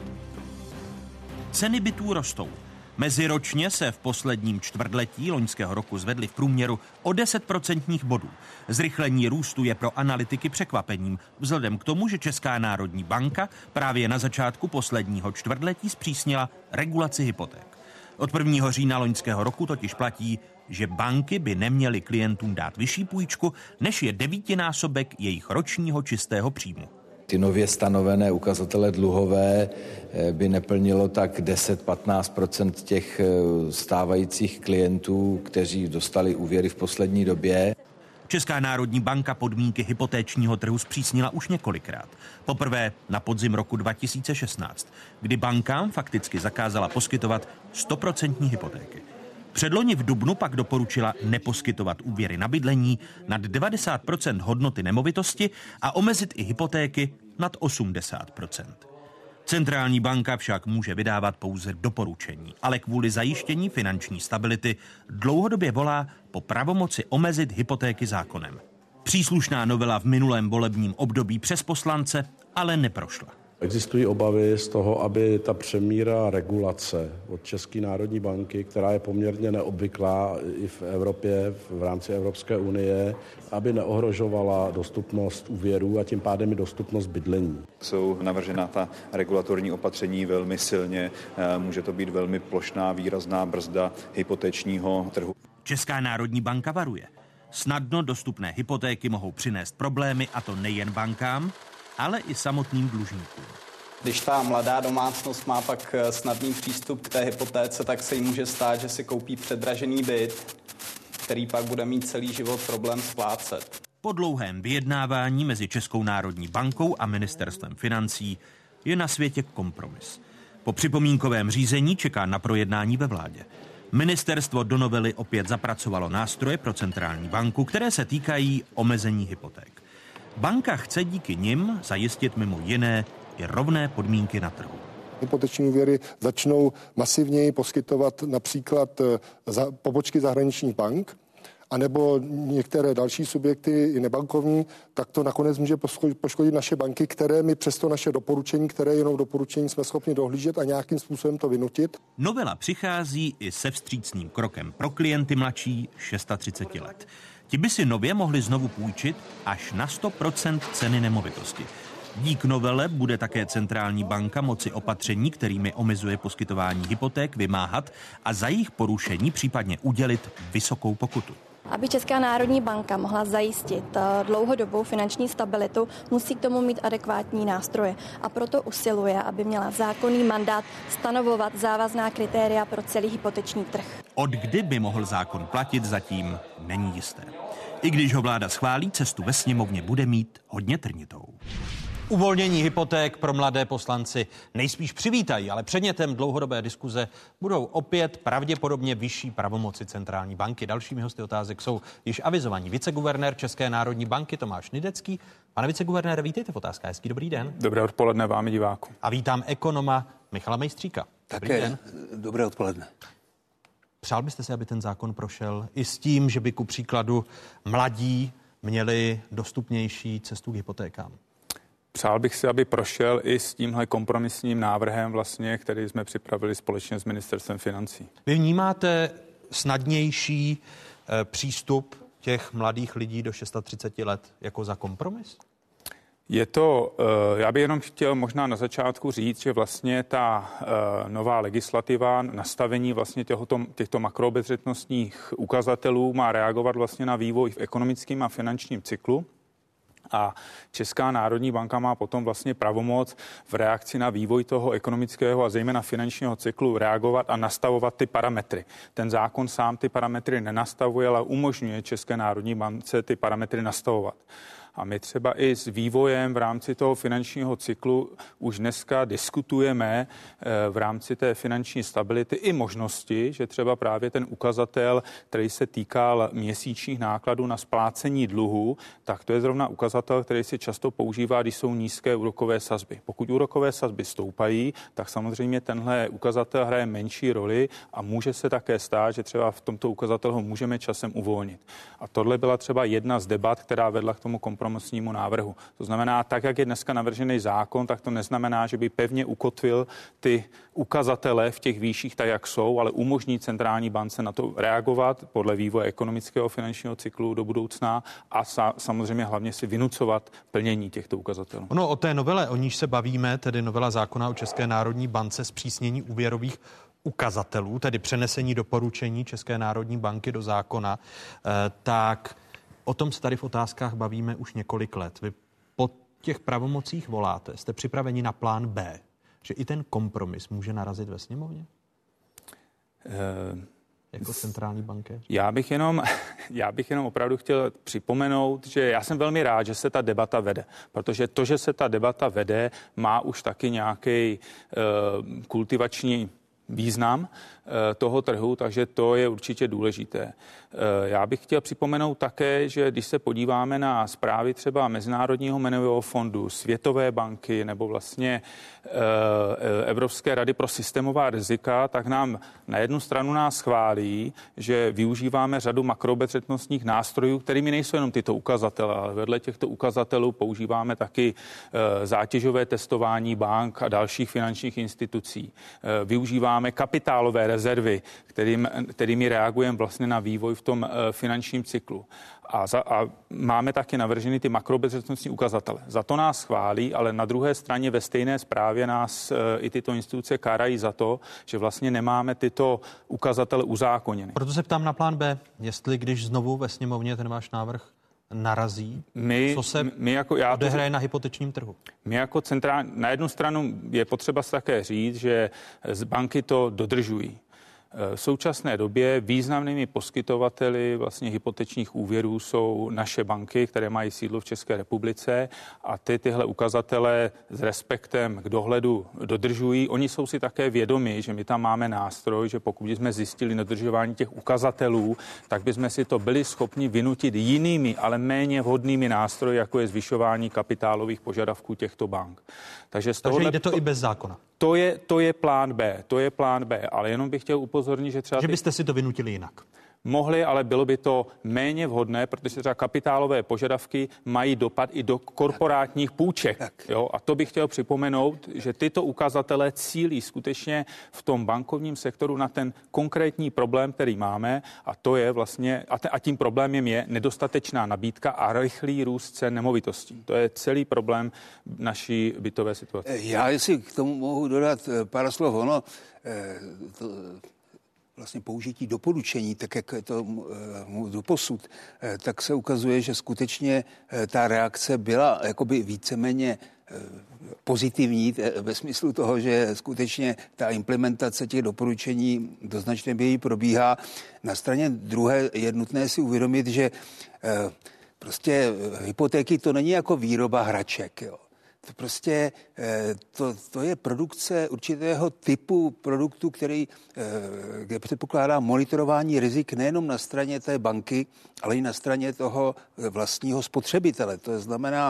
Ceny bytů rostou. Meziročně se v posledním čtvrtletí loňského roku zvedly v průměru o 10% bodů. Zrychlení růstu je pro analytiky překvapením, vzhledem k tomu, že Česká národní banka právě na začátku posledního čtvrtletí zpřísnila regulaci hypoték. Od 1. října loňského roku totiž platí že banky by neměly klientům dát vyšší půjčku, než je 9násobek jejich ročního čistého příjmu. Ty nově stanovené ukazatele dluhové by neplnilo tak 10-15% těch stávajících klientů, kteří dostali úvěry v poslední době. Česká národní banka podmínky hypotéčního trhu zpřísnila už několikrát. Poprvé na podzim roku 2016, kdy bankám fakticky zakázala poskytovat 100% hypotéky. Předloni v dubnu pak doporučila neposkytovat úvěry na bydlení nad 90% hodnoty nemovitosti a omezit i hypotéky nad 80%. Centrální banka však může vydávat pouze doporučení, ale kvůli zajištění finanční stability dlouhodobě volá po pravomoci omezit hypotéky zákonem. Příslušná novela v minulém volebním období přes poslance ale neprošla. Existují obavy z toho, aby ta přemíra regulace od České národní banky, která je poměrně neobvyklá i v Evropě, v rámci Evropské unie, aby neohrožovala dostupnost úvěrů a tím pádem i dostupnost bydlení. Jsou navržena ta regulatorní opatření velmi silně, může to být velmi plošná, výrazná brzda hypotečního trhu. Česká národní banka varuje. Snadno dostupné hypotéky mohou přinést problémy, a to nejen bankám, ale i samotným dlužníkům. Když ta mladá domácnost má pak snadný přístup k té hypotéce, tak se jí může stát, že si koupí předražený byt, který pak bude mít celý život problém splácet. Po dlouhém vyjednávání mezi Českou národní bankou a ministerstvem financí je na světě kompromis. Po připomínkovém řízení čeká na projednání ve vládě. Ministerstvo do novely opět zapracovalo nástroje pro centrální banku, které se týkají omezení hypoték. Banka chce díky nim zajistit mimo jiné i rovné podmínky na trhu. Hypoteční úvěry začnou masivněji poskytovat například pobočky zahraničních bank, anebo některé další subjekty i nebankovní, tak to nakonec může poškodit naše banky, které my přesto naše doporučení, které jenom doporučení jsme schopni dohlížet a nějakým způsobem to vynutit. Novela přichází i se vstřícným krokem pro klienty mladší 36 let. Ti by si nově mohli znovu půjčit až na 100% ceny nemovitosti. Dík novele bude také centrální banka moci opatření, kterými omezuje poskytování hypoték, vymáhat a za jejich porušení případně udělit vysokou pokutu. Aby Česká národní banka mohla zajistit dlouhodobou finanční stabilitu, musí k tomu mít adekvátní nástroje. A proto usiluje, aby měla zákonný mandát stanovovat závazná kritéria pro celý hypoteční trh. Od kdy by mohl zákon platit, zatím není jisté. I když ho vláda schválí, cestu ve sněmovně bude mít hodně trnitou. Uvolnění hypoték pro mladé poslanci nejspíš přivítají, ale předmětem dlouhodobé diskuze budou opět pravděpodobně vyšší pravomoci centrální banky. Dalšími hosty otázek jsou již avizovaní viceguvernér České národní banky Tomáš Nidecký. Pane viceguvernére, vítejte v Otázka. Hezký dobrý den. Dobré odpoledne vám i divákům. A vítám ekonoma Michala Mejstříka. Také dobré odpoledne. Přál byste si, aby ten zákon prošel i s tím, že by ku příkladu mladí měli dostupnější cestu k hypotékám? Přál bych si, aby prošel i s tímhle kompromisním návrhem, vlastně, který jsme připravili společně s ministerstvem financí. Vy vnímáte snadnější přístup těch mladých lidí do 36 let jako za kompromis? Je to, já bych jenom chtěl možná na začátku říct, že vlastně ta nová legislativa, nastavení vlastně těchto makroobezřetnostních ukazatelů má reagovat vlastně na vývoj v ekonomickém a finančním cyklu. A Česká národní banka má potom vlastně pravomoc v reakci na vývoj toho ekonomického a zejména finančního cyklu reagovat a nastavovat ty parametry. Ten zákon sám ty parametry nenastavuje, ale umožňuje České národní bance ty parametry nastavovat. A my třeba i s vývojem v rámci toho finančního cyklu už dneska diskutujeme v rámci té finanční stability i možnosti, že třeba právě ten ukazatel, který se týkal měsíčních nákladů na splácení dluhu, tak to je zrovna ukazatel, který se často používá, když jsou nízké úrokové sazby. Pokud úrokové sazby stoupají, tak samozřejmě tenhle ukazatel hraje menší roli a může se také stát, že třeba v tomto ukazatelu ho můžeme časem uvolnit. A tohle byla třeba jedna z debat, která vedla k tomu kompromisnímu návrhu. To znamená, tak, jak je dneska navržený zákon, tak to neznamená, že by pevně ukotvil ty ukazatele v těch výších tak, jak jsou, ale umožní centrální bance na to reagovat podle vývoje ekonomického finančního cyklu do budoucna a samozřejmě hlavně si vynucovat plnění těchto ukazatelů. Ono o té novele, o níž se bavíme, tedy novela zákona o České národní bance, zpřísnění úvěrových ukazatelů, tedy přenesení doporučení České národní banky do zákona, tak o tom se tady v Otázkách bavíme už několik let. Vy po těch pravomocích voláte. Jste připraveni na plán B, že i ten kompromis může narazit ve sněmovně? Jako centrální bankéř? Já bych jenom opravdu chtěl připomenout, že já jsem velmi rád, že se ta debata vede, protože to, že se ta debata vede, má už taky nějaký kultivační význam toho trhu, takže to je určitě důležité. Já bych chtěl připomenout také, že když se podíváme na zprávy třeba Mezinárodního měnového fondu, Světové banky nebo vlastně Evropské rady pro systémová rizika, tak nám na jednu stranu nás chválí, že využíváme řadu makroobezřetnostních nástrojů, kterými nejsou jenom tyto ukazatele, ale vedle těchto ukazatelů používáme taky zátěžové testování bank a dalších finančních institucí. Využíváme kapitálové rezervy, kterými reagujeme vlastně na vývoj v tom finančním cyklu. A máme taky navrženy ty makroobezřetnostní ukazatele. Za to nás chválí, ale na druhé straně ve stejné zprávě nás i tyto instituce kárají za to, že vlastně nemáme tyto ukazatele uzákoněny. Proto se ptám na plán B, jestli když znovu ve sněmovně ten váš návrh narazí, co se odehraje na hypotečním trhu? My jako na jednu stranu je potřeba se také říct, že banky to dodržují. V současné době významnými poskytovateli vlastně hypotečních úvěrů jsou naše banky, které mají sídlo v České republice a tyhle ukazatele s respektem k dohledu dodržují. Oni jsou si také vědomi, že my tam máme nástroj, že pokud jsme zjistili nedodržování těch ukazatelů, tak bychom si to byli schopni vynutit jinými, ale méně vhodnými nástroji, jako je zvyšování kapitálových požadavků těchto bank. Takže jde to i bez zákona. To je plán B, ale jenom bych chtěl upozornit, že třeba... Že byste si to vynutili jinak. Mohli, ale bylo by to méně vhodné, protože třeba kapitálové požadavky mají dopad i do korporátních půjček. Jo? A to bych chtěl připomenout, že tyto ukazatele cílí skutečně v tom bankovním sektoru na ten konkrétní problém, který máme, a to je vlastně, a tím problémem je nedostatečná nabídka a rychlý růst cen nemovitostí. To je celý problém naší bytové situace. Já jestli k tomu mohu dodat pár slov, vlastně použití doporučení, tak jak je to doposud, tak se ukazuje, že skutečně ta reakce byla jakoby víceméně pozitivní ve smyslu toho, že skutečně ta implementace těch doporučení do značné míry probíhá. Na straně druhé je nutné si uvědomit, že prostě hypotéky to není jako výroba hraček, jo. To prostě to je produkce určitého typu produktu, kde předpokládá monitorování rizik nejenom na straně té banky, ale i na straně toho vlastního spotřebitele. To znamená,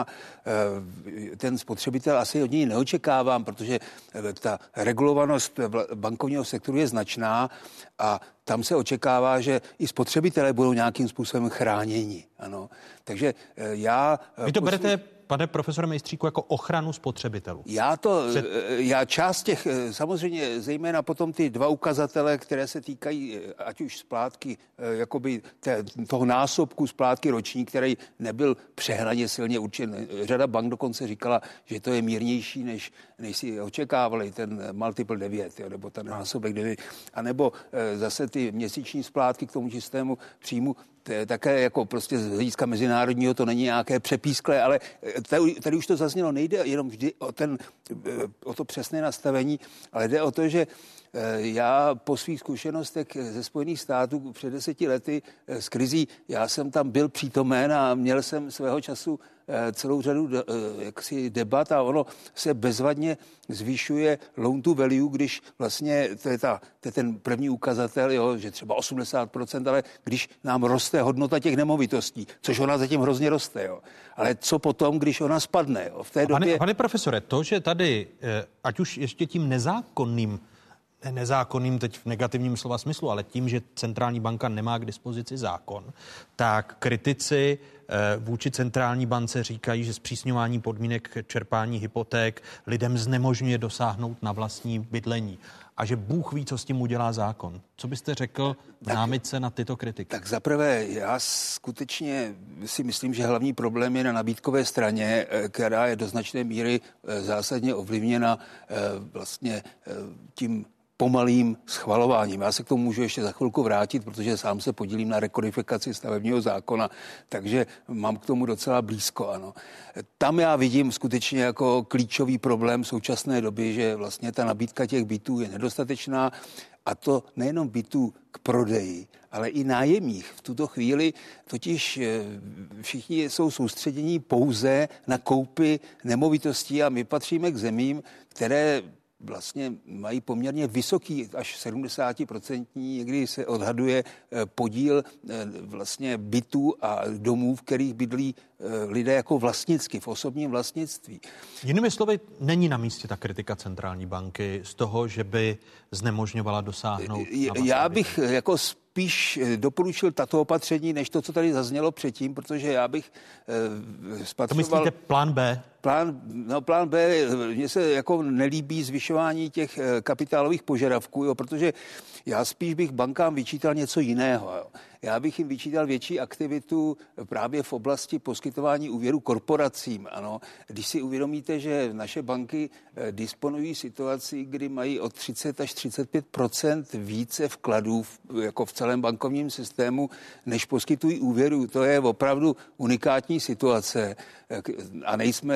ten spotřebitel asi od něj neočekávám, protože ta regulovanost bankovního sektoru je značná a tam se očekává, že i spotřebitelé budou nějakým způsobem chráněni. Ano. Takže Vy to berete, pane profesore Mejstříku, jako ochranu spotřebitelů? Já část těch, samozřejmě zejména potom ty dva ukazatele, které se týkají ať už splátky, jakoby toho násobku splátky roční, který nebyl přehnaně silně určen. Řada bank dokonce říkala, že to je mírnější, než si očekávali, ten multiple 9, jo, nebo ten násobek 9. A nebo zase ty měsíční splátky k tomu čistému příjmu, také jako prostě z hlediska mezinárodního to není nějaké přepísklé, ale tady už to zaznělo, nejde jenom vždy o to přesné nastavení, ale jde o to, že já po svých zkušenostech ze Spojených států před 10 lety s krizí, já jsem tam byl přítomen a měl jsem svého času celou řadu debat a ono se bezvadně zvyšuje loan to value, když vlastně to je ten první ukazatel, jo, že třeba 80%, ale když nám roste hodnota těch nemovitostí, což ona zatím hrozně roste. Jo. Ale co potom, když ona spadne? Jo? V té době... Pane profesore, to, že tady, ať už ještě tím nezákonným teď v negativním slova smyslu, ale tím, že centrální banka nemá k dispozici zákon, tak kritici vůči centrální bance říkají, že zpřísňování podmínek čerpání hypoték lidem znemožňuje dosáhnout na vlastní bydlení a že Bůh ví, co s tím udělá zákon. Co byste řekl v námitce na tyto kritiky? Tak zaprvé, já skutečně si myslím, že hlavní problém je na nabídkové straně, která je do značné míry zásadně ovlivněna vlastně tím pomalým schvalováním. Já se k tomu můžu ještě za chvilku vrátit, protože sám se podílím na rekodifikaci stavebního zákona, takže mám k tomu docela blízko, ano. Tam já vidím skutečně jako klíčový problém současné doby, že vlastně ta nabídka těch bytů je nedostatečná, a to nejenom bytů k prodeji, ale i nájemních. V tuto chvíli totiž všichni jsou soustředění pouze na koupy nemovitostí a my patříme k zemím, které vlastně mají poměrně vysoký, až 70%, někdy se odhaduje podíl vlastně bytů a domů, v kterých bydlí lidé jako vlastnicky, v osobním vlastnictví. Jinými slovy, není na místě ta kritika centrální banky z toho, že by znemožňovala dosáhnout. Já bych jako spíš doporučil tato opatření, než to, co tady zaznělo předtím, protože já bych spatřoval... To myslíte plán B? Plán B, mně se jako nelíbí zvyšování těch kapitálových požadavků, jo, protože já spíš bych bankám vyčítal něco jiného. Jo. Já bych jim vyčítal větší aktivitu právě v oblasti poskytování úvěru korporacím. Ano. Když si uvědomíte, že naše banky disponují situací, kdy mají od 30 až 35% více vkladů jako v celém bankovním systému, než poskytují úvěru, to je opravdu unikátní situace. A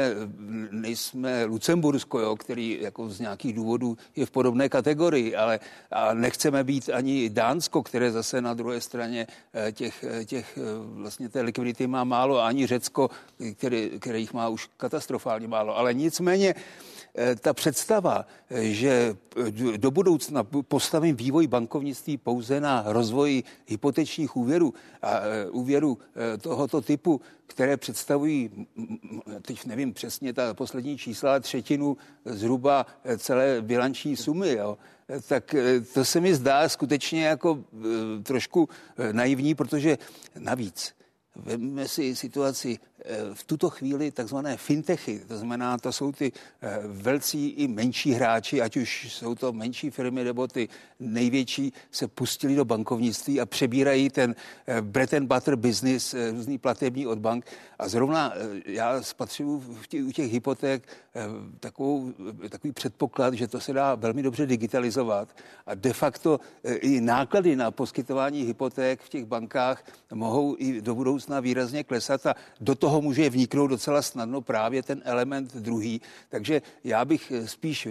nejsme Lucembursko, jo, který jako z nějakých důvodů je v podobné kategorii, ale a nechceme být ani Dánsko, které zase na druhé straně těch vlastně té likvidity má málo, a ani Řecko, které jich má už katastrofálně málo. Ale nicméně ta představa, že do budoucna postavím vývoj bankovnictví pouze na rozvoji hypotečních úvěrů a úvěrů tohoto typu, které představují, teď nevím přesně ta poslední čísla, třetinu zhruba celé bilanční sumy, jo, tak to se mi zdá skutečně jako trošku naivní, protože navíc vezměme si situaci v tuto chvíli takzvané fintechy, to znamená, to jsou ty velcí i menší hráči, ať už jsou to menší firmy nebo ty největší, se pustili do bankovnictví a přebírají ten bread and butter business, různý platební od bank. A zrovna já spatřuju u těch hypoték takový předpoklad, že to se dá velmi dobře digitalizovat a de facto i náklady na poskytování hypoték v těch bankách mohou i do budoucna výrazně klesat a do toho může vniknout docela snadno právě ten element druhý. Takže já bych spíš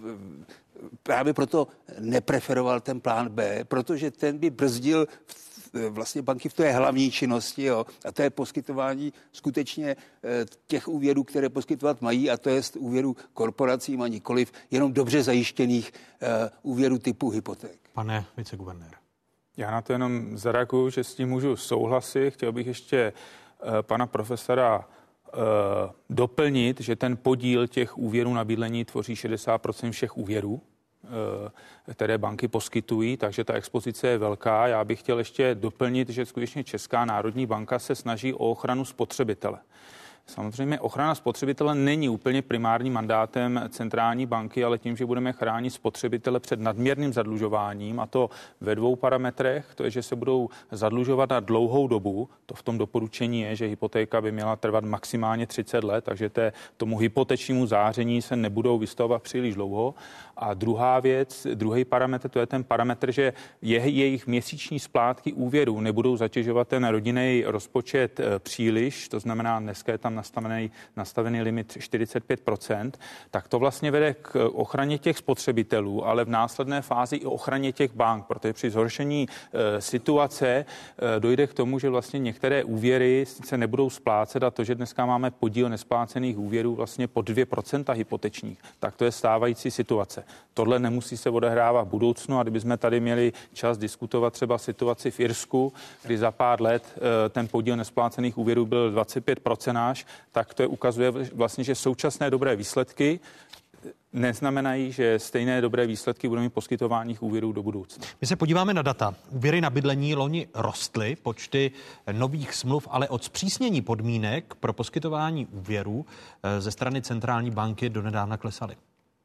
právě proto nepreferoval ten plán B, protože ten by brzdil vlastně banky v té hlavní činnosti, jo, a to je poskytování skutečně těch úvěrů, které poskytovat mají, a to je úvěrů korporacím a nikoliv jenom dobře zajištěných úvěrů typu hypoték. Pane viceguvernér. Já na to jenom zareaguju, že s tím můžu souhlasit. Chtěl bych ještě pana profesora doplnit, že ten podíl těch úvěrů na bydlení tvoří 60% všech úvěrů, které banky poskytují, takže ta expozice je velká. Já bych chtěl ještě doplnit, že skutečně Česká národní banka se snaží o ochranu spotřebitele. Samozřejmě ochrana spotřebitele není úplně primárním mandátem centrální banky, ale tím, že budeme chránit spotřebitele před nadměrným zadlužováním, a to ve dvou parametrech, to je, že se budou zadlužovat na dlouhou dobu, to v tom doporučení je, že hypotéka by měla trvat maximálně 30 let, takže tomu hypotečnímu záření se nebudou vystavovat příliš dlouho. A druhá věc, druhý parametr, to je ten parametr, že jejich měsíční splátky úvěru nebudou zatěžovat ten rodinný rozpočet příliš, to znamená, dneska je tam nastavený limit 45%, tak to vlastně vede k ochraně těch spotřebitelů, ale v následné fázi i ochraně těch bank, protože při zhoršení situace dojde k tomu, že vlastně některé úvěry se nebudou splácet, a to, že dneska máme podíl nesplácených úvěrů vlastně pod 2% hypotečních, tak to je stávající situace. Tohle nemusí se odehrávat v budoucnu, a kdybychom tady měli čas diskutovat třeba situaci v Irsku, kdy za pár let ten podíl nesplácených úvěrů byl 25%, tak to ukazuje vlastně, že současné dobré výsledky neznamenají, že stejné dobré výsledky budou mít poskytováních úvěrů do budoucna. My se podíváme na data. Úvěry na bydlení loni rostly, počty nových smluv, ale od zpřísnění podmínek pro poskytování úvěrů ze strany centrální banky donedávna klesaly.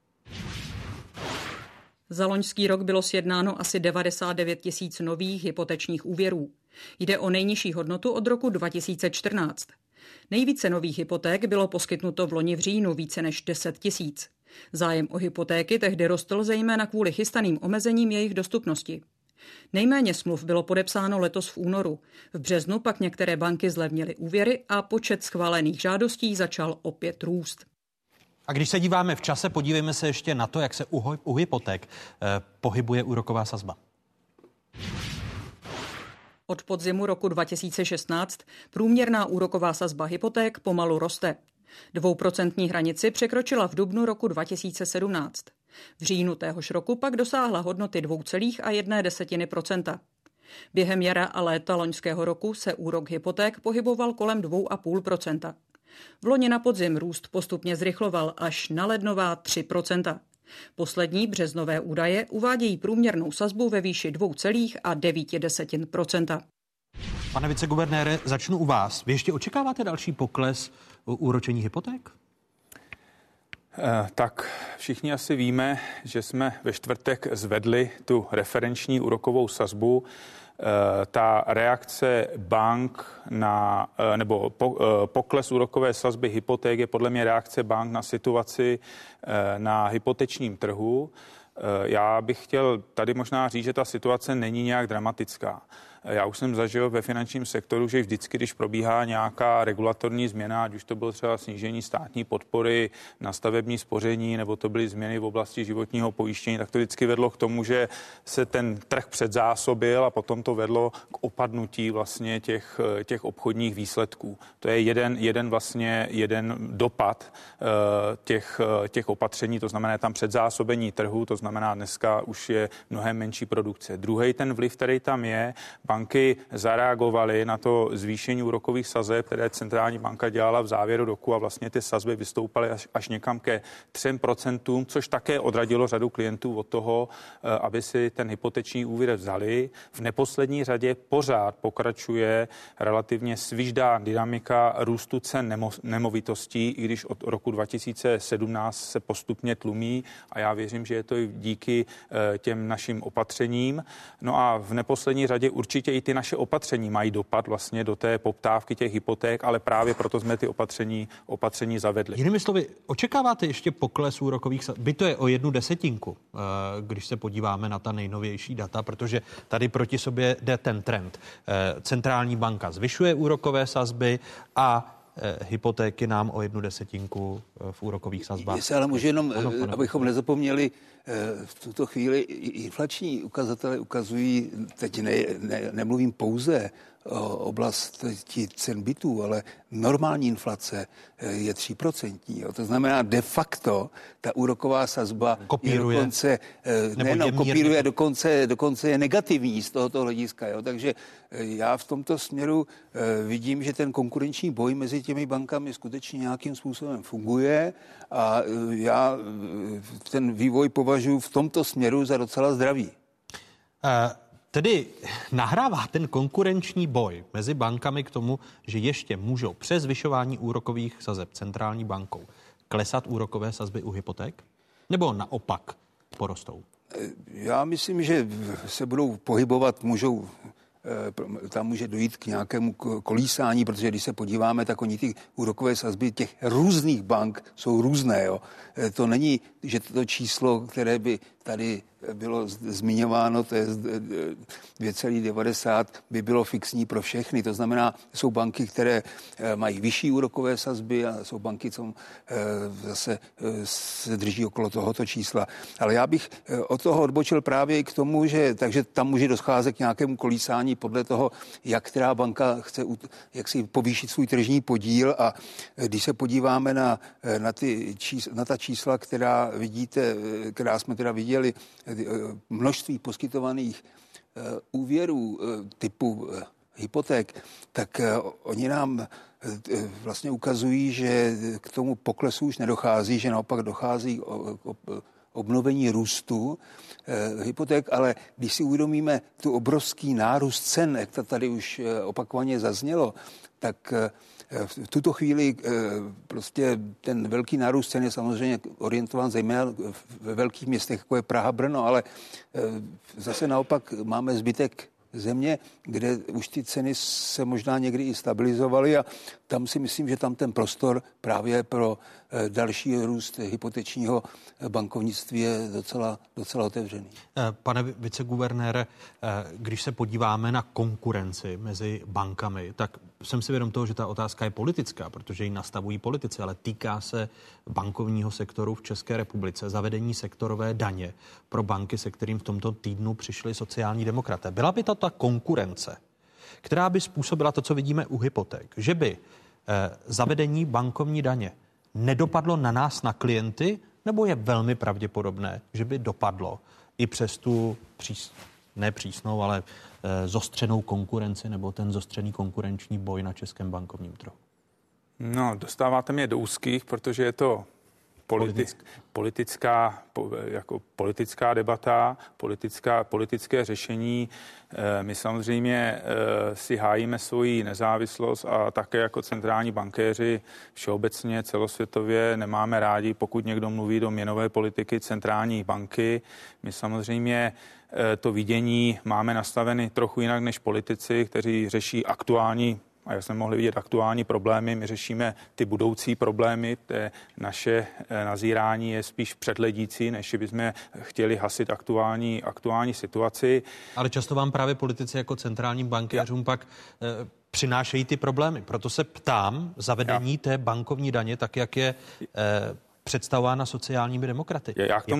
Za loňský rok bylo sjednáno asi 99 000 nových hypotečních úvěrů. Jde o nejnižší hodnotu od roku 2014. Nejvíce nových hypoték bylo poskytnuto v loni v říjnu, více než 10 000. Zájem o hypotéky tehdy rostl zejména kvůli chystaným omezením jejich dostupnosti. Nejméně smluv bylo podepsáno letos v únoru. V březnu pak některé banky zlevnily úvěry a počet schválených žádostí začal opět růst. A když se díváme v čase, podívejme se ještě na to, jak se u hypoték pohybuje úroková sazba. Od podzimu roku 2016 průměrná úroková sazba hypoték pomalu roste. 2% hranici překročila v dubnu roku 2017. V říjnu téhož roku pak dosáhla hodnoty 2,1%. Během jara a léta loňského roku se úrok hypoték pohyboval kolem 2,5%. V loni na podzim růst postupně zrychloval až na lednová 3%. Poslední březnové údaje uvádějí průměrnou sazbu ve výši 2,9%. Pane viceguvernére, začnu u vás. Vy ještě očekáváte další pokles úročení hypoték? Tak všichni asi víme, že jsme ve čtvrtek zvedli tu referenční úrokovou sazbu. Ta reakce bank na, nebo pokles úrokové sazby hypoték je podle mě reakce bank na situaci na hypotečním trhu. Já bych chtěl tady možná říct, že ta situace není nějak dramatická. Já už jsem zažil ve finančním sektoru, že vždycky, když probíhá nějaká regulatorní změna, ať už to bylo třeba snížení státní podpory na stavební spoření, nebo to byly změny v oblasti životního pojištění, tak to vždycky vedlo k tomu, že se ten trh předzásobil a potom to vedlo k opadnutí vlastně těch obchodních výsledků. To je jeden dopad těch opatření, to znamená tam předzásobení trhu, to znamená dneska už je mnohem menší produkce. Druhý ten vliv, který tam je, banky zareagovaly na to zvýšení úrokových sazeb, které centrální banka dělala v závěru roku a vlastně ty sazby vystoupaly až někam ke 3%, což také odradilo řadu klientů od toho, aby si ten hypoteční úvěr vzali. V neposlední řadě pořád pokračuje relativně svižná dynamika růstu cen nemovitostí, i když od roku 2017 se postupně tlumí a já věřím, že je to i díky těm našim opatřením. No a v neposlední řadě určitě i ty naše opatření mají dopad vlastně do té poptávky těch hypoték, ale právě proto jsme ty opatření zavedli. Jinými slovy, očekáváte ještě pokles úrokových sazeb? By to je o 0,1%, když se podíváme na ta nejnovější data, protože tady proti sobě jde ten trend. Centrální banka zvyšuje úrokové sazby a hypotéky nám o 0,1% v úrokových sazbách. Jestli ale můžu jenom, abychom nezapomněli, v tuto chvíli inflační ukazatele ukazují, teď nemluvím pouze o oblasti cen bytů, ale normální inflace je 3%. Jo. To znamená de facto ta úroková sazba kopíruje, je dokonce, nejenom kopíruje, dokonce je negativní z tohoto hlediska. Jo. Takže já v tomto směru vidím, že ten konkurenční boj mezi těmi bankami skutečně nějakým způsobem funguje a já ten vývoj považuji v tomto směru za docela zdravý. Tedy nahrává ten konkurenční boj mezi bankami k tomu, že ještě můžou přes zvyšování úrokových sazeb centrální bankou klesat úrokové sazby u hypoték? Nebo naopak porostou? Já myslím, že se budou pohybovat, tam může dojít k nějakému kolísání, protože když se podíváme, tak oni ty úrokové sazby těch různých bank jsou různé. Jo. To není, že to číslo, které by tady bylo zmiňováno, to je 2,90, by bylo fixní pro všechny. To znamená, jsou banky, které mají vyšší úrokové sazby a jsou banky, co zase se drží okolo tohoto čísla. Ale já bych od toho odbočil právě i k tomu, že takže tam může docházet k nějakému kolísání podle toho, jak která banka chce jak si povýšit svůj tržní podíl a když se podíváme na ta čísla, která vidíte, která jsme teda viděli, množství poskytovaných úvěrů typu hypoték, tak oni nám vlastně ukazují, že k tomu poklesu už nedochází, že naopak dochází k obnovení růstu hypoték, ale když si uvědomíme tu obrovský nárůst cen, jak to tady už opakovaně zaznělo, tak v tuto chvíli prostě ten velký nárůst cen je samozřejmě orientován zejména ve velkých městech, jako je Praha, Brno, ale zase naopak máme zbytek země, kde už ty ceny se možná někdy i stabilizovaly a tam si myslím, že tam ten prostor právě pro další růst hypotečního bankovnictví je docela otevřený. Pane viceguvernére, když se podíváme na konkurenci mezi bankami, tak jsem si vědom toho, že ta otázka je politická, protože ji nastavují politici, ale týká se bankovního sektoru v České republice, zavedení sektorové daně pro banky, se kterým v tomto týdnu přišli sociální demokraté. Byla by to ta konkurence, která by způsobila to, co vidíme u hypoték, že by zavedení bankovní daně nedopadlo na nás, na klienty, nebo je velmi pravděpodobné, že by dopadlo i přes tu nepřísnou, ale zostřenou konkurenci nebo ten zostřený konkurenční boj na českém bankovním trhu? No, dostáváte mě do úzkých, protože je to politická debata, politické řešení. My samozřejmě si hájíme svoji nezávislost a také jako centrální bankéři všeobecně celosvětově nemáme rádi, pokud někdo mluví do měnové politiky centrální banky. My samozřejmě to vidění máme nastaveny trochu jinak než politici, kteří řeší aktuální, a jak jsme mohli vidět, aktuální problémy. My řešíme ty budoucí problémy. Naše nazírání je spíš předledící, než bychom chtěli hasit aktuální situaci. Ale často vám právě politici jako centrálním bankéřům pak přinášejí ty problémy. Proto se ptám zavedení té bankovní daně, tak jak je představována sociálními demokraty.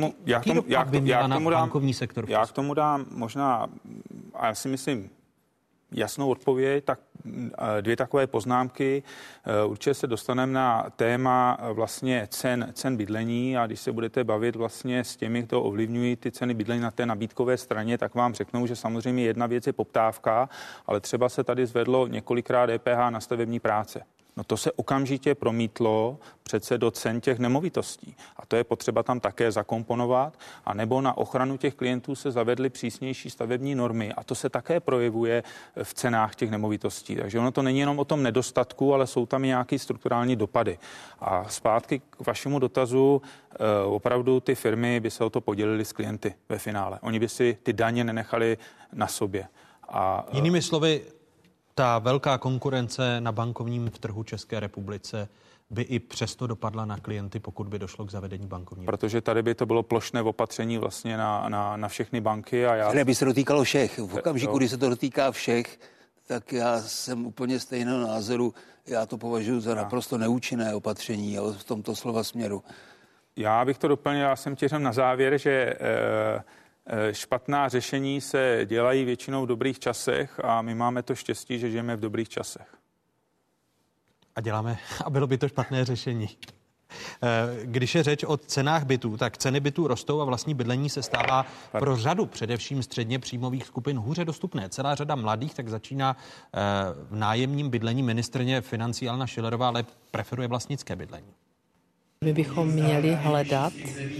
Já k tomu dám možná, a já si myslím, jasnou odpověď, tak dvě takové poznámky. Určitě se dostaneme na téma vlastně cen bydlení a když se budete bavit vlastně s těmi, kdo ovlivňují ty ceny bydlení na té nabídkové straně, tak vám řeknou, že samozřejmě jedna věc je poptávka, ale třeba se tady zvedlo několikrát DPH na stavební práce. No to se okamžitě promítlo přece do cen těch nemovitostí. A to je potřeba tam také zakomponovat. A nebo na ochranu těch klientů se zavedly přísnější stavební normy. A to se také projevuje v cenách těch nemovitostí. Takže ono to není jenom o tom nedostatku, ale jsou tam i nějaké strukturální dopady. A zpátky k vašemu dotazu, opravdu ty firmy by se o to podělily s klienty ve finále. Oni by si ty daně nenechali na sobě. A jinými slovy, ta velká konkurence na bankovním trhu České republice by i přesto dopadla na klienty, pokud by došlo k zavedení bankovní. Protože tady by to bylo plošné opatření vlastně na všechny banky. Které by se dotýkalo všech. V okamžiku, kdy se to dotýká všech, tak já jsem úplně stejného názoru. Já to považuji za naprosto neúčinné opatření, ale v tomto slova směru. Já bych to doplnil, já jsem těžem na závěr, že špatná řešení se dělají většinou v dobrých časech a my máme to štěstí, že žijeme v dobrých časech. A bylo by to špatné řešení. Když je řeč o cenách bytů, tak ceny bytů rostou a vlastní bydlení se stává pro řadu především středně příjmových skupin hůře dostupné. Celá řada mladých tak začíná v nájemním bydlení. Ministryně financí Alena Schillerová ale preferuje vlastnické bydlení. My bychom měli hledat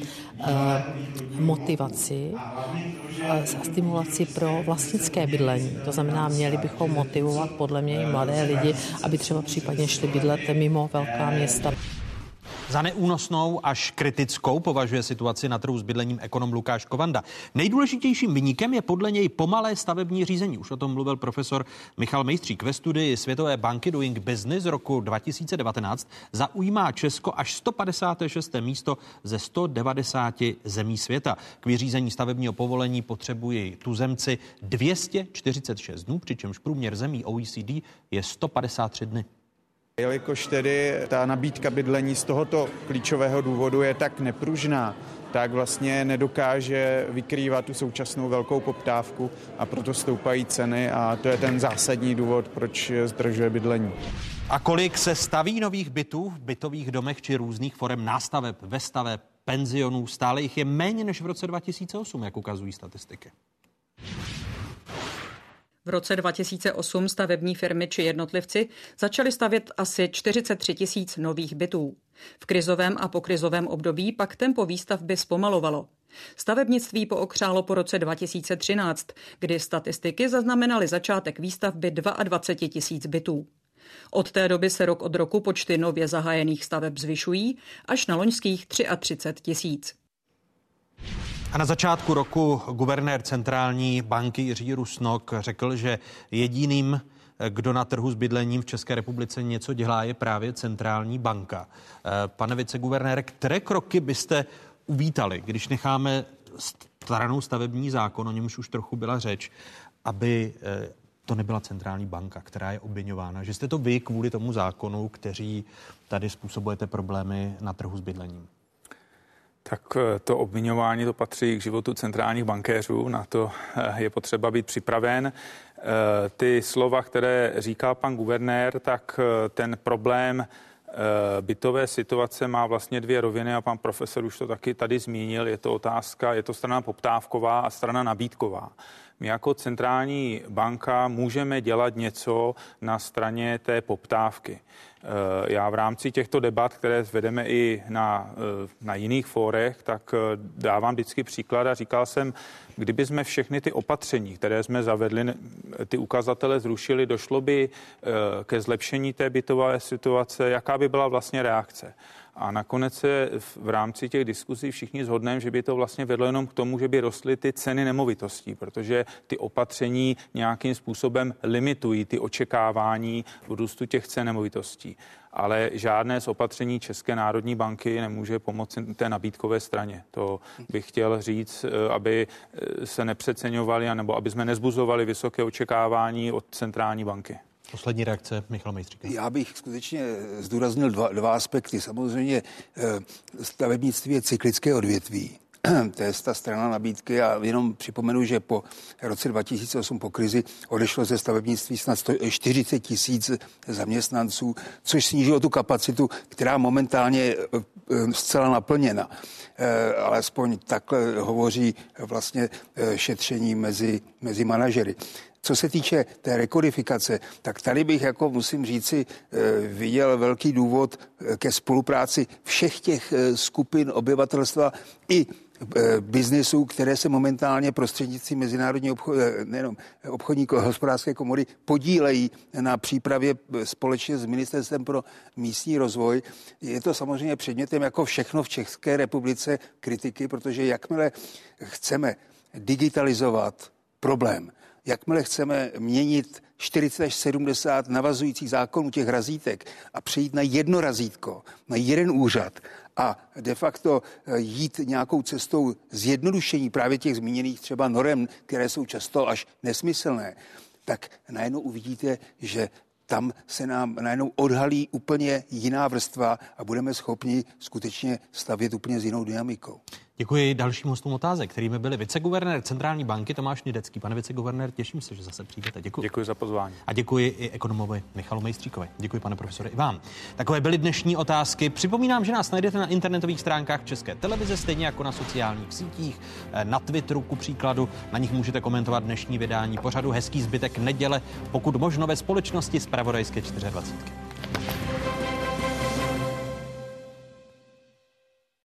motivaci a stimulaci pro vlastnické bydlení. To znamená, měli bychom motivovat podle mě i mladé lidi, aby třeba případně šli bydlet mimo velká města. Za neúnosnou až kritickou považuje situaci na trhu s bydlením ekonom Lukáš Kovanda. Nejdůležitějším viníkem je podle něj pomalé stavební řízení. Už o tom mluvil profesor Michal Mejstřík. Ve studii Světové banky Doing Business roku 2019 zaujímá Česko až 156. místo ze 190 zemí světa. K vyřízení stavebního povolení potřebují tuzemci 246 dnů, přičemž průměr zemí OECD je 153 dny. Jelikož tedy ta nabídka bydlení z tohoto klíčového důvodu je tak nepružná, tak vlastně nedokáže vykrývat tu současnou velkou poptávku a proto stoupají ceny a to je ten zásadní důvod, proč zdražuje bydlení. A kolik se staví nových bytů v bytových domech či různých forem nástaveb, vestaveb, penzionů? Stále jich je méně než v roce 2008, jak ukazují statistiky. V roce 2008 stavební firmy či jednotlivci začali stavět asi 43 000 nových bytů. V krizovém a pokrizovém období pak tempo výstavby zpomalovalo. Stavebnictví pookřálo po roce 2013, kdy statistiky zaznamenaly začátek výstavby 22 000 bytů. Od té doby se rok od roku počty nově zahájených staveb zvyšují až na loňských 33 000. A na začátku roku guvernér centrální banky Jiří Rusnok řekl, že jediným kdo na trhu s bydlením v České republice něco dělá, je právě centrální banka. Pane viceguvernére, které kroky byste uvítali, když necháme stranou stavební zákon, o němž už trochu byla řeč, aby to nebyla centrální banka, která je obviňována, že jste to vy kvůli tomu zákonu, kteří tady způsobujete problémy na trhu s bydlením? Tak to obviňování, to patří k životu centrálních bankéřů, na to je potřeba být připraven. Ty slova, které říkal pan guvernér, tak ten problém bytové situace má vlastně dvě roviny a pan profesor už to taky tady zmínil. Je to otázka, je to strana poptávková a strana nabídková. My jako centrální banka můžeme dělat něco na straně té poptávky. Já v rámci těchto debat, které vedeme i na jiných fórech, tak dávám vždycky příklad a říkal jsem, kdyby jsme všechny ty opatření, které jsme zavedli, ty ukazatele zrušili, došlo by ke zlepšení té bytové situace, jaká by byla vlastně reakce. A nakonec se v rámci těch diskuzí všichni shodneme, že by to vlastně vedlo jenom k tomu, že by rostly ty ceny nemovitostí, protože ty opatření nějakým způsobem limitují ty očekávání v růstu těch cen nemovitostí. Ale žádné z opatření České národní banky nemůže pomoci té nabídkové straně. To bych chtěl říct, aby se nepřeceňovali, anebo aby jsme nezbuzovali vysoké očekávání od centrální banky. Poslední reakce, Michal Mejstřík. Já bych skutečně zdůraznil dva aspekty. Samozřejmě stavebnictví je cyklické odvětví. To je ta strana nabídky a jenom připomenu, že po roce 2008 po krizi odešlo ze stavebnictví snad 140 000 zaměstnanců, což snížilo tu kapacitu, která momentálně je zcela naplněna. Alespoň takhle hovoří vlastně šetření mezi manažery. Co se týče té rekodifikace, tak tady bych, musím říci, viděl velký důvod ke spolupráci všech těch skupin obyvatelstva i biznesů, které se momentálně prostřednictvím mezinárodní obchodní hospodářské komory podílejí na přípravě společně s Ministerstvem pro místní rozvoj. Je to samozřejmě předmětem jako všechno v České republice kritiky, protože jakmile chceme digitalizovat problém, jakmile chceme měnit 40 až 70 navazujících zákonů těch razítek a přejít na jedno razítko, na jeden úřad a de facto jít nějakou cestou zjednodušení právě těch zmíněných třeba norem, které jsou často až nesmyslné, tak najednou uvidíte, že tam se nám najednou odhalí úplně jiná vrstva a budeme schopni skutečně stavět úplně s jinou dynamikou. Děkuji dalším hostům otázek, kterými byli viceguvernér Centrální banky Tomáš Nědecký. Pane viceguvernér, těším se, že zase přijdete. Děkuji. Děkuji za pozvání. A děkuji i ekonomovi Michalu Mejstříkovi. Děkuji, pane profesore, i vám. Takové byly dnešní otázky. Připomínám, že nás najdete na internetových stránkách České televize, stejně jako na sociálních sítích, na Twitteru ku příkladu. Na nich můžete komentovat dnešní vydání pořadu. Hezký zbytek neděle, pokud možno ve společnosti Zpravodajské 24.